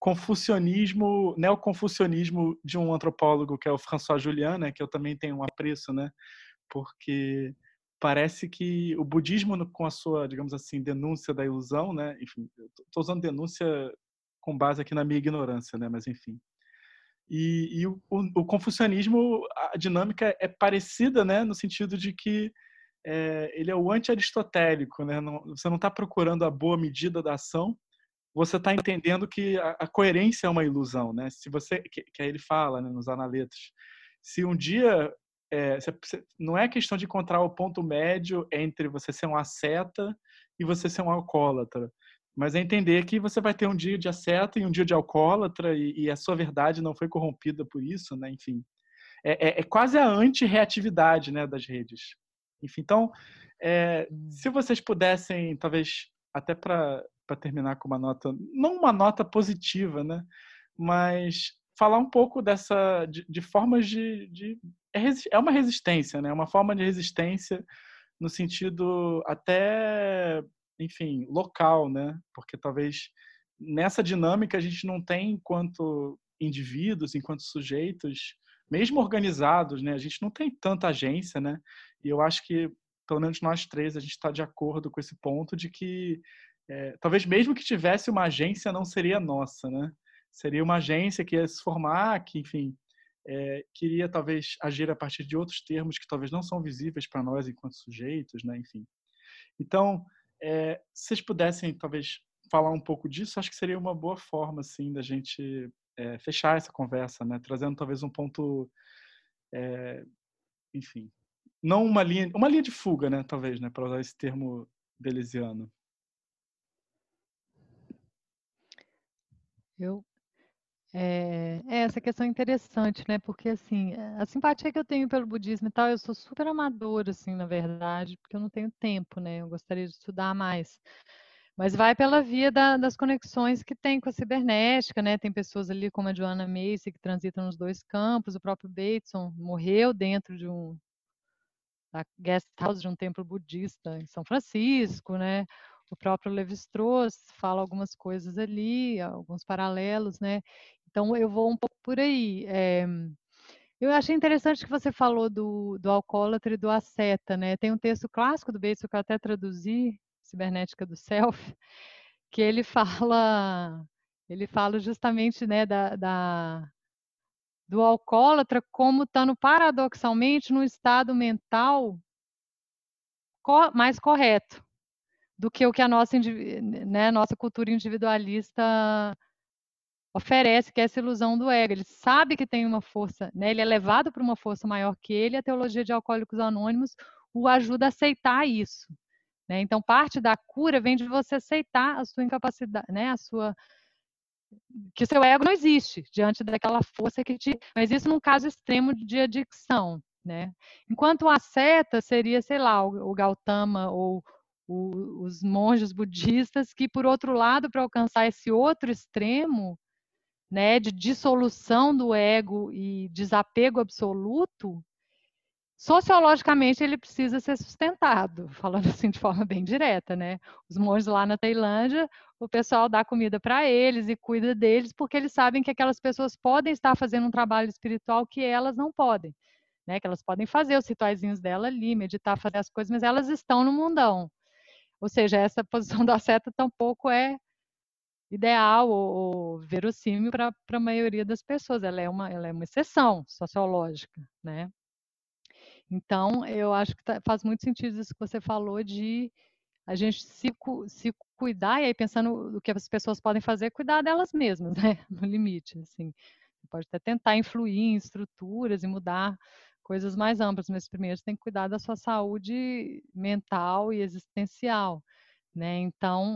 A: confucionismo, neoconfucionismo de um antropólogo que é o François Julian, né, que eu também tenho um apreço, né, porque parece que o budismo, com a sua, digamos assim, denúncia da ilusão, né, enfim, estou usando denúncia com base aqui na minha ignorância, né, mas enfim. E o confucionismo, a dinâmica é parecida, né, no sentido de que ele é o anti-aristotélico, né? Você não está procurando a boa medida da ação, você está entendendo que a coerência é uma ilusão, né? Se você, que aí ele fala, né, nos Analetos, se um dia não é questão de encontrar o ponto médio entre você ser um asceta e você ser um alcoólatra, mas é entender que você vai ter um dia de asceta e um dia de alcoólatra e a sua verdade não foi corrompida por isso, né? Enfim, é quase a anti-reatividade, né, das redes. Enfim, então, se vocês pudessem, talvez, até para terminar com uma nota, não uma nota positiva, né, mas falar um pouco de formas é uma resistência, né, uma forma de resistência no sentido até, enfim, local, né, porque talvez nessa dinâmica a gente não tem, enquanto indivíduos, enquanto sujeitos, mesmo organizados, né, a gente não tem tanta agência, né, e eu acho que, pelo menos nós três, a gente está de acordo com esse ponto de que talvez mesmo que tivesse uma agência, não seria nossa, né, seria uma agência que ia se formar, que, enfim, queria talvez agir a partir de outros termos que talvez não são visíveis para nós enquanto sujeitos, né, enfim. Então, se vocês pudessem talvez falar um pouco disso, acho que seria uma boa forma, assim, da gente fechar essa conversa, né, trazendo talvez um ponto, enfim, não uma linha de fuga, né, talvez, né, para usar esse termo deleuziano.
B: Essa questão é interessante, né? Porque assim, a simpatia que eu tenho pelo budismo e tal, eu sou super amadora, assim, na verdade, porque eu não tenho tempo, né? Eu gostaria de estudar mais. Mas vai pela via das conexões que tem com a cibernética, né? Tem pessoas ali como a Joanna Macy que transitam nos dois campos, o próprio Bateson morreu dentro da guest house de um templo budista em São Francisco, né? O próprio Levi-Strauss fala algumas coisas ali, alguns paralelos, né? Então eu vou um pouco por aí. Eu achei interessante que você falou do alcoólatra e do asceta, né? Tem um texto clássico do Bateson que eu até traduzi, Cibernética do Self, que ele fala justamente, né, do alcoólatra como estando paradoxalmente num estado mental mais correto do que o que a nossa cultura individualista oferece, que é essa ilusão do ego. Ele sabe que tem uma força, né? Ele é levado por uma força maior que ele, e a teologia de Alcoólicos Anônimos o ajuda a aceitar isso. Né? Então, parte da cura vem de você aceitar a sua incapacidade, né? Que o seu ego não existe diante daquela força que te... Mas isso num caso extremo de adicção. Né? Enquanto o asceta seria, sei lá, o Gautama ou os monges budistas que, por outro lado, para alcançar esse outro extremo, né, de dissolução do ego e desapego absoluto, sociologicamente ele precisa ser sustentado, falando assim de forma bem direta, né? Os monges lá na Tailândia, o pessoal dá comida para eles e cuida deles, porque eles sabem que aquelas pessoas podem estar fazendo um trabalho espiritual que elas não podem, né? Que elas podem fazer os rituaizinhos dela ali, meditar, fazer as coisas, mas elas estão no mundão. Ou seja, essa posição da seta tampouco é ideal ou verossímil para a maioria das pessoas. Ela é uma exceção sociológica, né? Então, eu acho que faz muito sentido isso que você falou de a gente se cuidar, e aí pensando no que as pessoas podem fazer, cuidar delas mesmas, né? No limite, assim. Você pode até tentar influir em estruturas e mudar coisas mais amplas, mas primeiro você tem que cuidar da sua saúde mental e existencial, né? Então,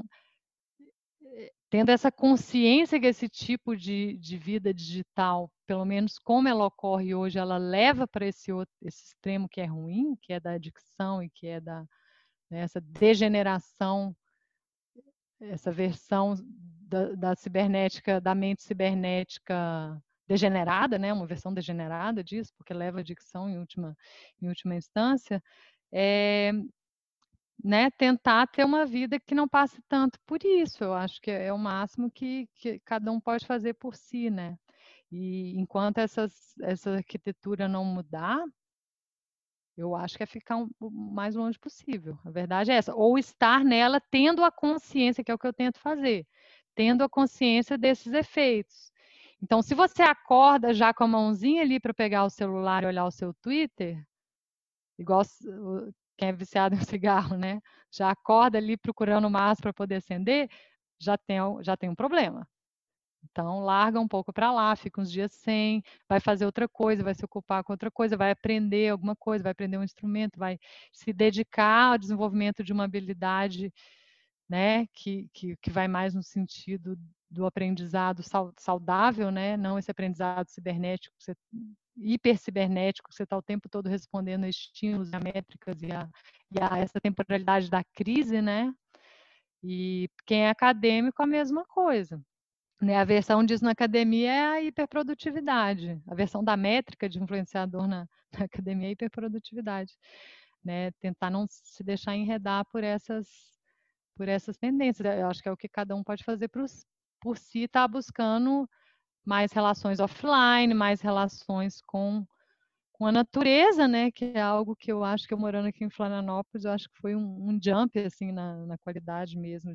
B: tendo essa consciência que esse tipo de vida digital, pelo menos como ela ocorre hoje, ela leva para esse extremo que é ruim, que é da adicção e que é essa degeneração, essa versão da cibernética, da mente cibernética degenerada, né? Uma versão degenerada disso, porque leva à adicção em última instância. né, tentar ter uma vida que não passe tanto por isso. Eu acho que é o máximo que cada um pode fazer por si, né? E enquanto essa arquitetura não mudar, eu acho que é ficar o mais longe possível. A verdade é essa. Ou estar nela tendo a consciência, que é o que eu tento fazer, tendo a consciência desses efeitos. Então, se você acorda já com a mãozinha ali para pegar o celular e olhar o seu Twitter, igual quem é viciado em cigarro, né? Já acorda ali procurando massa para poder acender, já tem um problema. Então, larga um pouco para lá, fica uns dias sem, vai fazer outra coisa, vai se ocupar com outra coisa, vai aprender alguma coisa, vai aprender um instrumento, vai se dedicar ao desenvolvimento de uma habilidade, né, que vai mais no sentido do aprendizado saudável, né, não esse aprendizado cibernético, hipercibernético, que você está o tempo todo respondendo a estímulos, a métricas e a essa temporalidade da crise, né? E quem é acadêmico, a mesma coisa. Né? A versão disso na academia é a hiperprodutividade. A versão da métrica de influenciador na academia é a hiperprodutividade. Né? Tentar não se deixar enredar por essas tendências. Eu acho que é o que cada um pode fazer por si, estar buscando mais relações offline, mais relações com a natureza, né? Que é algo que eu acho que eu morando aqui em Florianópolis, eu acho que foi um jump assim na qualidade mesmo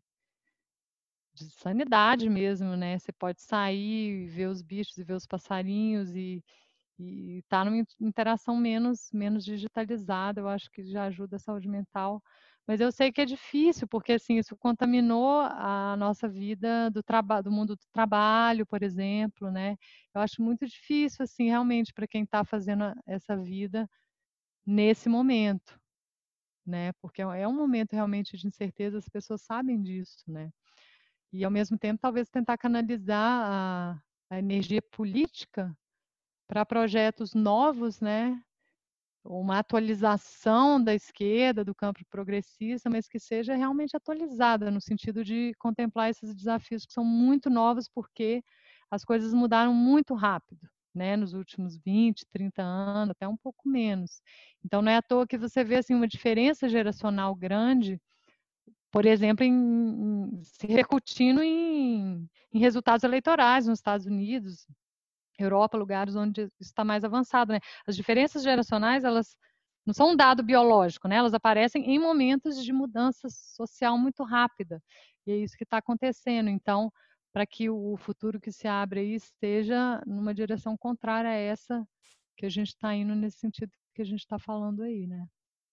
B: de sanidade mesmo, né? Você pode sair, ver os bichos e ver os passarinhos e estar numa interação menos digitalizada, eu acho que já ajuda a saúde mental. Mas eu sei que é difícil, porque assim, isso contaminou a nossa vida do mundo do trabalho, por exemplo, né? Eu acho muito difícil, assim, realmente, para quem está fazendo essa vida nesse momento, né? Porque é um momento realmente de incerteza, as pessoas sabem disso, né? E, ao mesmo tempo, talvez tentar canalizar a energia política para projetos novos, né? Uma atualização da esquerda, do campo progressista, mas que seja realmente atualizada, no sentido de contemplar esses desafios que são muito novos, porque as coisas mudaram muito rápido, né? Nos últimos 20, 30 anos, até um pouco menos. Então, não é à toa que você vê assim, uma diferença geracional grande, por exemplo, se repercutindo em resultados eleitorais nos Estados Unidos, Europa, lugares onde isso está mais avançado, né? As diferenças geracionais, elas não são um dado biológico, né? Elas aparecem em momentos de mudança social muito rápida. E é isso que está acontecendo. Então, para que o futuro que se abre aí esteja numa direção contrária a essa que a gente está indo nesse sentido que a gente está falando aí, né?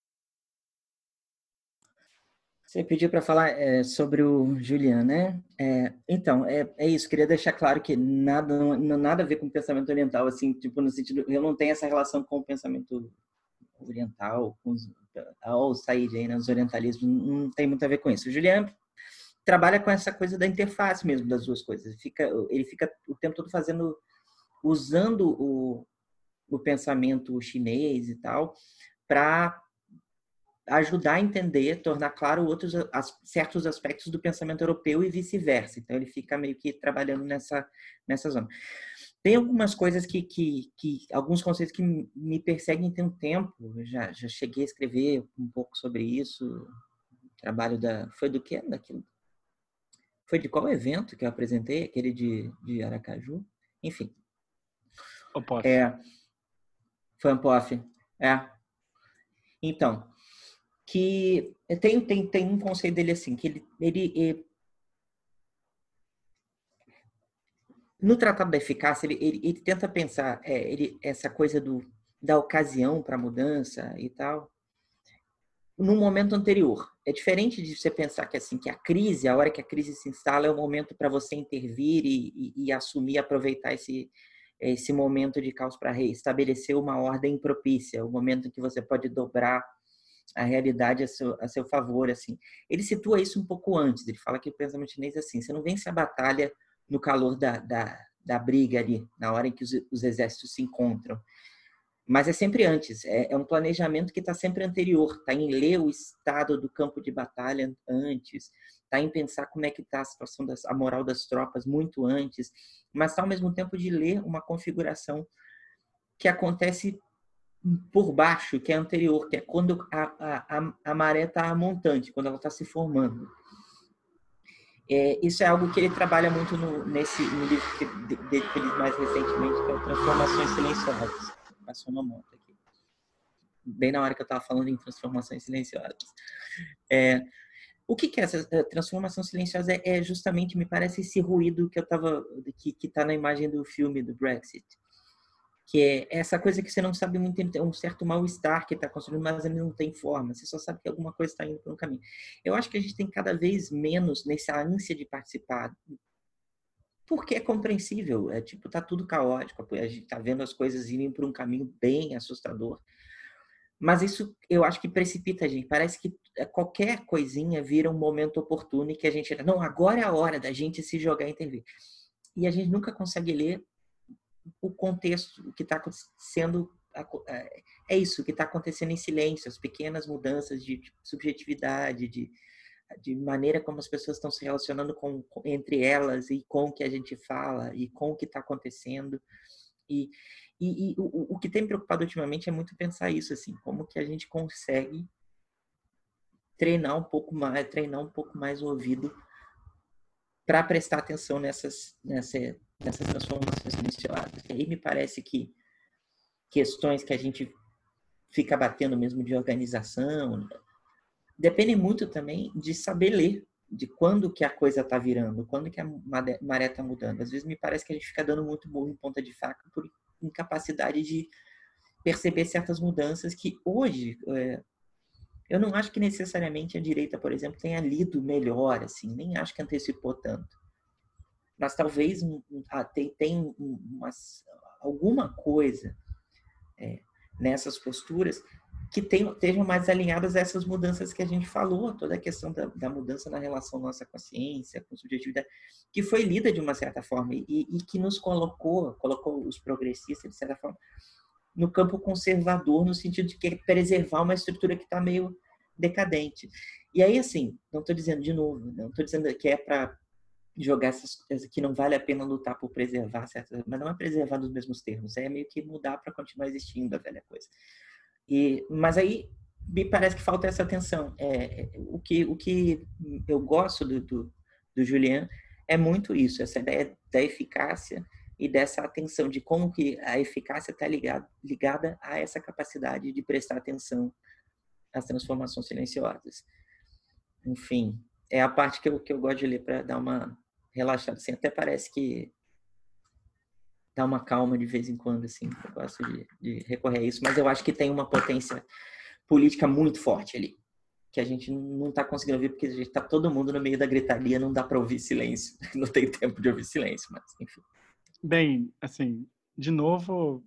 C: Você pediu para falar sobre o Julian, né? Então, é isso. Queria deixar claro que nada a ver com o pensamento oriental, assim, tipo, no sentido, eu não tenho essa relação com o pensamento oriental, ao sair aí, né, os orientalismos, não tem muito a ver com isso. O Julian trabalha com essa coisa da interface mesmo das duas coisas. Ele fica o tempo todo usando o pensamento chinês e tal, para ajudar a entender, tornar claro certos aspectos do pensamento europeu e vice-versa. Então, ele fica meio que trabalhando nessa zona. Tem algumas coisas alguns conceitos que me perseguem tem um tempo. Eu já cheguei a escrever um pouco sobre isso. Trabalho foi do quê? Foi de qual evento que eu apresentei? Aquele de Aracaju? Enfim.
A: Opof.
C: Foi Ampof. Então, que tem um conceito dele assim, que ele no Tratado da Eficácia, ele tenta pensar essa coisa da ocasião para a mudança e tal, no momento anterior. É diferente de você pensar que assim que a hora que a crise se instala, é o momento para você intervir e assumir, aproveitar esse momento de caos para reestabelecer uma ordem propícia, o momento em que você pode dobrar a realidade a seu favor, assim. Ele situa isso um pouco antes. Ele fala que o pensamento chinês é assim: você não vence a batalha no calor da briga ali, na hora em que os exércitos se encontram. Mas é sempre antes. É um planejamento que está sempre anterior. Está em ler o estado do campo de batalha antes. Está em pensar como é que está a situação a moral das tropas muito antes. Mas está, ao mesmo tempo, de ler uma configuração que acontece por baixo, que é anterior, que é quando a maré está montante, quando ela está se formando. Isso é algo que ele trabalha muito no livro que ele mais recentemente, que é o Transformações Silenciosas. Passou uma moto aqui. Bem na hora que eu estava falando em transformações silenciosas. O que é essa transformação silenciosa? É justamente, me parece, esse ruído que está na imagem do filme do Brexit. Que é essa coisa que você não sabe muito, é um certo mal-estar que está construindo, mas ele não tem forma, você só sabe que alguma coisa está indo por um caminho. Eu acho que a gente tem cada vez menos nessa ânsia de participar, porque é compreensível, tá tudo caótico, a gente está vendo as coisas irem por um caminho bem assustador, mas isso eu acho que precipita a gente, parece que qualquer coisinha vira um momento oportuno e que a gente, não, agora é a hora da gente se jogar e intervir. E a gente nunca consegue ler o contexto, o que está acontecendo, é isso, o que está acontecendo em silêncio, as pequenas mudanças de subjetividade, de maneira como as pessoas estão se relacionando entre elas e com o que a gente fala e com o que está acontecendo. E o que tem me preocupado ultimamente é muito pensar isso, assim, como que a gente consegue treinar um pouco mais o ouvido para prestar atenção nessas transformações silenciosas. E aí me parece que questões que a gente fica batendo mesmo de organização dependem muito também de saber ler, de quando que a coisa está virando, quando que a maré está mudando. Às vezes me parece que a gente fica dando muito burro em ponta de faca por incapacidade de perceber certas mudanças que hoje eu não acho que necessariamente a direita, por exemplo, tenha lido melhor, assim, nem acho que antecipou tanto. Mas talvez tem alguma coisa nessas posturas que estejam mais alinhadas a essas mudanças que a gente falou, toda a questão da mudança na relação nossa com a ciência, com a subjetividade, que foi lida de uma certa forma e que nos colocou os progressistas, de certa forma, no campo conservador, no sentido de querer preservar uma estrutura que está meio decadente. E aí, assim, não estou dizendo de novo, não estou dizendo que é para jogar essas coisas que não vale a pena lutar por preservar certas, mas não é preservar nos mesmos termos, é meio que mudar para continuar existindo a velha coisa. Mas aí me parece que falta essa atenção. O que eu gosto do Julian é muito isso, essa ideia da eficácia e dessa atenção de como que a eficácia está ligada a essa capacidade de prestar atenção às transformações silenciosas. Enfim, é a parte que eu gosto de ler para dar uma relaxada. Assim, até parece que dá uma calma de vez em quando, assim. Eu gosto de recorrer a isso, mas eu acho que tem uma potência política muito forte ali, que a gente não está conseguindo ouvir porque a gente está todo mundo no meio da gritaria, não dá para ouvir silêncio, não tem tempo de ouvir silêncio, mas enfim.
A: Bem, assim, de novo,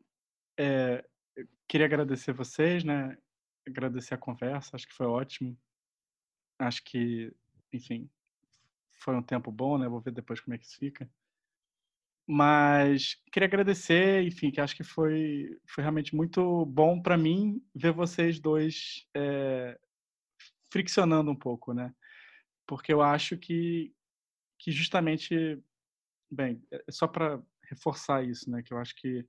A: eu queria agradecer vocês, né? Agradecer a conversa, acho que foi ótimo. Acho que, enfim, foi um tempo bom, né? Vou ver depois como é que isso fica. Mas queria agradecer, enfim, que acho que foi realmente muito bom para mim ver vocês dois friccionando um pouco, né? Porque eu acho que justamente, bem, só para reforçar isso, né? Que eu acho que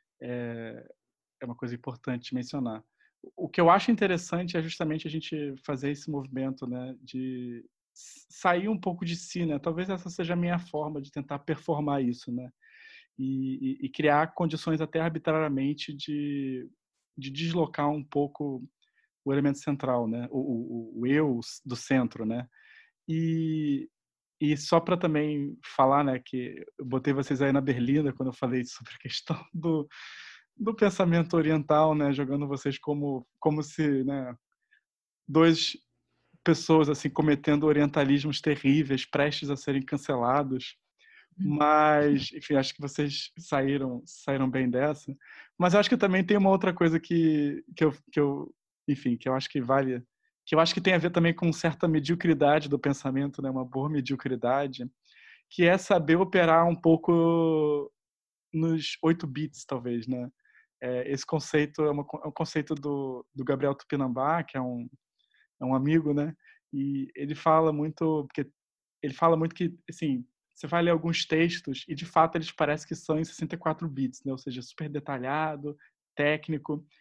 A: é uma coisa importante mencionar. O que eu acho interessante é justamente a gente fazer esse movimento, né? De sair um pouco de si, né? Talvez essa seja a minha forma de tentar performar isso, né? E criar condições até arbitrariamente de deslocar um pouco o elemento central, né? O eu do centro, né? E só para também falar, né, que eu botei vocês aí na berlinda quando eu falei sobre a questão do pensamento oriental, né, jogando vocês como se, né, dois pessoas assim cometendo orientalismos terríveis, prestes a serem cancelados. Mas, enfim, acho que vocês saíram bem dessa. Mas eu acho que também tem uma outra coisa que eu, enfim, que eu acho que vale, que eu acho que tem a ver também com certa mediocridade do pensamento, né? Uma boa mediocridade, que é saber operar um pouco nos 8 bits, talvez, né? Esse conceito é um conceito do Gabriel Tupinambá, que é um amigo, né? E ele fala muito que, assim, você vai ler alguns textos e, de fato, eles parecem que são em 64 bits, né? Ou seja, super detalhado, técnico.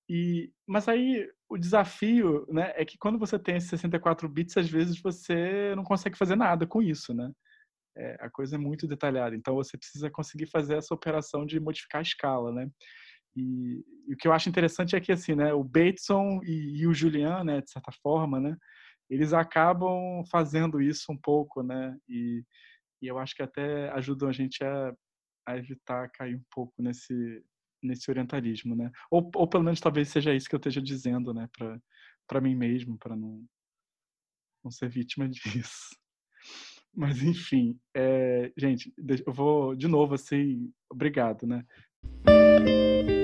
A: Mas aí o desafio, né, é que quando você tem esses 64 bits, às vezes você não consegue fazer nada com isso, né? A coisa é muito detalhada, então você precisa conseguir fazer essa operação de modificar a escala, né? E o que eu acho interessante é que, assim, né, o Bateson e o Julian, né, de certa forma, né, eles acabam fazendo isso um pouco, né? E eu acho que até ajudam a gente a evitar cair um pouco nesse orientalismo, né? Ou pelo menos talvez seja isso que eu esteja dizendo, né, para mim mesmo, para não ser vítima disso. Mas enfim, gente, eu vou de novo assim, obrigado, né?